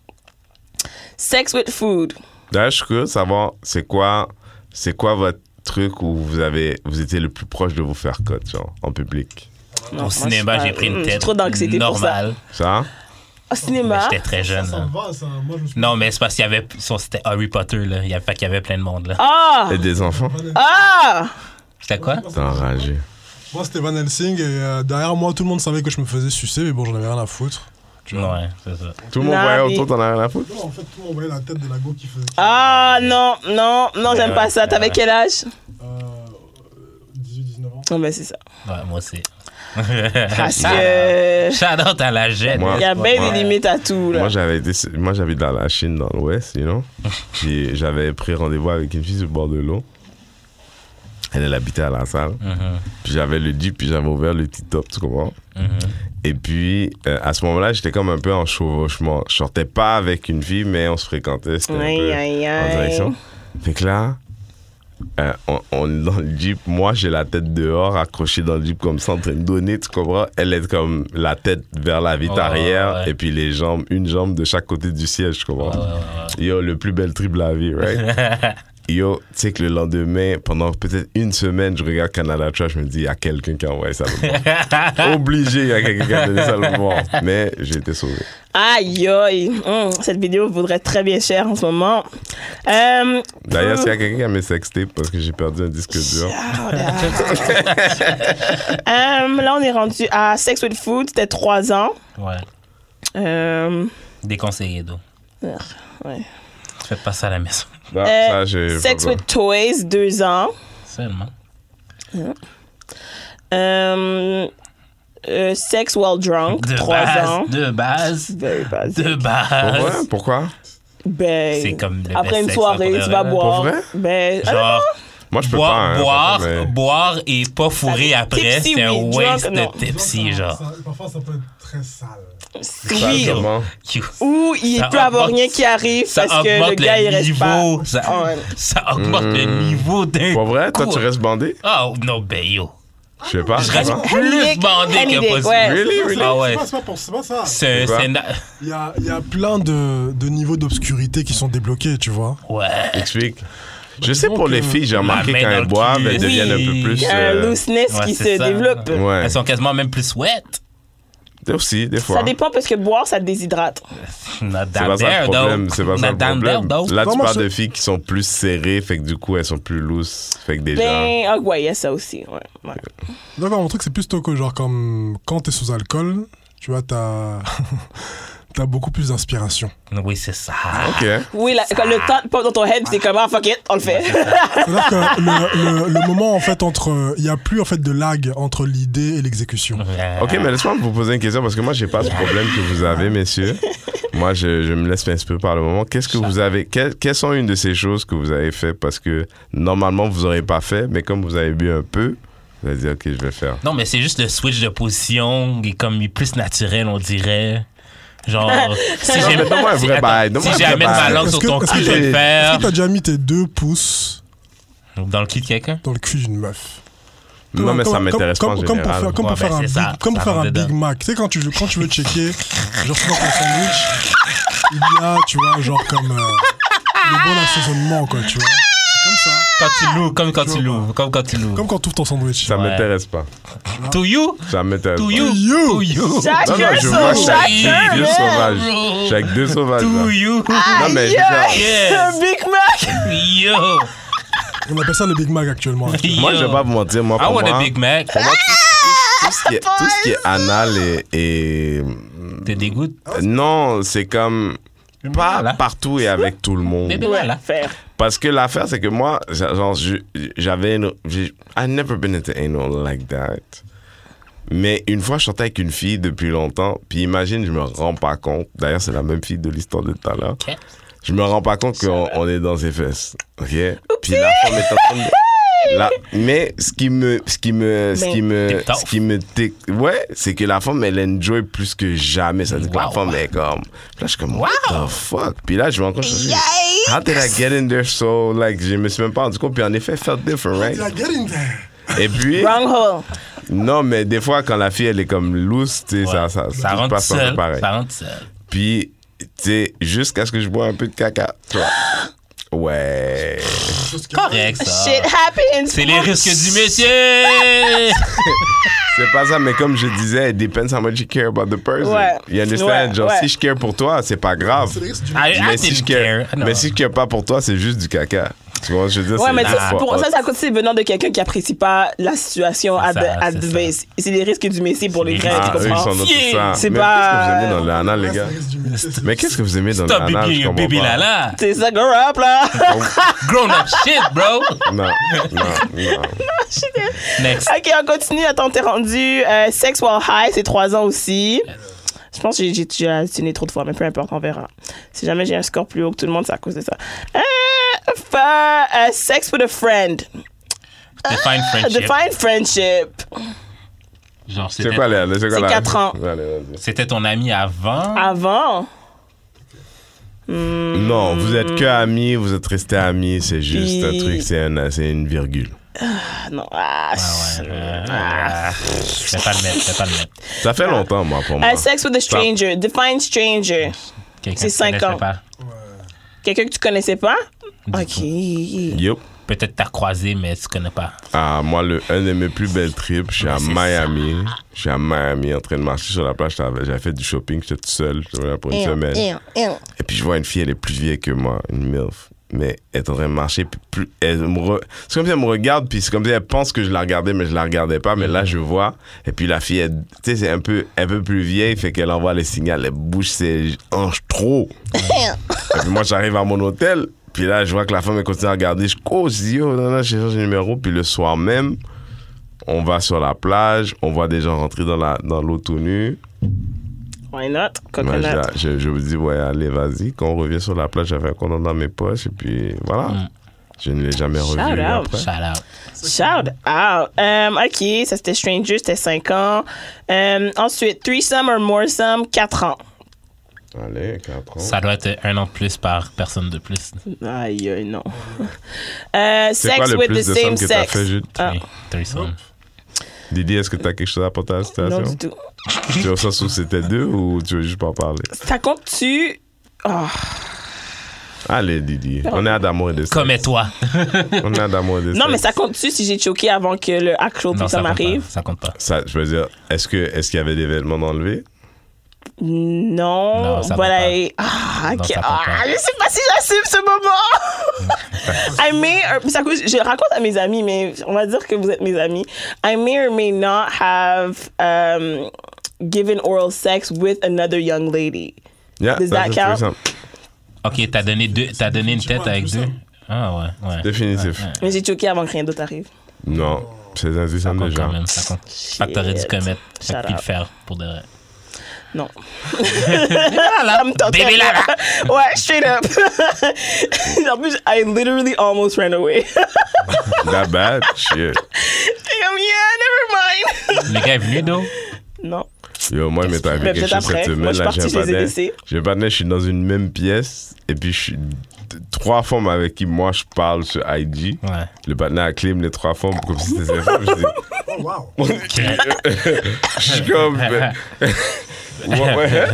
Sex with food. D'ailleurs, je suis curieux de savoir, c'est quoi, c'est quoi votre truc où vous avez, vous étiez le plus proche de vous faire cut, genre, en public? Non, Au moi, cinéma, je suis j'ai pas- pris une Mm, tête. j'ai trop d'anxiété pour ça. normale. Ça? Au cinéma. J'étais très jeune. Ça là. me va, ça. Moi, je me suis... Non, mais c'est parce qu'il y avait. C'était Harry Potter, là. Il y avait, fait qu'il y avait plein de monde, là. Ah! Et des enfants? Ah! C'était quoi? T'es enragé. Moi, c'était Van Helsing et euh, derrière moi, tout le monde savait que je me faisais sucer, mais bon, j'en avais rien à foutre. Tu vois. Ouais, c'est ça. Tout le monde Nah, voyait mais- autour, t'en as rien à foutre? Non, en fait, tout le monde voyait la tête de la go qui faisait. Ah, non, non, non, j'aime pas ça. T'avais quel âge? Euh, dix-huit dix-neuf ans. Non, ben, c'est ça. Ouais, moi aussi. Parce que. Shout out à la jette. Moi- Il y a bien Ouais. des limites à tout, là. Moi, j'avais été, moi, j'habite dans la Chine, dans l'Ouest, you know. Puis j'avais pris rendez-vous avec une fille sur le bord de l'eau. Elle, elle habitait à la salle. Mhm, Puis j'avais le Jeep, puis j'avais ouvert le petit top, tu comprends? mhm. Et puis, euh, à ce moment-là, j'étais comme un peu en chevauchement. Je sortais pas avec une fille, mais on se fréquentait. C'était un Aïe, peu aïe, en aïe. direction. Fait que là, euh, on, on est dans le Jeep. Moi, j'ai la tête dehors, accrochée dans le Jeep comme ça, en train de donner, tu comprends? Elle est comme la tête vers la vitre Ouais, arrière, ouais. et puis les jambes, une jambe de chaque côté du siège, tu comprends? Ouais, ouais, ouais. Yo, le plus bel trip de la vie, right? Yo, tu sais que le lendemain, pendant peut-être une semaine, je regarde Canada Trash, je me dis, il y a quelqu'un qui a envoyé ça le monde. Obligé, il y a quelqu'un qui a donné ça le monde. Mais j'ai été sauvé. Aïe, aïe. Hum, cette vidéo vaudrait très bien cher en ce moment. Euh, D'ailleurs, s'il y a quelqu'un qui a mes sextapes, parce que j'ai perdu un disque dur. euh, là, on est rendu à Sex with Food. C'était trois ans. Ouais. Euh, Déconseillé d'eau. ouais. Faites pas ça à la maison. Non, Euh, ça, j'ai Sex pas with Toys, deux ans. Seulement. Euh, euh, sex while drunk, De trois base. ans. De base. Very basic. De Pour base. vrai? Pourquoi? Ben, C'est comme le après best une sex, soirée, ça, pour tu de vas vrai, là. boire. Pour vrai? Ben, ah, Genre, Moi, je peux boire, pas. hein, boire, mais- boire et pas fourrer après, tipsy, c'est un oui, waste drunk, non. de tipsy, Ça- genre. ça- Parfois, ça peut être très sale. oui. Exactement. You- Ou il Ça peut avoir augmente- rien qui arrive Ça parce que le augmente gars, il le reste pas. niveau. Ça, Ah ouais. ça augmente le Mm. niveau d'un Pour vrai, toi, coup. tu restes bandé? Oh, non, ben yo. Je sais pas. Je reste vraiment. plus dick, bandé any que dick, possible. ouais. Really, really? Ah C'est ouais. pas- C'est pas, pour- c'est pas ça. C'est quoi? c'est na- Il y a, il y a plein de, de niveaux d'obscurité qui sont débloqués, tu vois. Ouais. Explique. Je sais disons pour les que- filles, j'ai La remarqué main quand dans elles le boivent, cul. elles deviennent un peu Oui. plus. Il y a un euh, looseness Ouais, qui c'est se ça. développe. Ouais. Elles sont quasiment même plus wet. Aussi, des fois. Ça dépend parce que boire, ça te déshydrate. Not C'est down pas ça there, le problème. though. C'est pas ça Not le down there, problème. though. Là, Non, tu moi, parles je- de filles qui sont plus serrées, fait que du coup, elles sont plus loose. Fait que déjà. Ben, ah ouais, il y a ça aussi. Ouais, ouais. D'accord, mon truc, c'est plus que genre comme quand t'es sous alcool, tu vois, t'as t'as beaucoup plus d'inspiration. Oui, c'est ça. Ok. Oui, la- quand le temps pop dans ton head, c'est comme, ah, fuck it, on le fait. C'est-à-dire que le, le, le moment, en fait, entre. Il n'y a plus, en fait, de lag entre l'idée et l'exécution. Ouais. Ok, mais laisse-moi vous poser une question parce que moi, j'ai pas ce problème que vous avez, messieurs. Moi, je, je me laisse m'inspirer par le moment. Qu'est-ce que vous avez. que- quelles sont une de ces choses que vous avez fait parce que normalement, vous n'aurez pas fait, mais comme vous avez bu un peu, vous allez dire, ok, je vais le faire. Non, mais c'est juste le switch de position, il est comme il est plus naturel, on dirait. Genre, si Non, j'ai mais donne-moi un vrai attends, bail, donne-moi si un j'ai à vrai mettre ma bail. langue Est-ce sur que- ton est-ce cul, que je vais le t'as- faire. Est-ce que t'as déjà mis tes deux pouces Dans le cul de quelqu'un? dans le cul d'une meuf? Non, Comme- mais ça comme- m'intéresse pas en comme, comme pour général. faire, comme Ouais, pour faire ben, un, c'est big, ça, comme pour ça faire un rentre Big dedans. Mac. Tu sais, quand tu, veux- quand tu veux checker, genre, dans ton sandwich, il y a, tu vois, genre, comme euh, le bon assaisonnement, quoi, tu vois. C'est comme ça. Quand tu l'ouvres, comme quand Tu tu vois l'ouvres, comme quand tu l'ouvres. Comme quand tu ouvres ton sandwich. Ça Ouais. m'intéresse pas. To you? Ça m'intéresse To pas. you? You. To you? Chacun Non, non, je son vois chaque chacun, deux man. sauvages. Chaque deux sauvages. To là. you? Non, mais je veux Aïe, dire, Yes. un Big Mac. Yo! On appelle ça le Big Mac actuellement. Moi, je vais pas vous mentir. Moi, I pour want moi, a Big Mac. pour moi, tout, tout ce qui est, tout ce qui est anal et... et T'es dégoûté? non, c'est comme... Pas Voilà. partout et avec tout le monde. Bébé, Ouais, voilà. faire. Parce que l'affaire, c'est que moi, genre, je- j'avais... une- j'ai- I never been into anal like that. Mais une fois, je sortais avec une fille depuis longtemps. Puis imagine, je me rends pas compte. D'ailleurs, c'est la même fille de l'histoire de tout à l'heure. Ok. Je me rends pas compte qu'on on est dans ses fesses. OK? Puis la femme est en train de... La- mais ce qui me ce qui me ce qui me Tip top. ce qui me tic- ouais, c'est que la femme elle enjoy plus que jamais. Ça veut dire que la Wow. femme est comme puis là je suis comme what the fuck. Puis là je me rends compte, je me dis, Yikes. how did I get in there so like je me suis même pas rendu compte. Puis en effet felt different, right? You're getting there. Et puis Wrong hole. non mais des fois quand la fille elle est comme loose, tu sais ça ça Ça tout rentre passe un peu seul. pareil. Ça rentre seul. Puis tu sais jusqu'à ce que je bois un peu de caca. Tu vois. Ouais. Correct, ça. Shit happens. C'est les risques du métier. C'est pas ça, mais comme je disais, it depends how much you care about the person. Ouais. You understand? Ouais, Genre, ouais. si je care pour toi, c'est pas grave. C'est le risque du. I, I Mais si, je didn't care, care. Non. mais si je care pas pour toi, c'est juste du caca. Tu vois, je veux dire, Ouais, c'est mais tu sais, pas pour hot. ça, ça c'est venant de quelqu'un qui apprécie pas la situation C'est à ça, c'est adverse. C'est les risques du messie pour les C'est vrais, les tu Ah, eux, ils comprends? sont dans tout ça. C'est mais pas- qu'est-ce que vous aimez dans le anal, les Ouais, gars? c'est le risque du métier, c'est- Mais qu'est-ce que vous aimez dans Stop le anal? being Je a comprends baby pas. là là. C'est ça, grow up, là. Grown up shit, bro. Non, non, non. Next. Ok, on continue. Attends, t'es rendu. Euh, Sex while high, c'est trois ans aussi. Je pense que j'ai j'ai déjà tuné trop de fois, mais peu importe, on verra. Si jamais j'ai un score plus haut que tout le monde, c'est à cause de ça. Euh, fa- euh, sex with a friend. Define friendship. Define friendship. Genre, C'est c'était, quoi, les c'est quoi C'est la- quatre ans. Allez, vas-y. c'était ton ami avant. Avant. Non, vous êtes que amis, vous êtes restés amis, c'est juste un Puis- truc, c'est un- c'est une virgule. Ah, non. Ah, Ah ouais. euh, ah, je vais pas le mettre. Je vais pas le mettre. Ça fait longtemps, moi, pour moi. Euh, sex with a stranger. Define stranger. Quelqu'un C'est que tu cinq connaissais ans. pas. Quelqu'un que tu connaissais pas? Du Ok. tout. Yup. Peut-être t'as croisé, mais tu connais pas. Ah, moi, le, un de mes plus belles trips, je suis à c'est Miami. Je suis à Miami en train de marcher sur la plage. J'avais j'avais fait du shopping, j'étais tout seul, j'étais là pour une semaine. Et puis je vois une fille, elle est plus vieille que moi, une MILF. Mais elle est en train de marcher, puis plus, elle me re- c'est comme si elle me regarde, puis c'est comme si elle pense que je la regardais, mais je la regardais pas. Mais là, je vois. Et puis la fille, elle- tu sais, c'est un peu, un peu plus vieille, fait qu'elle envoie les signaux, elle bouge ses hanches trop. Et puis moi, j'arrive à mon hôtel, puis là, je vois que la femme, elle continue à regarder. Je cause, je dis, oh, non, non, j'ai changé de numéro. Puis le soir même, on va sur la plage, on voit des gens rentrer dans, la, dans l'eau tout nu. Why not? Moi, Coconut. je, je, je me dis, ouais, allez, vas-y. Quand on revient sur la plage, j'avais un condom dans mes poches, et puis voilà. Mm. Je ne l'ai jamais Shout revu out. après. Shout out. Shout out. Um, ok, ça c'était Stranger, c'était cinq ans. Um, ensuite, threesome or moresome, quatre ans. Allez, quatre ans. Ça doit être un an de plus par personne de plus. Aïe, aïe, non. Euh, C'est sex quoi le with plus the de same sommes que t'as sex. fait, Jude? Ah. Oui, threesome. Didi, est-ce que tu as quelque chose à apporter à la Non, situation? du tout. Tu veux au sens où c'était deux ou tu veux juste pas parler? Ça compte-tu? Oh, Allez, Didi. On est à d'amour et de sexe. Comme et toi. On est à d'amour et de sexe. non, mais ça compte-tu si j'ai choqué avant que le actual Non, ça threesome compte arrive? pas. Ça compte pas. Ça, je veux dire, est-ce que est-ce qu'il y avait des vêtements enlevés? Non, Non, ça but compte I... Ah, Non, ok. ça compte Ah, pas. je sais pas si j'assume ce moment. I may, or- ça cause- je raconte à mes amis, mais on va dire que vous êtes mes amis. I may or may not have um, given oral sex with another young lady. Yeah, Does ça, that c'est count? très simple. Ok, t'as donné, deux, t'as donné une tête avec deux. Ah ouais, ouais. Définitif. Ouais, ouais. Mais j'ai choqué avant que rien d'autre arrive. Non, c'est un Ça threesome compte déjà. quand même, ça compte. Fait que t'aurais dû Shit. commettre. Fait que Shut puis le up. faire pour de vrai. Non. Là, me tentait. bébé là là. Ouais, straight up. En plus, I literally almost ran away. That bad? Shit. Comme, yeah, never mind. Le gars est venu, d'eau. Non. Yo, moi, il m'est arrivé Mais quelque peut-être chose après. cette Moi, semaine. je suis Là, partie, j'ai un je les ai partenaire- laissés. j'ai un partenaire, je suis dans une même pièce. Et puis, je suis t- trois femmes avec qui moi, je parle sur I G. Ouais. Le partenaire claim les trois femmes comme si c'était ses femmes. Je dis, Oh, wow. je suis comme. ben, ouais, ouais.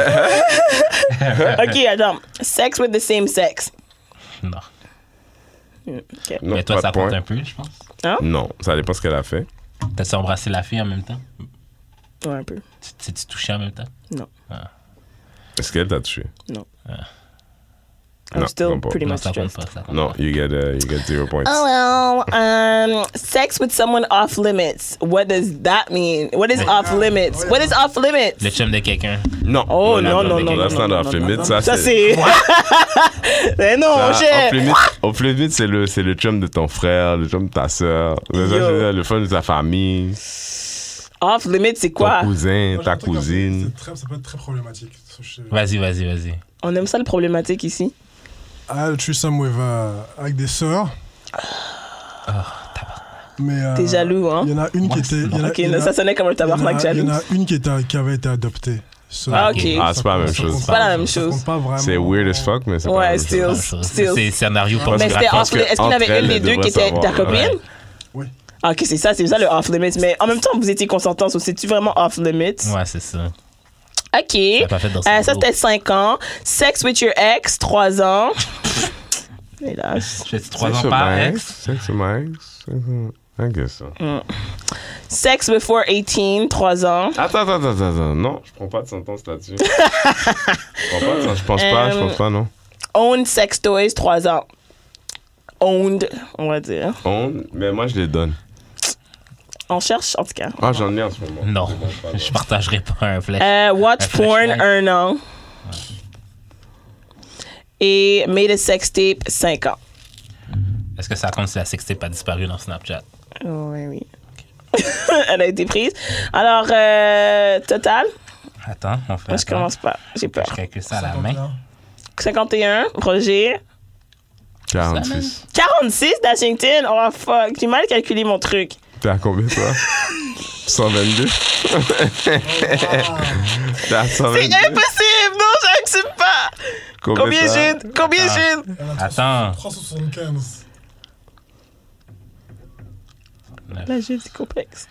OK, attends. Sex with the same sex. Non. OK. Non, Mais toi, pas ça de point. compte un peu, je pense. Non, ça dépend ce qu'elle a fait. T'as-tu embrassé la fille en même temps? Ouais, un peu. Tu tu touché en même temps? Non. Est-ce qu'elle t'a touché? Non. Ah. I'm Non, still non, pas. pretty Non, much ça compte stressed. pas, ça compte Non, pas. you get, uh, you get zero points. Oh well, um, sex with someone off limits. What does that mean? What is off limits? What is off limits? Le chum de quelqu'un. Non. Oh, non, non, non, That's non, not non, off non, limit. Ça, Ça c'est... c'est. Mais non, ça, cher. Off limit, off limit, c'est le, c'est le chum de ton frère, le chum de ta soeur, le, Yo. le fun de ta famille, Off limits, c'est quoi? ton cousin, Moi, ta je trouve que c'est- cousine. c'est très- Ça peut être très problématique. Je- Vas-y, vas-y, vas-y. On aime ça le problématique ici. Ah, le threesome with, euh, avec des sœurs. Mais euh, T'es jaloux, hein? il y en a une qui Moi, était. il y en a- Ok, il y en non, a- ça sonnait comme un il y en a- tabarnak Il y jaloux. en a une qui, était, qui avait été adoptée. So, Ah, ok. Ah, c'est pas la même ça chose. compte C'est pas la même ça chose. compte pas vraiment. C'est weird as fuck, mais c'est pas la Ouais, même still. chose. Même chose. Still. C'est scénario pour Mais Mais le c'était graphique. off limits. Est-ce qu'il y en entre avait une elles, des elles deux qui devraient était ta savoir, copine? ouais. Oui. Ah, ok, c'est ça, c'est ça le off limits. Mais en même temps, vous étiez consentants, so c'est-tu vraiment off limits? Ouais, c'est ça. Ok. Ça pas fait dans son Euh, ça, dos. c'était cinq ans. Sex with your ex, trois ans. Hélas. J'ai dit trois Sex ans with par my ex. Sex with my ex. Sex with- I guess so. Sex before eighteen, trois ans. Attends, attends, attends, attends. Non, je prends pas de sentence là-dessus. je prends pas de sentence. Je pense pas, je pense pas, non. Owned sex toys, trois ans. Owned, on va dire. On, mais moi, je les donne. On cherche, en tout cas. Ah, j'en ai en ce moment. Non, C'est bon, pas grave. je partagerai pas un flèche. Euh, watch Un porn, flashlight. un an. Et made a sex tape, cinq ans. Est-ce que ça compte si la sextape a disparu dans Snapchat? Oui, oui. Elle a été prise. Alors, euh, total, Attends, on fait. moi, je attends. commence pas. J'ai peur. Je calcule ça à la main. cinquante et un. cinquante et un, Roger. quarante-six. quarante-six, Dashington. Oh, fuck. J'ai mal calculé mon truc. T'es à combien, toi? cent vingt-deux? T'es à cent C'est vingt-deux? impossible. Non, j'accepte pas. Combien t'as? Jude? Combien Ah. Jude? Attends. trois cent soixante-quinze. La Jude, c'est complexe.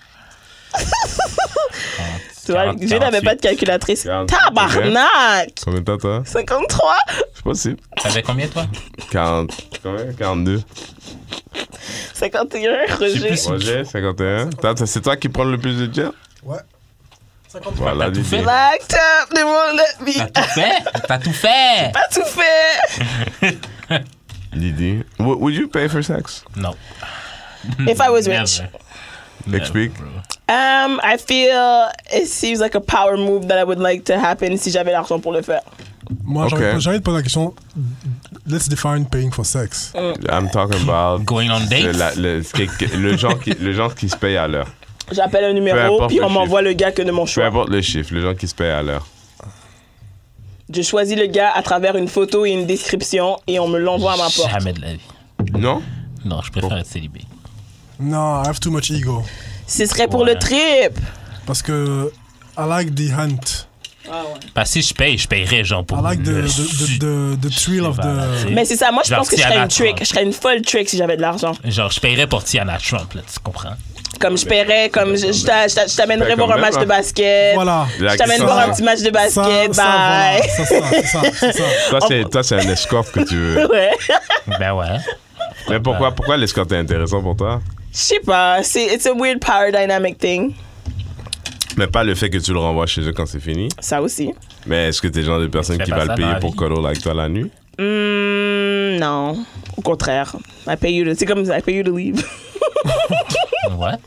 Tu vois, quarante, Jude n'avait pas de calculatrice. quarante, Tabarnak! Combien t'as, toi? cinquante-trois? C'est possible. T'avais combien, toi? quarante. Combien? quarante-deux. cinquante et un, Roger. plus. Roger, cinquante et un. T'as- C'est toi qui prends le plus de jet? Ouais. cinquante-trois. Voilà, T'as tout l'idée. fait? Blacked up, they won't let me. T'as tout fait? T'as tout fait? Pas tout fait. Lydie. Would would you pay for sex? Non. If I was rich. Never. Explique. Never, bro. Um, I feel it seems like a power move that I would like to happen si j'avais l'argent pour le faire. Moi, j'ai Ok. envie- j'ai envie de poser la question. Let's define paying for sex. I'm talking about... Going on le, dates? la- le, ce qui- le genre qui, le genre qui se paye à l'heure. J'appelle un Peu numéro, importe puis le on chiffre. m'envoie le gars que de mon Peu choix. importe le chiffre, le genre qui se paye à l'heure. Je choisis le gars à travers une photo et une description et on me l'envoie à ma porte. Jamais de la vie. Non? Non, je préfère être célibé. Non, I have too much ego. Ce serait pour Ouais. le trip. Parce que I like the hunt. Parce que si je paye, je payerais genre pour I like the, le the, su- the, the, the thrill of Voilà, the... tu sais. Mais c'est ça, moi je Genre pense que je serais Tiana une trick. Trump. Je serais une folle trick si j'avais de l'argent. Genre, je payerais pour Tiana Trump, là, tu comprends? Comme je paierais, comme je, je t'a- je t'a- je t'amènerais Ben, voir quand un même, match hein. de basket. Voilà. Je La t'amène question, voir un ça, petit match de Ça, basket. ça, Bye. voilà. C'est ça, c'est ça, c'est ça. toi, c'est, toi, c'est un escorte que tu veux. Ouais. Ben ouais. Mais pourquoi, pourquoi l'escorte est intéressant pour toi? Je sais pas, c'est it's a weird power dynamic thing. Mais pas le fait que tu le renvoies chez eux quand c'est fini. Ça aussi. Mais est-ce que t'es le genre de personne Tu qui fais va pas le ça dans payer la pour vie? cuddle avec toi la nuit? Hmm, non. Au contraire. I pay you to, c'est comme I pay you to leave. What?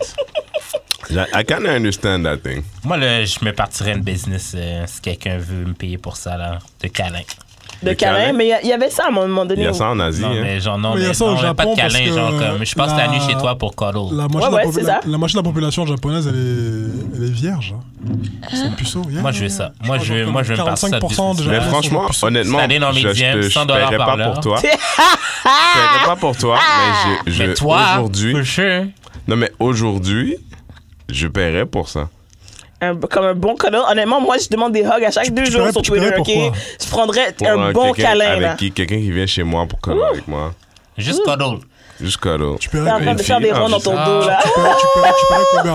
I kind of understand that thing. Moi, là, je me partirais une business euh, si quelqu'un veut me payer pour ça, là, de câlin. De De câlin, câlin. mais il y a- il y, avait ça à un moment donné. Il y a où- ça en Asie. Non, hein. mais genre, non, Mais il y a mais ça au non, Japon pas de câlin, parce genre, que comme, je passe la- la nuit chez toi pour cuddle. La moitié, Ouais, de, ouais, la, c'est popu- ça. la, la moitié de la population japonaise, elle est, elle est vierge. hein. C'est puceau. Yeah, Moi, je veux yeah, ça. yeah. Moi, crois je veux- genre moi, je veux me passer ça de quarante-cinq pour cent business. des Mais gens sont franchement, puceaux. honnêtement, C'est allé dans je, mes je, D M, te- je cent dollars paierais par pas l'heure. pour toi. Je paierais pas pour toi, mais je, je, Mais toi, aujourd'hui... for sure. Non, mais aujourd'hui, je paierais pour ça. Un- comme un bon cuddle. Honnêtement, moi, je demande des hugs à chaque deux tu jours paierais- sur tu Twitter, paierais ok? pourquoi? Je prendrais Pour un euh, bon quelqu'un câlin, avec là. qui, quelqu'un qui vient chez moi pour cuddle avec moi. Juste cuddle. Juste cuddle. Tu T'es en paierais, train de Une faire fille, des non, ronds dans je ton sais. dos, là. tu paierais, tu paierais, tu paierais combien?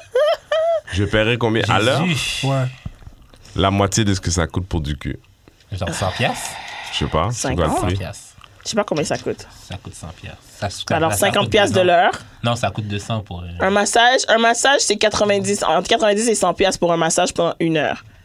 Je paierais combien à l'heure? Jésus. Ouais. La moitié de ce que ça coûte pour du cul. Genre cent piastres? Je sais pas. C'est quoi le cinquante? cent prix? piastres. Je sais pas combien ça coûte. Ça coûte cent piastres. Ça, Alors, ça cinquante coûte piastres de deux cents. l'heure. Non, ça coûte deux cents pour... euh, Un massage, un massage, c'est quatre-vingt-dix, entre quatre-vingt-dix et cent piastres pour un massage pendant une heure.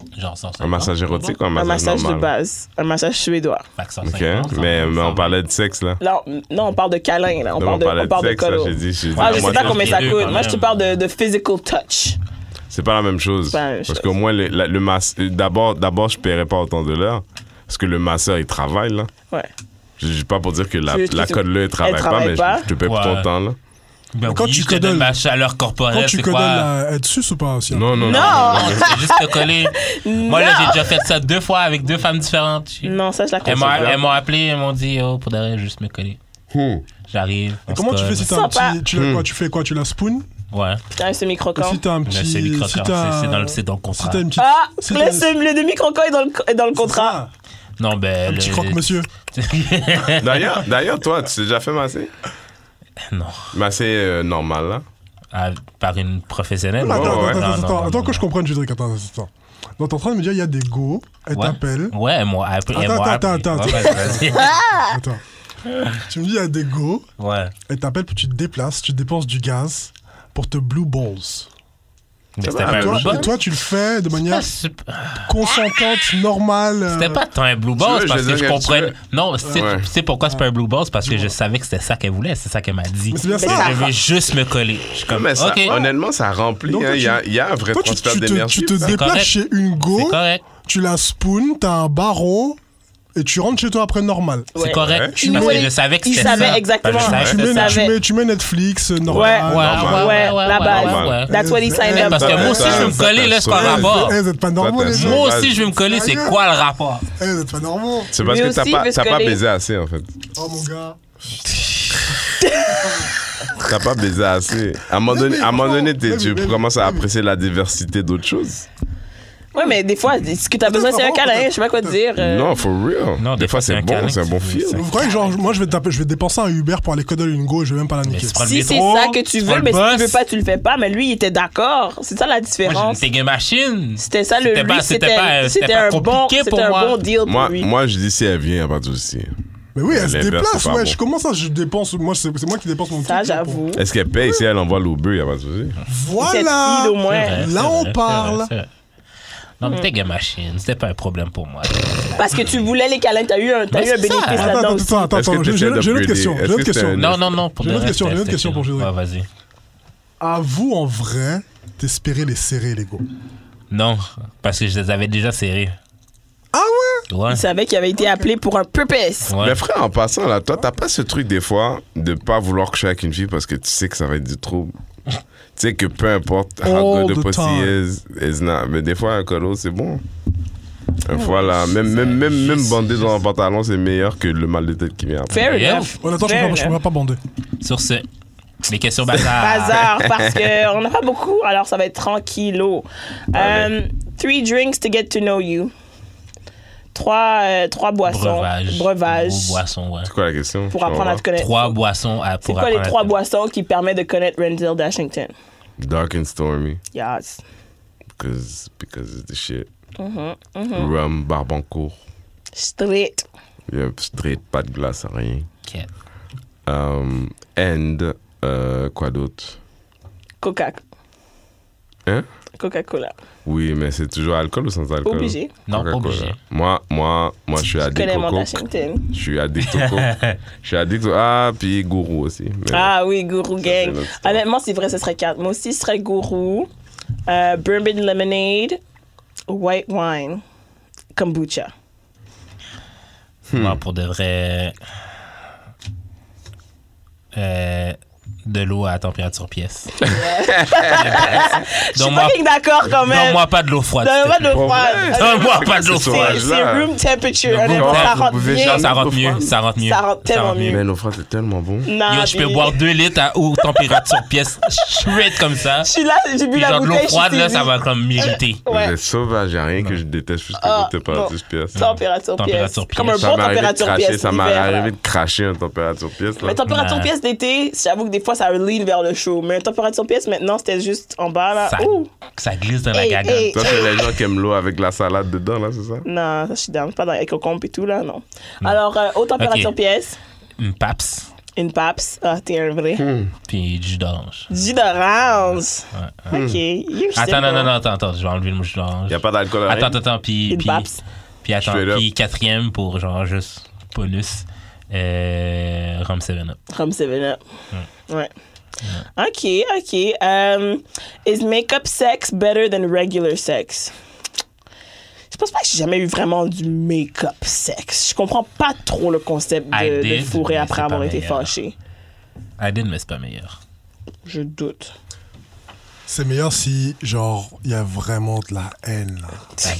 Genre cent cinquante. Un massage érotique ou un Un massage, massage normal? de base. Un massage suédois. Fait que cent Ok, cinquante, mais, mais on cent parlait de sexe, là. Non, non, on parle de câlin, là. On Non, parle de, parlait on parle de sexe, là, colo. j'ai dit, j'ai dit, Ah, je moi, sais pas c'est- combien ça les deux, coûte. quand Moi, je te même. parle de, de physical touch. C'est pas la même chose. C'est pas la même Parce chose. qu'au moins, le, la- le masse, d'abord, d'abord, je paierais pas autant de l'heure. Parce que le masseur, il travaille, là. Ouais. Je dis pas pour dire que la, Tu- tu- la tu- code là, elle travaille elle pas, travaille mais pas. je, je te paie pour Ouais. ton temps, là. Ben Quand oui, tu je te donne codonnes- ma chaleur corporelle, Quand tu c'est connais quoi? la... elle suce ou pas aussi? Non, non, non. Non! Non, c'est juste te coller. Moi, là, Non. j'ai déjà fait ça deux fois avec deux femmes différentes. Non, ça, je la Elles m'ont, comprends. elles m'ont appelé, elles m'ont dit, oh, pour d'ailleurs, juste me coller. Hmm. J'arrive. on Et comment se tu fais colle. si t'as un Sympa. petit... Tu, l'as Hmm. quoi, tu fais quoi? Tu la spoon? Ouais. T'as un semi-croquant. Si t'as un Le petit... semi-croquant, Si c'est, t'as... c'est dans le, c'est dans le Si contrat. t'as une petite... Ah! si Le, t'as- sem- le demi-croquant est dans le, est dans le contrat. Non, ben. Un le- petit croque-monsieur. D'ailleurs, d'ailleurs, toi, tu t'es déjà fait masser? Non. Masser euh, normal, là? Ah, par une professionnelle. Non, attends, ouais. attends, Non, attends, non, attends, non, attends non, que je non. comprenne, Cédric, attends, attends. Donc, t'es en train de me dire, il y a des go, elle Ouais. t'appelle. Ouais, elles m'ont appelé. elles Attends, m'ont attends, appelé. attends, Ouais, vas-y, vas-y. Attends. Tu me dis, il y a des go, Ouais. elle t'appelle, puis tu te déplaces, tu dépenses du gaz pour te blue balls. Mais c'était Ah, pas un Toi, blue ball. et toi, tu le fais de manière C'était consentante, normale. euh, pas tant un blue Tu ball veux, parce je que veux je dire, comprenais. tu Non, c'est Ouais. tu sais pourquoi c'est pas un blue ball? C'est parce que je savais que c'était ça qu'elle voulait. C'est ça qu'elle m'a dit. Mais c'est bien Mais ça. ça- Je vais juste me coller. Je suis comme, Mais ça, OK, honnêtement, ça remplit. Donc, hein. toi, Il y, a, tu- il y a un vrai Toi, tu, transfert tu te, d'énergie. tu te ça. déplaces correct. chez une c'est go, correct. tu la spoon, t'as un barreau, et tu rentres chez toi après normal. C'est Ouais. correct. Tu Parce mets- que je savais que il c'était ça. savait exactement. Parce que je savais Tu que mets, c'était ça. tu, savait. mets, tu mets Netflix, euh, Ouais, normal. Ouais, normal. ouais, ouais, la ouais, base. ouais, ouais. That's what he's signed Eh, up Parce que for. moi aussi, je vais me coller, là, c'est pas ça, rapport. Eh, vous êtes pas normaux, t'as les ça. gens. Moi aussi, je vais me coller. C'est Sérieux? quoi le rapport? Eh, vous êtes pas normaux. C'est parce Lui que t'as aussi, pas, il veut se t'as pas coller. baisé assez, en fait. Oh, mon gars. T'as pas baisé assez. À un moment donné, à un moment donné t'es- tu Mais- mais- commences à mais- apprécier la diversité d'autres choses. Ouais, mais des fois, ce que t'as besoin, c'est un câlin. Je sais pas quoi te dire. euh. Non, for real. Non, des, fois, c'est un bon, câlin c'est un que bon tu veux, feel. c'est- Vous croyez que genre, moi je vais, taper, je vais dépenser un Uber pour aller coder une go et je vais même pas la Mais niquer. tu prends le Si c'est métro, ça que tu prends veux, le mais si tu bus. veux pas, tu le fais pas. Mais lui, il était d'accord. C'est ça la Moi, j'ai différence. une Tega machine. C'était ça le C'était lui, pas- c'était c'était pas- c'était c'était pas un bon, compliqué c'était pour un moi. bon deal pour Moi, lui. moi, je dis si elle vient, y a pas de souci. Mais oui, elle se Les verres, déplace, c'est pas wesh. bon. Comment ça, je dépense Moi, c'est c'est moi qui dépense mon Ça, truc, là, pour- j'avoue. Est-ce qu'elle paye si elle envoie l'Uber, y a pas de souci? Voilà. Cette fille, au moins. C'est vrai, Là, c'est on vrai, c'est parle. vrai, c'est vrai. Non, mais Tega machine, c'était pas un problème pour moi. Parce que tu voulais les câlins, t'as eu un, t'as Mais eu un c'est ça. bénéfice Attends, là-dedans attends, aussi. attends, attends, Est-ce que attends, j'ai t'essaies j'ai- j'ai une autre d'upgrader? question. J'ai Est-ce une autre que c'est question. un- Non, non, non. Pour J'ai une le autre reste, question, j'ai une autre c'était- question pour Cédric. Ouais, vas-y. À vous, en vrai, t'espérais les serrer, les go. Non, parce que je les avais déjà serrés. Ah ouais? Ouais. Il savait qu'il avait été appelé pour un purpose. Ouais. Mais frère, en passant, là, toi, t'as pas ce truc des fois de pas vouloir coucher avec une fille parce que tu sais que ça va être du trouble. Tu sais que peu importe how All good the the pussy time. is, is not. Mais des fois, un colo, c'est bon. Une fois, là, même, même, même, même bandé dans un pantalon, c'est meilleur que le mal de tête qui vient après. Fair Yeah. enough. Honnêtement, je Fair ne enough. peux pas bander. Sur ce, les questions bazar. Bazar, parce qu'on n'a pas beaucoup, alors ça va être tranquillo. Um, three drinks to get to know you. Trois, euh, trois boissons. Breuvage. Breuvages. Gros boisson, ouais. C'est quoi la question? Pour Je apprendre à comprends te connaître. Trois boissons à, C'est pour quoi les apprendre à trois te- boissons qui permettent de connaître Renzel Dashington? pas. Dark and stormy. Yes. Because, because it's the shit. Mhm, mhm. Rum, barbancourt. Straight. Yeah, straight, pas de glace, rien. Ok. Um, and, euh, quoi d'autre? Coca. Hein? Coca-Cola. Oui, mais c'est toujours alcool ou sans alcool? Obligé. Non, pas Coca-Cola. obligé. Moi, moi, moi, je suis Tu addict connais au mon coke. Dashington. Je suis addict au coke. Je suis addict au... Ah, puis gourou aussi. Mais Ah oui, Gourou Ça, Gang. c'est notre histoire. Honnêtement, c'est vrai, ce serait quatre. Moi aussi, ce serait Gourou, euh, Bourbon Lemonade, White Wine, Kombucha. Moi, pour de vrai. Euh, de l'eau à température pièce. Je suis Donne-moi fucking d'accord quand même. donne-moi pas de l'eau froide. Donne-moi s'il de te l'eau plaît. froide. Donne-moi pas de l'eau C'est froide. C'est c'est là. room temperature. Le Honnêtement, goût, ça vous rentre pouvez bien. Non, ça rentre L'eau mieux. froide. Ça rentre mieux. Ça rentre tellement mieux. Mais nos frères, c'est tellement bon. Non, Yo, je peux puis- boire deux litres à haute température pièce straight comme ça. Je suis là, j'ai bu Puis la genre de l'eau bouteille. je froide, suis là, ça saisie. va comme m'irriter. Ouais. Vous êtes sauvage, y a rien que je déteste plus que Ah, votre température non. pièce. Température pièce. Température pièce. Comme un Ça bon m'est arrivé de température cracher, pièce. ça m'est l'hiver, là. arrivé de cracher une température pièce. Là. Mais température Nah. pièce d'été, j'avoue que des fois, ça lean vers le chaud. Mais température pièce, maintenant, c'était juste en bas, là. Ça, Ouh! ça glisse dans la Hey, gagane. hey. Toi, c'est les gens qui aiment l'eau avec la salade dedans, là, c'est ça? Non, ça, je suis down. Pas dans les concombres et tout, là, non. Alors, euh, haute température Ok. pièce. Une Paps. Une Paps. Ah, t'es un vrai. Hmm. Puis du jus d'orange. Du jus d'orange. Ouais, ouais. OK. You're Attends, simple. non, non, non, attends, attends, je vais enlever le jus d'orange. Y a pas d'alcool à Attends, rien? attends, attends, puis... Une puis, Paps. puis attends, Straight up. puis quatrième pour genre juste bonus, euh, Rhum seven up. Rhum seven up. Ouais. OK, OK. Um, is makeup sex better than regular sex? Je pense pas que j'ai jamais eu vraiment du make-up sex. Je comprends pas trop le concept I de, de did, fourrer mais après c'est avoir pas été meilleur. fâché. I did, mais c'est pas meilleur. Je doute. C'est meilleur si, genre, il y a vraiment de la haine, là.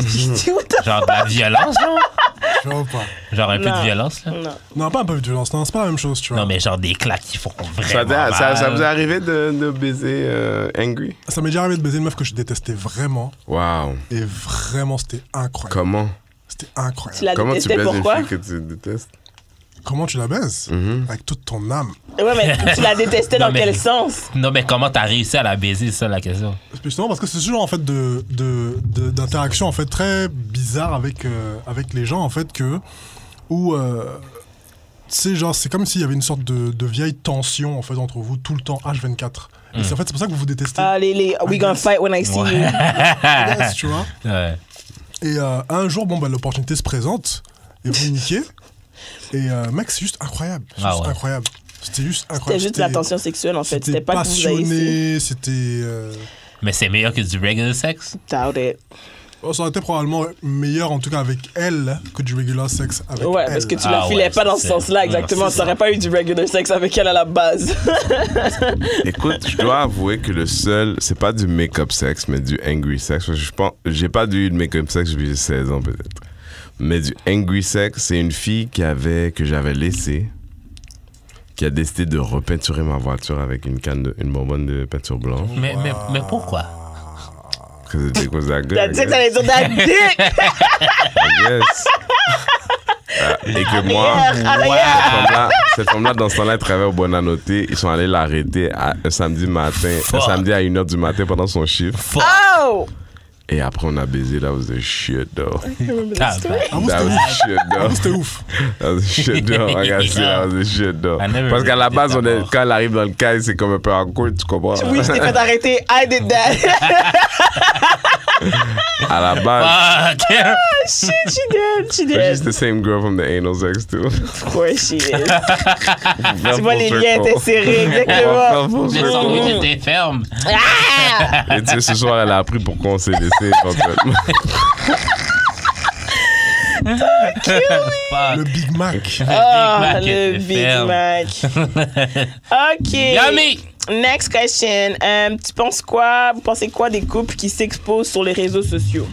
Genre de la violence, genre? Tu vois ou pas? Genre un peu Non. de violence, là? Non. Non, pas un peu de violence, non, c'est pas la même chose, tu vois. Non, mais genre des claques qui font Ça, vraiment ça, ça, ça mal. vous est arrivé de, de baiser euh, Angry? Ça m'est déjà arrivé de baiser une meuf que je détestais vraiment, Wow. et vraiment, c'était incroyable. Comment? C'était incroyable. Tu l'as Comment tu détesté baises une pourquoi? fille que tu détestes? Comment tu la baises? Mhm. Avec toute ton âme. Ouais, mais tu l'as détesté Non, dans mais- quel sens? Non, mais comment t'as réussi à la baiser, c'est ça la question? Justement parce que c'est ce genre en fait de, de, de- d'interaction en fait très bizarre avec, euh, avec les gens en fait que où euh, tu sais genre c'est comme s'il y avait une sorte de, de vieille tension en fait entre vous tout le temps H vingt-quatre. Et c'est en fait c'est pour ça que vous vous détestez. Ah, les, les We gonna fight when I see Ouais. you. Yes, tu vois. Ouais. Et euh, un jour bon bah l'opportunité se présente et vous niquez. Et euh, mec c'est juste incroyable, c'est Ah juste ouais. incroyable. C'était juste C'était incroyable. juste de la tension sexuelle, en fait. C'était C'était pas que vous haïssiez. passionné, c'était. euh, Mais c'est meilleur que du regular sex? Doubt it. oh, ça aurait été probablement meilleur en tout cas avec elle que du regular sex avec Ouais, elle. parce que tu Ah la filais ouais, pas dans ce c'est- sens-là, exactement. c'est Tu n'aurais pas eu du regular sex avec elle à la base. Écoute, je dois avouer que le seul, c'est pas du make-up sex, mais du angry sex. Parce que je pense, j'ai pas eu de make-up sex depuis seize ans peut-être. Mais du angry sex, c'est une fille qui avait, que j'avais laissée, qui a décidé de repeinturer ma voiture avec une canne, de, une bonbonne de peinture blanche. Mais, mais, mais pourquoi? Because it was that good. T'as I dit que guess. t'allais dire that dick! I guess. Ah, et que moi, Arrière, cette femme-là, cette femme-là, dans ce temps-là, elle travaillait au Bonanoté. Ils sont allés l'arrêter à- un samedi matin, un Fuck. samedi à une heure du matin pendant son chiffre. Fuck! Oh! Et après, on a baisé. That was the shit, though. Tabarnak. Ah, vous, That c'était was ouf. the shit, Ah, though. vous, c'était ouf. That was the shit, though. I gotta say, that was the shit, though. I never Parce qu'à la really base, did on that est, before. quand elle arrive dans le cas, c'est comme un peu awkward, tu comprends? Oui, je t'ai fait arrêter. I did that. À la base, Fuck! Shit, she did. She but she's did. the same girl from the anal sex, too. Of course she is. Tu vois, les liens étaient serrés, On va exactement. faire full Le circle. sandwich était ferme. Ah! Et tu sais, ce soir, elle a appris pour qu'on s'est laissé éventuellement. Fuck. Le Big Mac. Ah, Mac le était Big ferme. Mac. OK. Yummy! Next question. Euh, tu penses quoi, vous pensez quoi des couples qui s'exposent sur les réseaux sociaux?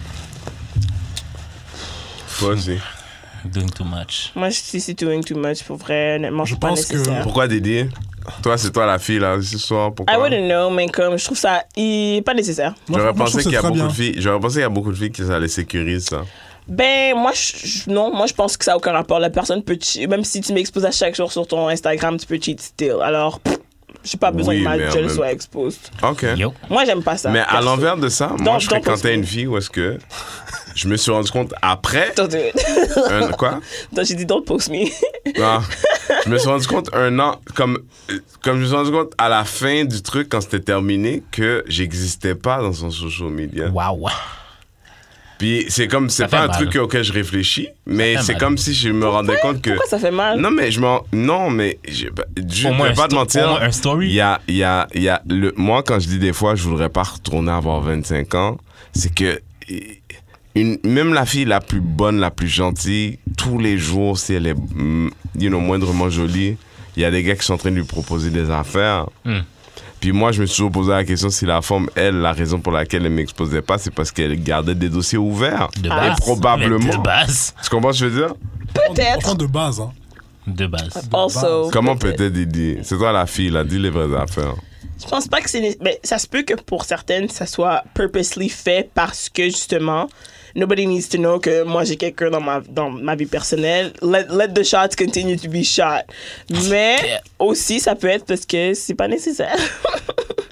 Vas-y. Doing too much. Moi, je suis c'est doing too much pour vrai. Honnêtement, Je c'est pas pense que- nécessaire. Pourquoi Didier? Toi, c'est toi la fille, là, ce soir. Pourquoi? I wouldn't know, mais comme je trouve ça i- pas nécessaire. Moi, J'aurais moi, je pensé trouve que qu'il y a c'est très beaucoup bien. de filles. J'aurais pensé qu'il y a beaucoup de filles qui ça les sécurise, ça. Ben, moi, je, je- non, moi, je pense que ça n'a aucun rapport. La personne peut, che- même si tu m'exposes à chaque jour sur ton Instagram, tu peux cheat still. Alors, pff, j'ai pas besoin Oui, que ma mais en gueule même- soit exposed. OK. Yo. Moi, j'aime pas ça. Mais à perso. l'envers de ça, moi, Don't- je don't post fréquentais me. une fille où est-ce que je me suis rendu compte après. Don't do it. un- quoi? Donc, j'ai dit, don't post me. Non. Je me suis rendu compte un an, comme, comme je me suis rendu compte à la fin du truc, quand c'était terminé, que j'existais pas dans son social media. Wow. Puis c'est comme, c'est Ça pas fait un mal. truc auquel je réfléchis, mais fait c'est mal. comme si je me rendais compte que. Pourquoi ça fait mal? Non, mais je m'en. Non, mais. Je, je Au ne moins vais un pas te sto- mentir. au moins un story. Il y a, il y a, il y a le, moi, quand je dis des fois, je voudrais pas retourner avoir vingt-cinq ans, c'est que. Une, même la fille la plus bonne, la plus gentille, tous les jours, si elle est, mm, you know, moindrement jolie, il y a des gars qui sont en train de lui proposer des affaires. Mm. Puis moi, je me suis toujours posé la question si la femme, elle, la raison pour laquelle elle m'exposait pas, c'est parce qu'elle gardait des dossiers ouverts. De Ah. base. Et probablement. Mais de base. Tu comprends ce que je veux dire? Peut-être. Franchement, de base, hein. De base. Also. Comment peut-être, Didi? C'est toi la fille, là, dis les vraies affaires. Je pense pas que c'est. Mais ça se peut que pour certaines, ça soit purposely fait parce que justement, nobody needs to know que moi j'ai quelqu'un dans ma, dans ma vie personnelle. Let, let the shots continue to be shot. Mais aussi, ça peut être parce que c'est pas nécessaire.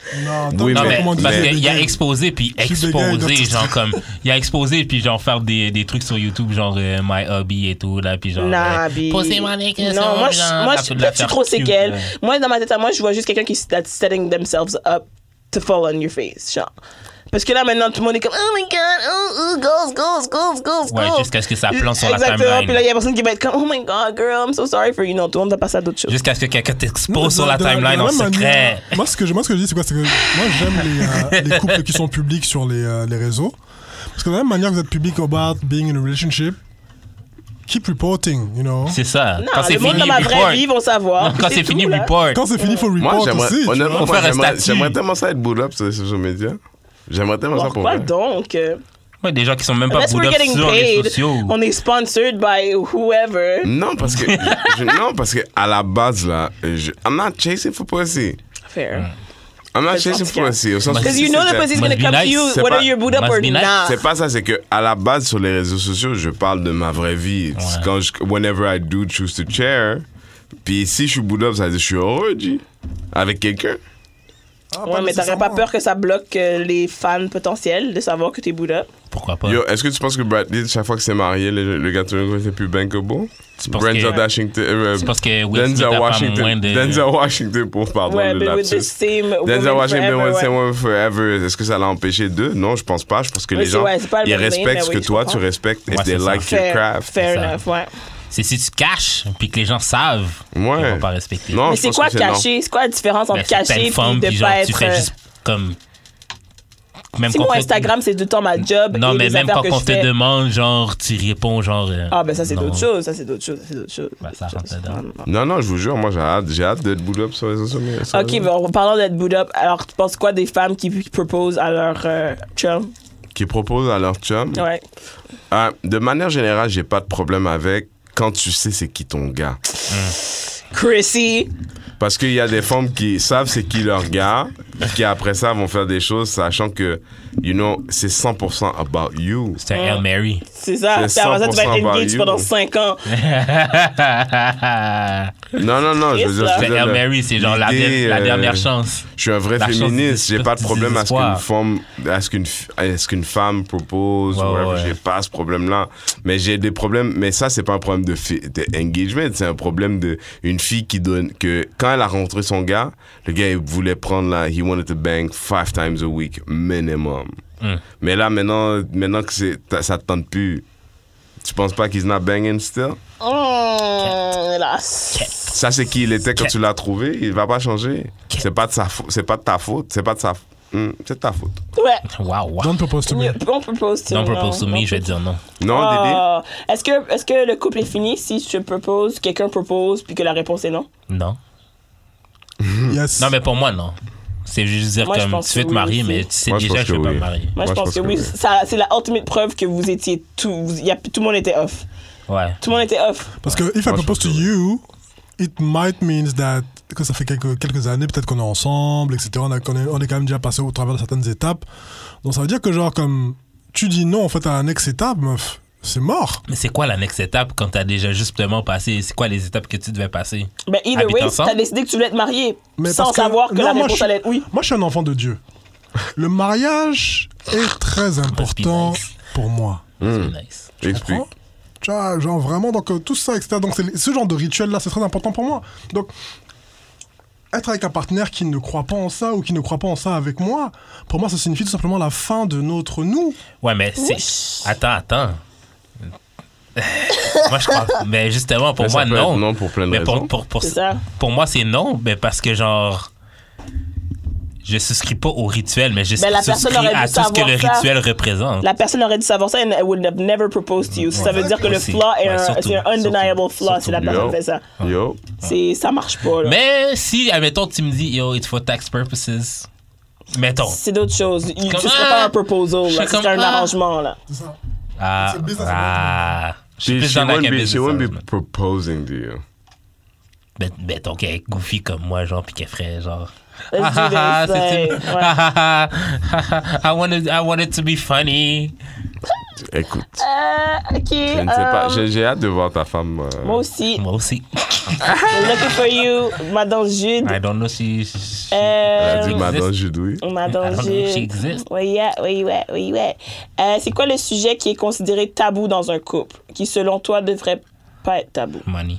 Non, Oui, donc, Non, mais- mais comment dire, parce mais- qu'il y a gay. exposé puis Je suis des gars, exposé, ils doivent- genre comme. Il y a exposé puis genre faire des, des trucs sur YouTube, genre euh, My Hobby et tout, là, puis genre. Nah, euh, bi. Poser mon nez, que ça, Non, moi, puis je, genre, moi, la- je, la peut-être je suis faire trop cute, séquelle. là. Moi, dans ma tête, à moi, je vois juste quelqu'un qui est setting themselves up to fall on your face, genre. Parce que là, maintenant, tout le monde est comme, oh my god, oh, oh, goals, goals, goals, goals, Ouais, goals. jusqu'à ce que ça plante sur la Exactement. timeline. Puis là, il y a personne qui va être comme, oh my god, girl, I'm so sorry for you. Non, tout le monde va passer à d'autres choses. Jusqu'à ce que quelqu'un Non, t'expose sur de- la de- de timeline en même secret. manière- Moi, ce que je, moi, ce que je dis, c'est quoi? C'est que moi, j'aime les, euh, les couples qui sont publics sur les, euh, les réseaux. Parce que de la même manière que vous êtes public about being in a relationship, keep reporting, you know. C'est ça. Non, Quand c'est le monde fini, dans ma report. vraie vie vont savoir. Quand puis c'est fini, tout, là. report. Quand c'est fini, il faut report Moi, j'aimerais, aussi. tu honnêtement, vois. Faut moi, faire un j'aimerais, statut. j'aimerais tellement ça être boot up sur les social media. J'aimerais tellement ça pour Pourquoi vrai. donc? euh, Ouais, des gens qui sont même pas Unless boot we're up getting sur les paid, sociaux. on est sponsored by whoever. Non, parce que, je- non, parce que à la base, là, je, I'm not chasing for pussy. Fair. I'm not Fais chasing sortir. for pussy. Au sens où Because si you know the c'était- pussy's Must gonna be come nice. to you, C'est whether pas- you're boot up must or be nice. not. C'est pas ça, c'est que à la base sur les réseaux sociaux, je parle de ma vraie vie. Ouais. Quand je, whenever I do choose to share, puis si je suis boot up, ça veut dire que je suis heureux, G, avec quelqu'un. Ah, Ouais, mais t'aurais pas peur que ça bloque euh, les fans potentiels de savoir que t'es boot up? Pourquoi pas? Yo, est-ce que tu penses que Brad Pitt, chaque fois que c'est marié, le, le gars tout d'un coup était plus bankable? C'est parce Brenda que- Washington, euh, C'est parce que Will Smith Denzel a pas Washington, moins de... Denzel Washington, pour pardon Ouais, le but with the lapsus. same Denzel woman Washington, forever, with the same ouais. woman forever. Est-ce que ça l'a empêché d'eux? Non, je pense pas. Je pense que Oui, les c'est- gens, ouais, c'est pas le ils même lane, respectent mais ce oui, que je toi, comprends. tu respectes. If Ouais, they c'est ça. like your Fair, craft. fair C'est ça. enough, ouais. C'est si tu caches, puis que les gens savent, Ouais. ils vont pas respecter. Non, Mais je c'est pense quoi que c'est non. cacher? C'est quoi la différence Ben, entre c'est cacher telle et forme, de puis genre, pas tu être... fais euh, juste comme... Même Si quand mon on- Instagram, c'est tout le temps ma job Non, et mais les même affaires quand que on je te fais... demande, genre, tu réponds, genre... euh, Ah, ben ça, c'est non. d'autres choses. Ça, c'est d'autres choses. Ça, c'est d'autres choses. Ben, ça rentre dedans. Non, non. Non, non, je vous jure, moi, j'ai hâte, j'ai hâte d'être boot up sur les réseaux sociaux. Ok, ben, en parlant d'être boot up, alors tu penses quoi des femmes qui qui proposent à leur euh, chum? Qui proposent à leur chum. Ouais. Ah, de manière générale, j'ai pas de problème avec quand tu sais c'est qui ton gars. Chrissy. Parce qu'il y a des femmes qui savent c'est qui leur gars, qui après ça vont faire des choses sachant que, you know, c'est cent pour cent about you. C'est un Hail Mary. C'est ça. C'est Puis après ça, tu vas cent pour cent être engaged about pendant you. cinq ans. Non, non, non, je veux dire, C'est je veux Le dire, Hail le- Mary, c'est genre la, l'idée, der- la euh, dernière chance. Je suis un vrai La chance féministe, du- j'ai pas de du problème à ce qu'une désespoir. femme, à ce qu'une, f- à ce qu'une femme propose, Ouais, whatever, ouais. j'ai pas ce problème-là. Mais j'ai des problèmes, mais ça, c'est pas un problème de, fi- de engagement, c'est un problème de une fille qui donne, que quand elle a rencontré son gars, le gars, il voulait prendre là, he wanted to bang five times a week, minimum. Mm. Mais là, maintenant, maintenant que c'est, t'as- ça te tente plus, tu penses pas qu'il not banging still? Mmh, hélas. Ça, c'est qui il était quand tu l'as trouvé, il va pas changer. C'est pas de sa faute, c'est pas de ta faute, c'est pas de sa faute. C'est de ta faute. Ouais. Wow, wow. Don't propose to me. On propose to Don't me, propose to non. me, je vais dire non. Non, Dédé? Ah. Est-ce que, est-ce que le couple est fini si je propose, quelqu'un propose, puis que la réponse est non? Non. Yes. Non, mais pour moi, non. C'est juste dire Moi, je comme pense tu veux que te oui marier, aussi. mais tu sais Moi, je déjà pense que je que veux pas oui. me marier. Moi, je pense que oui. Ça, c'est la ultimate preuve que vous étiez tout. vous- y a, tout le monde était off. Ouais. Tout le monde était off. Parce que if I Moi, je propose pense to que you, it might mean that que ça fait quelques, quelques années, peut-être qu'on est ensemble, et cetera. On, a, on, est, on est quand même déjà passé au travers de certaines étapes. Donc ça veut dire que genre comme tu dis non en fait à la next étape, meuf, c'est mort. Mais c'est quoi la next étape quand t'as déjà justement passé? C'est quoi les étapes que tu devais passer? Ben, either Habiter way, ensemble? t'as décidé que tu voulais te marier Mais sans parce que- savoir que non, la moi, réponse je- allait être oui. Moi je suis un enfant de Dieu. Le mariage est très important nice. pour moi. C'est Hmm. nice. Tu Explique. comprends? Tu vois, genre vraiment, donc euh, tout ça, et cetera. Donc c'est- ce genre de rituel-là, c'est très important pour moi. Donc, être avec un partenaire qui ne croit pas en ça ou qui ne croit pas en ça avec moi, pour moi, ça signifie tout simplement la fin de notre nous. Ouais, mais c'est. Attends, attends. Moi, je crois. Mais justement, pour Mais moi, ça peut non. être non pour plein de Mais raisons. pour, pour, pour, C'est ça. pour moi, c'est non, mais parce que genre. Je souscris pas au rituel, mais je Mais la personne souscris aurait dû à tout ce que savoir le ça. rituel représente. La personne aurait dû savoir ça and would have never proposed to you. Ça veut dire que le Aussi. flaw est Ouais, un, surtout. c'est un undeniable Surtout. flaw si la Surtout. personne Yo. fait ça. Yo. C'est, ça marche pas, là. Mais si, admettons, tu me dis, yo, it's for tax purposes. Mettons. C'est d'autres choses. Il- Comme, Ce serait ah, pas un proposal, je là. suis Ce serait comme, un ah. arrangement, là. C'est ça. Ah, C'est business ah. Je suis She, plus she dans la wouldn't be, business she wouldn't be arrangement. proposing to you. Ben, mettons qu'elle est goofy comme moi, genre, pis qu'elle ferait genre. Let's do Ah, ah, ah, this, c'est like, une- ouais. ah, ah, ah, ah, I wanted, I wanted to be funny. Écoute, Euh, ok. je ne sais pas. euh, J'ai, j'ai hâte de voir ta femme. euh, Moi aussi. Moi aussi. Looking for you, Madame Jude. I don't know si... si Elle a dit Euh, Madame Judoui. Madame I don't know if she Jude. exists. Where you at? Where you at? Where you at? Euh, c'est quoi le sujet qui est considéré tabou dans un couple, qui selon toi devrait pas être tabou? Money.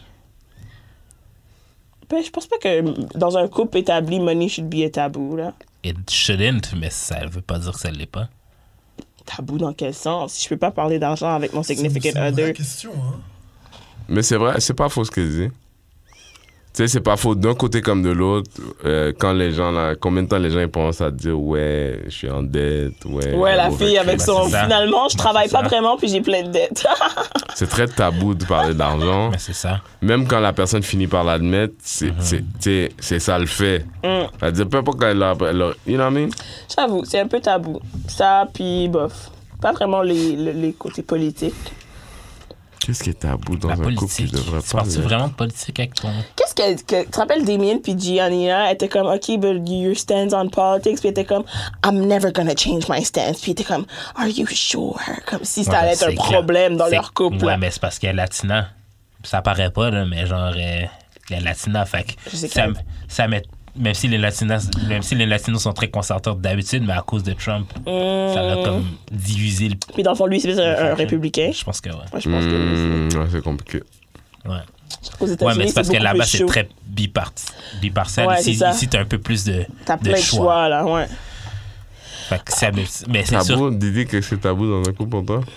Ben, je pense pas que dans un couple établi, money should be a tabou, là. It shouldn't, mais ça veut pas dire que ça l'est pas. Tabou dans quel sens? Je peux pas parler d'argent avec mon significant C'est une other. vraie question, hein. Mais c'est vrai, c'est pas faux ce qu'elle dit. Tu sais, c'est pas faux d'un côté comme de l'autre. Euh, quand les gens, là, combien de temps les gens ils pensent à te dire, ouais, je suis en dette, ouais. Ouais, la mauvais fille avec Ben, son... c'est ça. Finalement, je Ben, travaille c'est pas ça. vraiment, puis j'ai plein de dettes. C'est très tabou de parler d'argent. Mais c'est ça. Même quand la personne finit par l'admettre, c'est, c'est, tu sais, c'est ça le fait. Mm. Elle dit, peu importe quand elle a, elle a- you know what I mean? J'avoue, c'est un peu tabou. Ça, puis bof. Pas vraiment les, les, les côtés politiques. Qu'est-ce qui est tabou dans La un couple politique. qui devrait Tu pas parles-tu l'être? vraiment de politique avec ton... Qu'est-ce que, que tu te rappelles Damien puis Giannina était comme OK but your stance on politics puis était comme I'm never gonna change my stance puis était comme Are you sure comme si ça Ouais, allait être un c'est clair. problème dans C'est- leur couple. Ouais, là. mais c'est parce qu'elle est latina. Ça paraît pas, là, mais genre, euh, elle est latina. Fait que Je sais ça, que- ça met... Même si, les latinas, même si les latinos sont très conservateurs d'habitude, mais à cause de Trump, ça a comme divisé le... Puis dans le fond lui c'est un, un républicain. Je pense que ouais. Moi, je pense que lui, Mmh, ouais, c'est compliqué. Ouais. c'est- aux Ouais, États-Unis mais c'est parce que beaucoup là-bas, plus c'est chaud. très biparti, bipartial. Ouais, ici, c'est ça. ici t'as un peu plus de, T'as de plein de choix. choix là, ouais. Fait que ça, mais c'est sûr. Tabou, Didi, qu'est-ce que c'est tabou dans un couple pour toi?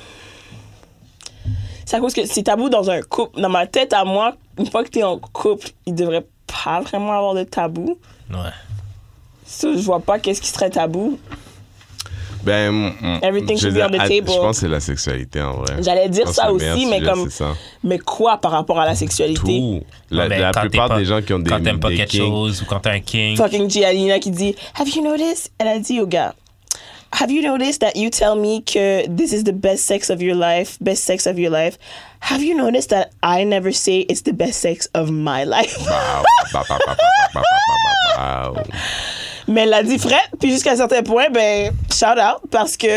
C'est à cause que c'est tabou dans un couple. Dans ma tête à moi, une fois que t'es en couple, il devrait pas vraiment avoir de tabou. Ouais. Ça, je vois pas qu'est-ce qui serait tabou. Ben, mm, Everything je should veux be on dire, the à- table. Je pense que c'est la sexualité en vrai. J'allais Je dire pense ça que le aussi, meilleur mais sujet, comme. c'est ça. Mais quoi par rapport à la sexualité? Tout. La, Mais la quand t'es plupart pas- des gens qui ont des Quand t'aimes pas des quelque kinks, chose ou quand t'es un king. Fucking Giannina qui dit Have you noticed? Elle a dit au gars Have you noticed that you tell me que this is the best sex of your life, best sex of your life? Have you noticed that I never say it's the best sex of my life? Bah, bah, bah, bah, bah, bah, bah, bah, bah. Mais elle l'a dit Fred, puis jusqu'à un certain point, ben, shout out, parce que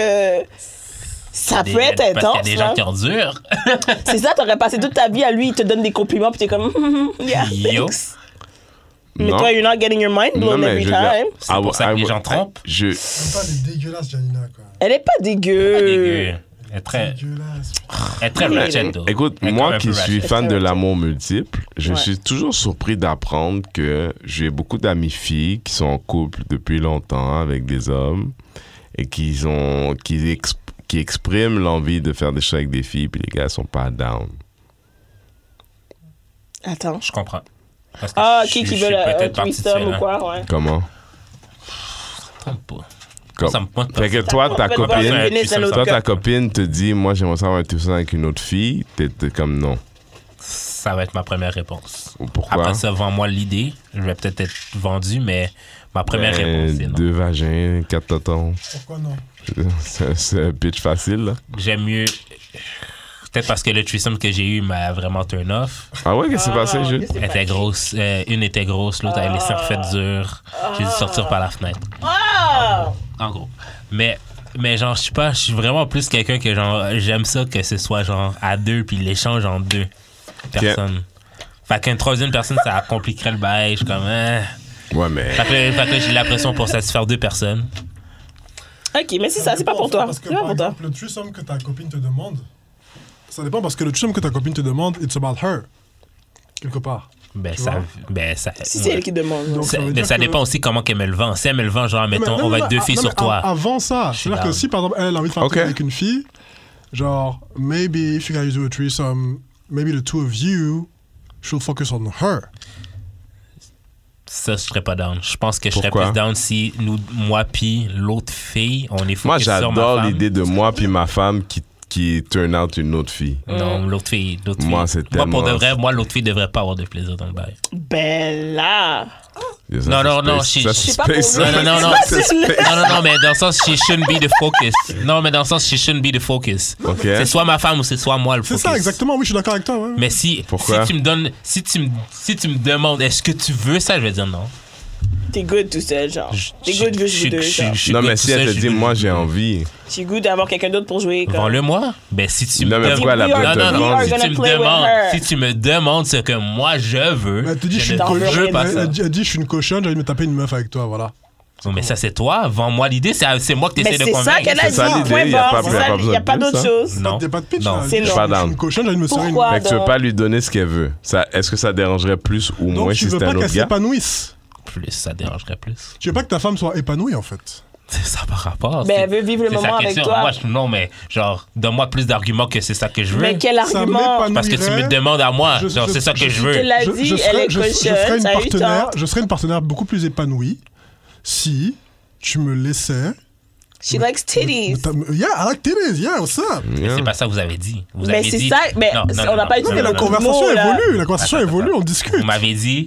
ça Des- peut être Parce qu'il y a intense. des là. gens qui endurent. C'est ça, t'aurais passé toute ta vie à lui, il te donne des compliments, puis t'es comme, yeah, Yo. thanks. Mais Non. toi, you're not getting your mind Non, blown mais every je veux dire, time. C'est pour ça que les gens trompent. Je, Même pas, elle est dégueulasse, Janina, quoi. Elle est pas dégueu. Dégueu. Elle est très, Dégueulasse. elle est très Oui, ratchet, mais- though. écoute, Elle est quand moi même qui un peu suis ratchet. fan de ratchet. l'amour multiple, je Ouais. suis toujours surpris d'apprendre que j'ai beaucoup d'amis filles qui sont en couple depuis longtemps avec des hommes et qui, ont, qui, exp- qui expriment l'envie de faire des choses avec des filles, puis les gars sont pas down. Attends. Je comprends. Parce que Ah, je- qui je qui suis veut le- un peut-être partie de threesome ça, ou quoi, ouais. Comment? Trompe pas. Comme- Ça me pointe pas. Fait que toi, ta Peut-être copine, pas un pénis dans l'autre toi, ta gars. copine te dit, moi, j'aimerais savoir un threesome avec une autre fille. T'es t'es comme non. Ça va être ma première réponse. Pourquoi? Après ça, vends-moi l'idée. Je vais peut-être être vendu, mais ma première Ben, réponse, c'est non. deux vagins, quatre totons. Pourquoi non? C'est c'est un pitch facile, là. J'aime mieux. Peut-être parce que le threesome que j'ai eu m'a vraiment turn off. Ah ouais, qu'est-ce qui s'est passé, Jules? qu'est-ce Elle était grosse. euh, une était grosse, l'autre avait les seins faits durs. J'ai dû sortir par la fenêtre. Ah! En gros. Mais, mais genre, je suis pas. Je suis vraiment plus quelqu'un que genre. J'aime ça que ce soit genre à deux, puis l'échange en deux personnes. Fait qu'une troisième personne, ça compliquerait le bail. Je suis comme. hein. Ouais, mais... Fait que, fait que là, j'ai la pression pour satisfaire deux personnes. Ok, mais c'est ça, c'est pas pour toi. Parce que C'est pas par pour toi. exemple, le threesome que ta copine te demande, ça dépend parce que le threesome que ta copine te demande, it's about her. Quelque part. Ben, Tu ça. vois? Ben, ça. Si c'est ouais. elle qui demande. Donc, Ça- ça veut mais dire ça que- dépend aussi comment qu'elle me le vend. Si elle me le vend, genre, Mais mettons, non, on va non, être deux non, filles non, sur mais toi. a- Avant ça, suis c'est-à-dire que down. si par exemple elle a envie de faire un Ok. truc avec une fille, genre, maybe if you guys do a threesome, maybe the two of you should focus on her. Ça, je serais pas down. Je pense que je serais Pourquoi? plus down si nous, moi puis l'autre fille, on est focus Moi, sur ma j'adore femme. l'idée de moi puis ma femme qui, qui turn out une autre fille. Non, l'autre fille, l'autre Moi, fille. c'est Moi, pour de tellement- vrai, moi, l'autre fille devrait pas avoir de plaisir dans le bail. Ben là. Ça, c'est Non, non, non, space. je- Ça, je c'est sais pas space, pour ça. Non, non, non, non. C'est space. Non, non, non, mais dans le sens, she shouldn't be the focus. Non, mais dans le sens, she shouldn't be the focus. Ok. C'est soit ma femme ou c'est soit moi le C'est focus. ça, exactement, oui, je suis d'accord avec toi. Ouais. Mais si, Pourquoi? si tu me donnes, si tu me, si tu me demandes, est-ce que tu veux ça, je vais dire non. T'es good tout seul, genre. T'es Je- good je- juste vous je- deux, je- genre. je suis Non, good mais tout si elle seul, te je dit, suis moi, good. j'ai envie. T'es good d'avoir quelqu'un d'autre pour jouer, comme. Vends-le moi. Ben, si tu Non, me mais demandes- pourquoi elle a We besoin are- de non, te non, we non, are si gonna tu me play with demandes, her. si tu me demandes ce que moi je veux, Mais elle te dit, je suis une T'en veux cochonne. rien, veux pas Elle, ça. elle dit, elle dit, je suis une cochonne, j'ai envie de me taper une meuf avec toi, voilà. Non, mais ça, c'est toi. Vends-moi l'idée. C'est c'est moi que tu Mais essaies de c'est convaincre. ça qu'elle a C'est dit. ça l'idée, Point y a pas- barre. y a C'est pas ça, besoin Il n'y a de pas plus, d'autre ça. chose. Non. T'as pas de pitch, Non. là. C'est Elle dit, non. Pas Je suis down. une cochonne, j'ai envie de me serrer une Pourquoi? Fait que tu veux donc? pas lui donner ce qu'elle veut. Ça, est-ce que ça dérangerait plus ou Donc, moins tu si veux c'était pas un qu'elle autre gars? s'épanouisse. Plus, ça dérangerait plus. Tu veux pas que ta femme soit épanouie, en fait. C'est ça par rapport. Ben, c'est- elle veut vivre le c'est sa moment avec question. toi. Moi, je- non, mais genre, donne-moi plus d'arguments que c'est ça que je veux. Mais quel Ça argument? m'épanouit. Parce que tu me m'épanouirait. demandes à moi. Je- Genre, je- c'est ça que je Je veux. te l'ai Je- dit, je elle serais- est je- je serais cochonne, une ça a eu le partenaire, temps. je serais une partenaire beaucoup plus épanouie si tu me laissais. She likes titties. Yeah, I like titties, yeah, what's up? Mais Yeah. c'est pas ça que vous avez dit. Vous Mais avez c'est dit... ça, mais Non, non, on non, n'a pas non, utilisé Non, mais la le conversation mot, là. évolue, la conversation Attends, évolue, attends. on discute. Vous m'avez dit,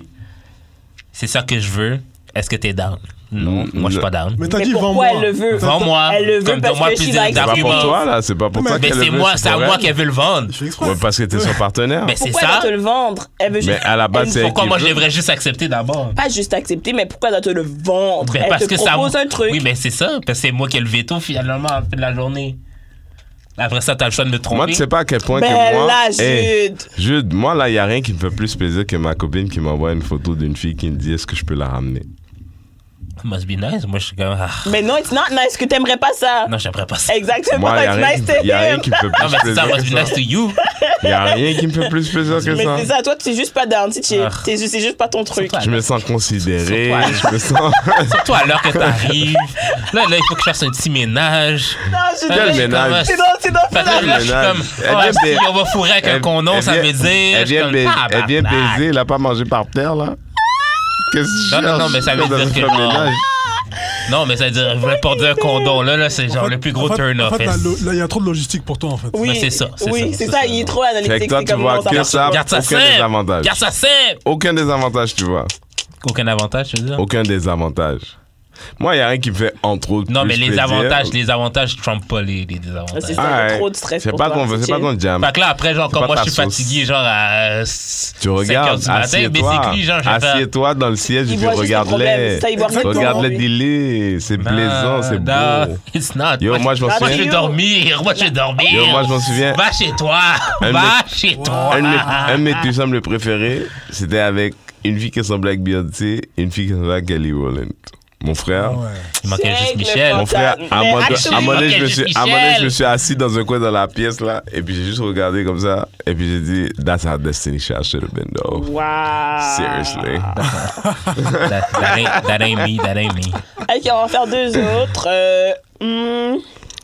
c'est ça que je veux. Est-ce que t'es down? Non, Mm, moi je suis non. pas down. Mais t'as Mais dit pourquoi vends-moi. elle le veut? Vends-moi. Elle le veut Comme parce donne-moi que plus she de- likes C'est pas pour d'arguments. toi, là. C'est pas pour Mais toi Mais qu'elle c'est le veut, moi, c'est à pour moi elle. qu'elle veut le vendre. Je fais exprès. Ouais, parce que t'es son partenaire. Mais c'est Pourquoi elle doit ça. te le vendre? Elle veut juste. Mais à la base, elle- c'est elle Pourquoi qui moi je veut. devrais juste accepter d'abord? Pas juste accepter, mais pourquoi elle doit te le vendre? Ben, Elle parce te que ça. propose un truc. Oui, mais c'est ça. Parce que c'est moi qui ai le veto finalement à la fin de la journée. Après ça, t'as le choix de me tromper. Moi, tu sais pas à quel point Ben que moi... là, Hey, Jude. Jude, moi, là, il n'y a rien qui me fait plus plaisir que ma copine qui m'envoie une photo d'une fille qui me dit est-ce que je peux la ramener. Must be nice. Moi, je suis comme. Ah. Mais non, it's not nice que t'aimerais pas ça. Non, j'aimerais pas ça. Exactement, Moi, il n'y a, it's rien nice qui- to y a rien him. qui me fait Non, plus mais c'est ça, plaisir must be que nice ça. to you. Il n'y a rien qui me fait plus plaisir que Mais ça. c'est ça, toi, tu es juste pas down, tu sais, Ah. t'es- c'est juste pas ton truc. Surtout à Je me sens considéré. Surtout à- Je me sens... Surtout à l'heure que t'arrives. Là, là, il faut que je fasse un petit ménage. Non, je Là, je suis ménage? comme, C'est dans, c'est dans Fait que là, là, je suis ménage. comme, Elle oh, vient si baiser. on va fourrer avec un Elle- condom, elle ça vient- veut dire. Elle je suis vient, comme, baiser, tabarnak. elle vient baiser, elle a pas mangé par terre, là. Qu'est-ce que Non, non, non, mais ça veut dans dire un que fait non. ménage? Non, mais ça veut dire, je vais porter un condom. Là, là c'est genre En fait- le plus gros en fait- turn-off. En fait, là, lo- là, il y a trop de logistique pour toi, en fait. Oui, Mais c'est ça, c'est oui, ça, c'est c'est ça, ça. il est trop Fait que analytique. toi, c'est tu comme vois non, ça que marche ça, pas. Garde ça aucun simple. désavantage. Garde ça simple. Aucun désavantage, tu vois. Aucun avantage, je veux dire. Aucun désavantage. Moi, il n'y a rien qui me fait entre autres Non, plus mais les plaisir. avantages, les avantages trompent pas les, les C'est désavantages. ça, il y a Ah, trop de stress C'est pour pas toi, qu'on c'est c'est pas chill. qu'on jam. Fait que là, après, genre, C'est comme pas moi, je ta suis sauce. fatigué, genre à Tu cinq heures regardes, du matin, assieds-toi. basically, genre, je vais faire- Assieds-toi dans le siège Il et puis voit juste les problèmes, regarde-les. c'est ça, il voit rien de Regarde-les bon. délais. C'est plaisant, c'est beau. Non, it's not. Yo, moi, je m'en Ah, Moi, je vais souviens. dormir. Moi, je vais dormir. Yo, moi, je m'en souviens. Va chez toi. Un de Va mes- chez toi. Un de mes, un de mes threesomes le préféré, c'était avec une fille qui ressemblait à Beyoncé et une fille qui ressemblait à Kelly Rowland. Mon frère. Ah ouais. Il manquait Check juste le Michel. fond. Mon frère, à un Mais moment donné- actually, à un moment donné, je me Michel. suis- à un moment donné, je me suis assis dans un coin dans la pièce, là, et puis j'ai juste regardé comme ça, et puis j'ai dit, that's how Destiny Child should have been, though. Wow. Seriously. That, that ain't, that ain't me. That ain't me. Ok, on va faire deux autres. Euh, hmm,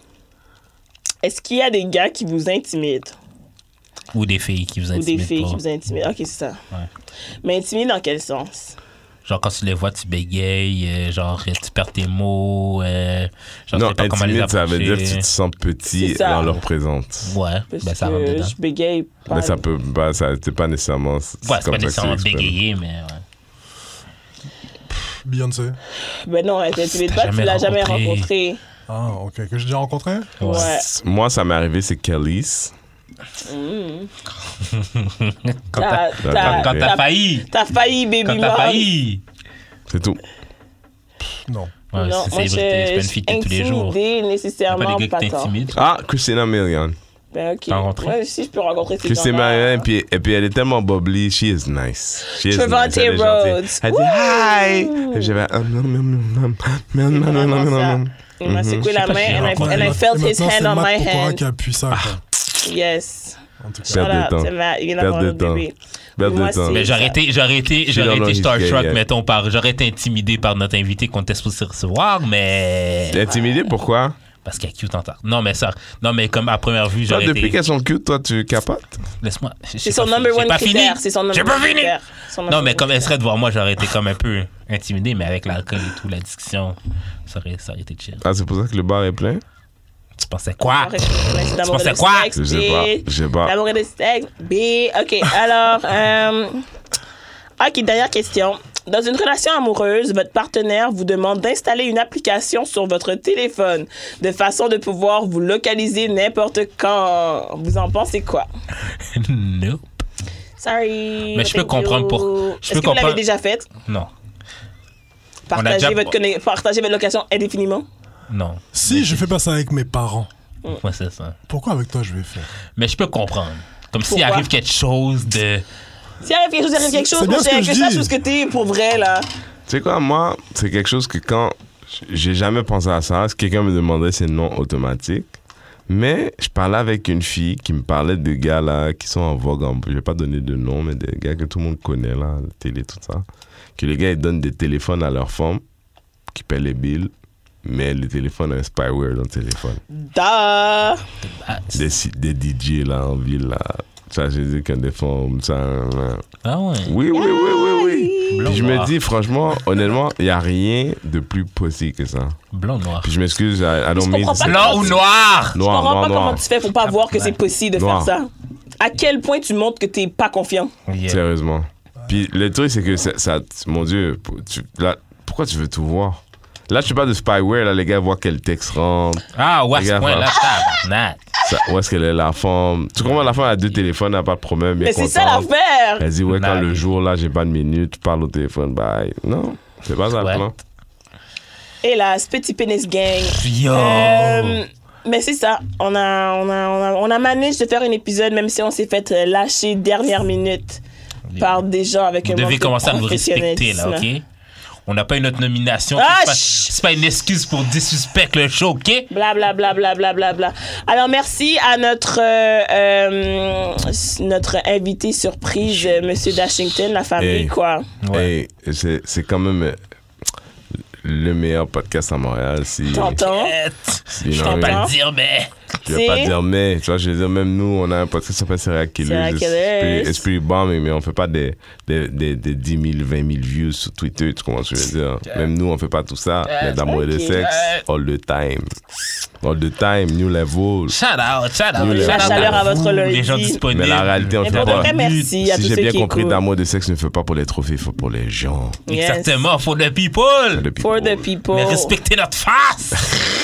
Est-ce qu'il y a des gars qui vous intimident? Ou des filles qui vous Ou des intimident filles pas. qui vous intimident? Ok, c'est ça. Ouais. Mais intimident dans quel sens? Genre, quand tu les vois, tu bégayes, euh, genre, tu perds tes mots, euh, genre, tu Non, sais pas comment les intimide, ça veut dire que approcher. tu te sens petit C'est ça. dans leur présence. Ouais, Parce ben ça rentre que dedans. je bégaye pas. Mais ça peut, bah, ça, c'est pas nécessairement. C'est Ouais, c'est comme pas ça nécessairement que c'est exprimé. bégayer, mais ouais. Beyoncé. Ben non, elle t'intimide T'as pas, tu jamais l'as jamais rencontré. rencontré. Ah, ok. Que j'ai déjà rencontré? Ouais. Moi, ça m'est arrivé, c'est Kelly's. Mm. Quand T'as- t'as- t'as- quand t'as t'as- failli. T'as failli, baby Quand t'as mom. failli. C'est tout. Non. Ouais, Non, c'est moi, c'est vrai, c'est pas une je fille de tous les jours. intimidée Y'a nécessairement pas des pas gars qui tant. t'intimident. Ah, Christina Milian. Ben ok. T'as rencontré? Moi, si je peux rencontrer ces Christina gens-là. Milian, et puis, et puis elle est tellement bubbly. She is nice. She is Trevante nice. Elle est gentille. Rhodes. Elle dit hi. Et j'avais. ah, non, non, non, non, non, non, non, non, non, non. Il m'a secoué la Je sais pas main si j'ai and I, rencontré. and I Et felt his maintenant, hand c'est on Matt my Pokora hand. qui appuie ça, quoi. Yes. En tout cas. Perte de Voilà, temps. c'est Matt. Il vient Perte d'avoir de un temps. bébé. Perte Moi, de temps. c'est- Mais j'aurais été, j'aurais été, suis j'aurais dans été l'enregistré, starstruck, yeah. mettons, par, j'aurais été intimidé par notre invité qu'on était supposé recevoir, mais. Intimidé, pourquoi? Parce qu'elle est cute en temps. Non, mais ça, non, mais comme à première vue, Toi, j'aurais depuis été. qu'elles sont cute, toi, tu capotes? Laisse-moi. j'ai C'est pas son fini, number j'ai one pas fini. critère. C'est son number J'ai pas one fini. critère. Son number Non, mais one comme elle critère. serait devant moi, j'aurais été comme un peu intimidé, mais avec l'alcool et tout, la discussion, ça aurait, ça aurait été chill. Ah, c'est pour ça que le bar est plein? Tu pensais quoi? C'est d'amour et pensais de quoi? sexe, Je sais pas. bitch. Je sais pas. D'amour et de sexe, B. OK, alors... euh, OK, dernière question. Dans une relation amoureuse, votre partenaire vous demande d'installer une application sur votre téléphone de façon de pouvoir vous localiser n'importe quand. Vous en pensez quoi? Nope. Sorry. Mais je peux thank comprendre you. pour- je Est-ce peux que vous l'avez comprendre- déjà fait? Non. Partagez, déjà- votre, conne- partagez votre location indéfiniment. Non. Si je fais pas ça avec mes parents, Ouais, c'est ça. pourquoi avec toi je vais faire? Mais je peux comprendre. Comme s'il Pourquoi? arrive quelque chose de. S'il arrive quelque chose, il arrive quelque chose, C'est mon bien ce cher, que que je ça, dis. tout ce que t'es pour vrai, là. Tu sais quoi, moi, c'est quelque chose que quand j'ai jamais pensé à ça, si quelqu'un me demandait, c'est non automatique. Mais je parlais avec une fille qui me parlait de gars là qui sont en vogue. En, je vais pas donner de nom, mais des gars que tout le monde connaît là, la télé, tout ça. Que les gars ils donnent des téléphones à leur femme qui paient les bills, mais le téléphone a un spyware dans le téléphone. Da. Des, si- des D J là en ville là. Ça, j'ai dit qu'un des femmes, ça. hein. Ah ouais. Oui, oui, oui, oui, oui. Blanc, Puis je me noir. dis, franchement, honnêtement, il n'y a rien de plus possible que ça. Blanc noir. Puis je m'excuse, I, I don't Je mean comprends to pas say- Blanc ou noir? Je Noir, comprends noir, pas noir. comment tu fais pour pas voir que c'est possible de Noir. faire ça. À quel point tu montres que t'es pas confiant? Yeah. Sérieusement. Puis le truc, c'est que ça, ça- mon Dieu, tu- là, pourquoi tu veux tout voir? Là, je parle de spyware, là, les gars voient quel texte rentre. Ah, ouais, à Les ce gars, point-là, tabarnak. Ça, où est-ce qu'elle est, la femme? Tu comprends, la femme a deux téléphones, elle n'a pas de problème. elle est Mais c'est ça contente. l'affaire! Elle dit, ouais, quand Nice. le jour, là, j'ai pas de minutes, tu parles au téléphone, bye. Non, c'est pas ça le Ouais. plan. Et la Petit Pénis Gang. Yo. Euh, mais c'est ça. On a, on, a, on, a, on a managé de faire un épisode, même si on s'est fait euh, lâcher dernière minute par des gens avec Vous un devez manque de commencer à nous respecter, là, professionnalisme. OK? On n'a pas une autre nomination. Ah, c'est, pas, chut! c'est pas une excuse pour disrespect le show, OK? Bla bla bla bla bla bla bla. Alors merci à notre euh, euh, notre invité surprise, euh, Monsieur Dashington, la famille Hey. quoi. Ouais. Hey, c'est c'est quand même euh, le meilleur podcast à Montréal. Si, T'entends? si, Je non, vais mais- pas le dire, mais... Je vais pas C'est- dire mais, tu vois, je veux dire, même nous, on a un podcast qui s'appelle Serial Killers. Serial Killers. Esprit, esprit bomb, mais on fait pas des, des, des, des dix mille, vingt mille views sur Twitter, tu comprends ce que je veux dire? Même nous, on fait pas tout ça, mais d'amour et de ok. sexe, all the time. All the time, new level. Shout out, shout out. Nous, les- shout La out chaleur à votre vous, lundi. Les gens disponibles. Mais la réalité, on Mais fait pour de pas. vrai, merci à Si tous j'ai ceux bien qui compris, écoutent. d'amour et de sexe ne fait pas pour les trophées, il faut pour les gens. Yes. Exactement, for the people. Le people. For the people. Mais respectez notre face.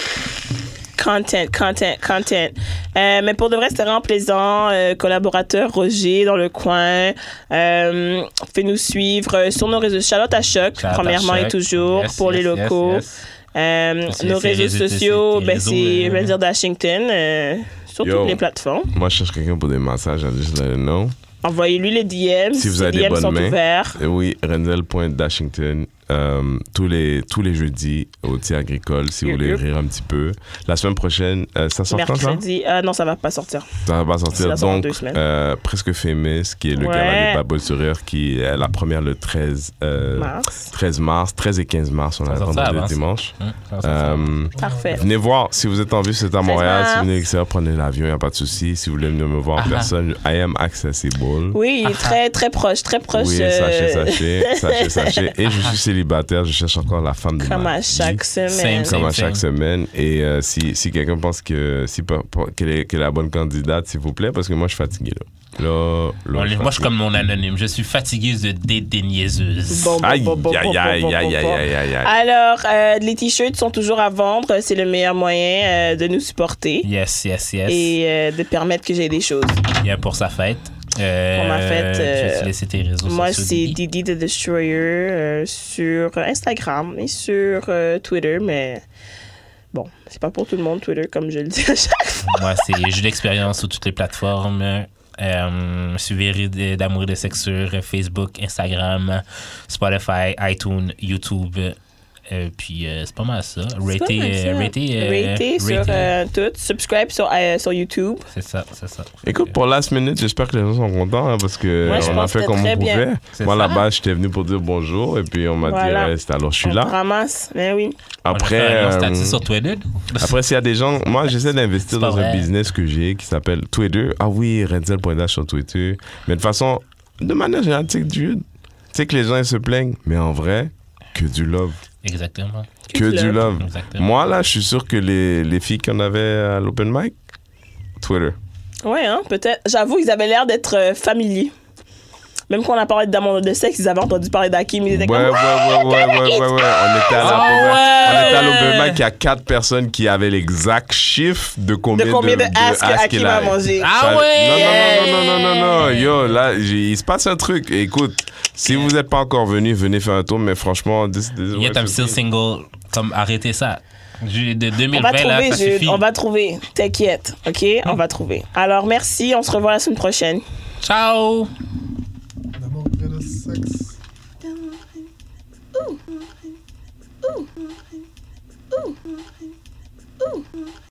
Content, content, content. Euh, mais pour de vrai, c'était vraiment plaisant. Euh, collaborateur Roger dans le coin. Euh, Fais-nous suivre euh, sur nos réseaux. Charlotte à Choc, Shout out à premièrement et Choc. toujours, Yes, pour yes, les yes, locaux. yes. Euh, C'est- nos c'est réseaux réseaux- sociaux, c'est- ben, réseaux, c'est euh, je vais dire Dashington, euh, sur Yo. toutes les plateformes. Moi, je cherche quelqu'un pour des massages, I just let it know. Envoyez-lui les D M. Si vous les avez des D M bonnes sont mains. ouverts. Euh, Oui, renzel.dashington. Euh, tous, les, tous les jeudis au Thé Agricole, si vous voulez Yup. rire un petit peu. La semaine prochaine, euh, ça sort quand ça? Mercredi. Ah non, ça va pas sortir. Ça va pas Ça sortir. sort en Donc, deux semaines. euh, Presque Famous, qui est le Ouais. gala des Babos sur Rire, qui est la première le treize, euh, Mars. treize mars, treize et quinze mars, on a Ça sort ça vendredi avant, et ça. dimanche. Hum, ça va, ça va. Euh, Parfait. Venez voir, si vous êtes en vue, c'est à Montréal. mars. Si vous venez à l'extérieur, prenez l'avion, il n'y a pas de souci. Si vous voulez venir me voir en Ah. personne, I am accessible. Oui, il est très, très proche, très proche. Oui, euh, sachez, sachez, sachez, sachez. Et je suis célibataire, je cherche encore la femme de Comme ma à vie. chaque semaine. Same, Comme à Same, chaque same. semaine. Et euh, si, si quelqu'un pense que si, pas- pas- qu'elle est, qu'elle est la bonne candidate, s'il vous plaît, parce que moi, je suis fatigué. Là, là, là, Bon, je allez, suis moi, je suis fatigué. comme mon anonyme. Je suis fatigueuse de date des niaiseuses. Bon, bon, Aïe, bon, bon, aïe, bon, aïe, bon, aïe, bon, aïe, bon. aïe, aïe, aïe. Alors, euh, les t-shirts sont toujours à vendre. C'est le meilleur moyen euh, de nous supporter Yes, yes, yes. et euh, de permettre que j'ai des choses. Bien pour sa fête. Euh, Pour ma fête, Je vais euh, te laisser tes réseaux Moi, sociaux. c'est Didi. Didi the Destroyer euh, sur Instagram et sur euh, Twitter, mais bon, c'est pas pour tout le monde, Twitter, comme je le dis à chaque fois. Moi, c'est j'ai l'expérience sur toutes les plateformes. Euh, suivez d'amour et de sexe sur Facebook, Instagram, Spotify, iTunes, YouTube. Euh, puis euh, c'est pas mal ça. C'est pas Ratez, mal ça. euh, ratez, euh, Ratez sur ratez. euh, tout. Subscribe sur, euh, sur YouTube. C'est ça, c'est ça. Écoute, pour last minute, j'espère que les gens sont contents hein, parce que Ouais, je on a pense fait que comme très on bien. pouvait. C'est Moi, ça. là-bas, j'étais venu pour dire bonjour et puis on m'a Voilà. dit reste. Alors, je suis On là. te ramasse, mais oui. Après, On a fait un long euh, statut sur Twitter. après, s'il y a des gens, moi, j'essaie d'investir C'est pas dans un vrai. business que j'ai qui s'appelle Twitter. Ah oui, renzel.dash sur Twitter. Mais de façon, de manière générale, tu sais que du- tu sais que les gens ils se plaignent, mais en vrai, que du love. Exactement. Que du du love. love. Exactement. Moi, là, je suis sûr que les, les filles qu'on avait à l'open mic, Twitter. Ouais, hein, peut-être. J'avoue, ils avaient l'air d'être euh, familiers. Même quand on a parlé d'amour de sexe, ils avaient entendu parler d'Hakim. Ils étaient Ouais, comme. ouais, ouais, ouais, ouais, ouais, ouais. On était à la Ah ouais. On était à l'open mic, il y a quatre personnes qui avaient l'exact chiffre de combien De combien de, de ass que ass Hakim qu'il a a. mangé. Ah Ça- ouais. Non, non, non, non, non, non, non. Yo, là, j'ai- il se passe un truc. Écoute, si vous n'êtes pas encore venu, venez faire un tour, mais franchement, this, this Yet I'm still single. Comme arrêtez ça. Ju- De deux mille On va vingt, là, trouver, ça Jude. suffit. On va trouver. T'inquiète. OK? On va trouver. Alors, merci. On se revoit la semaine prochaine. Ciao.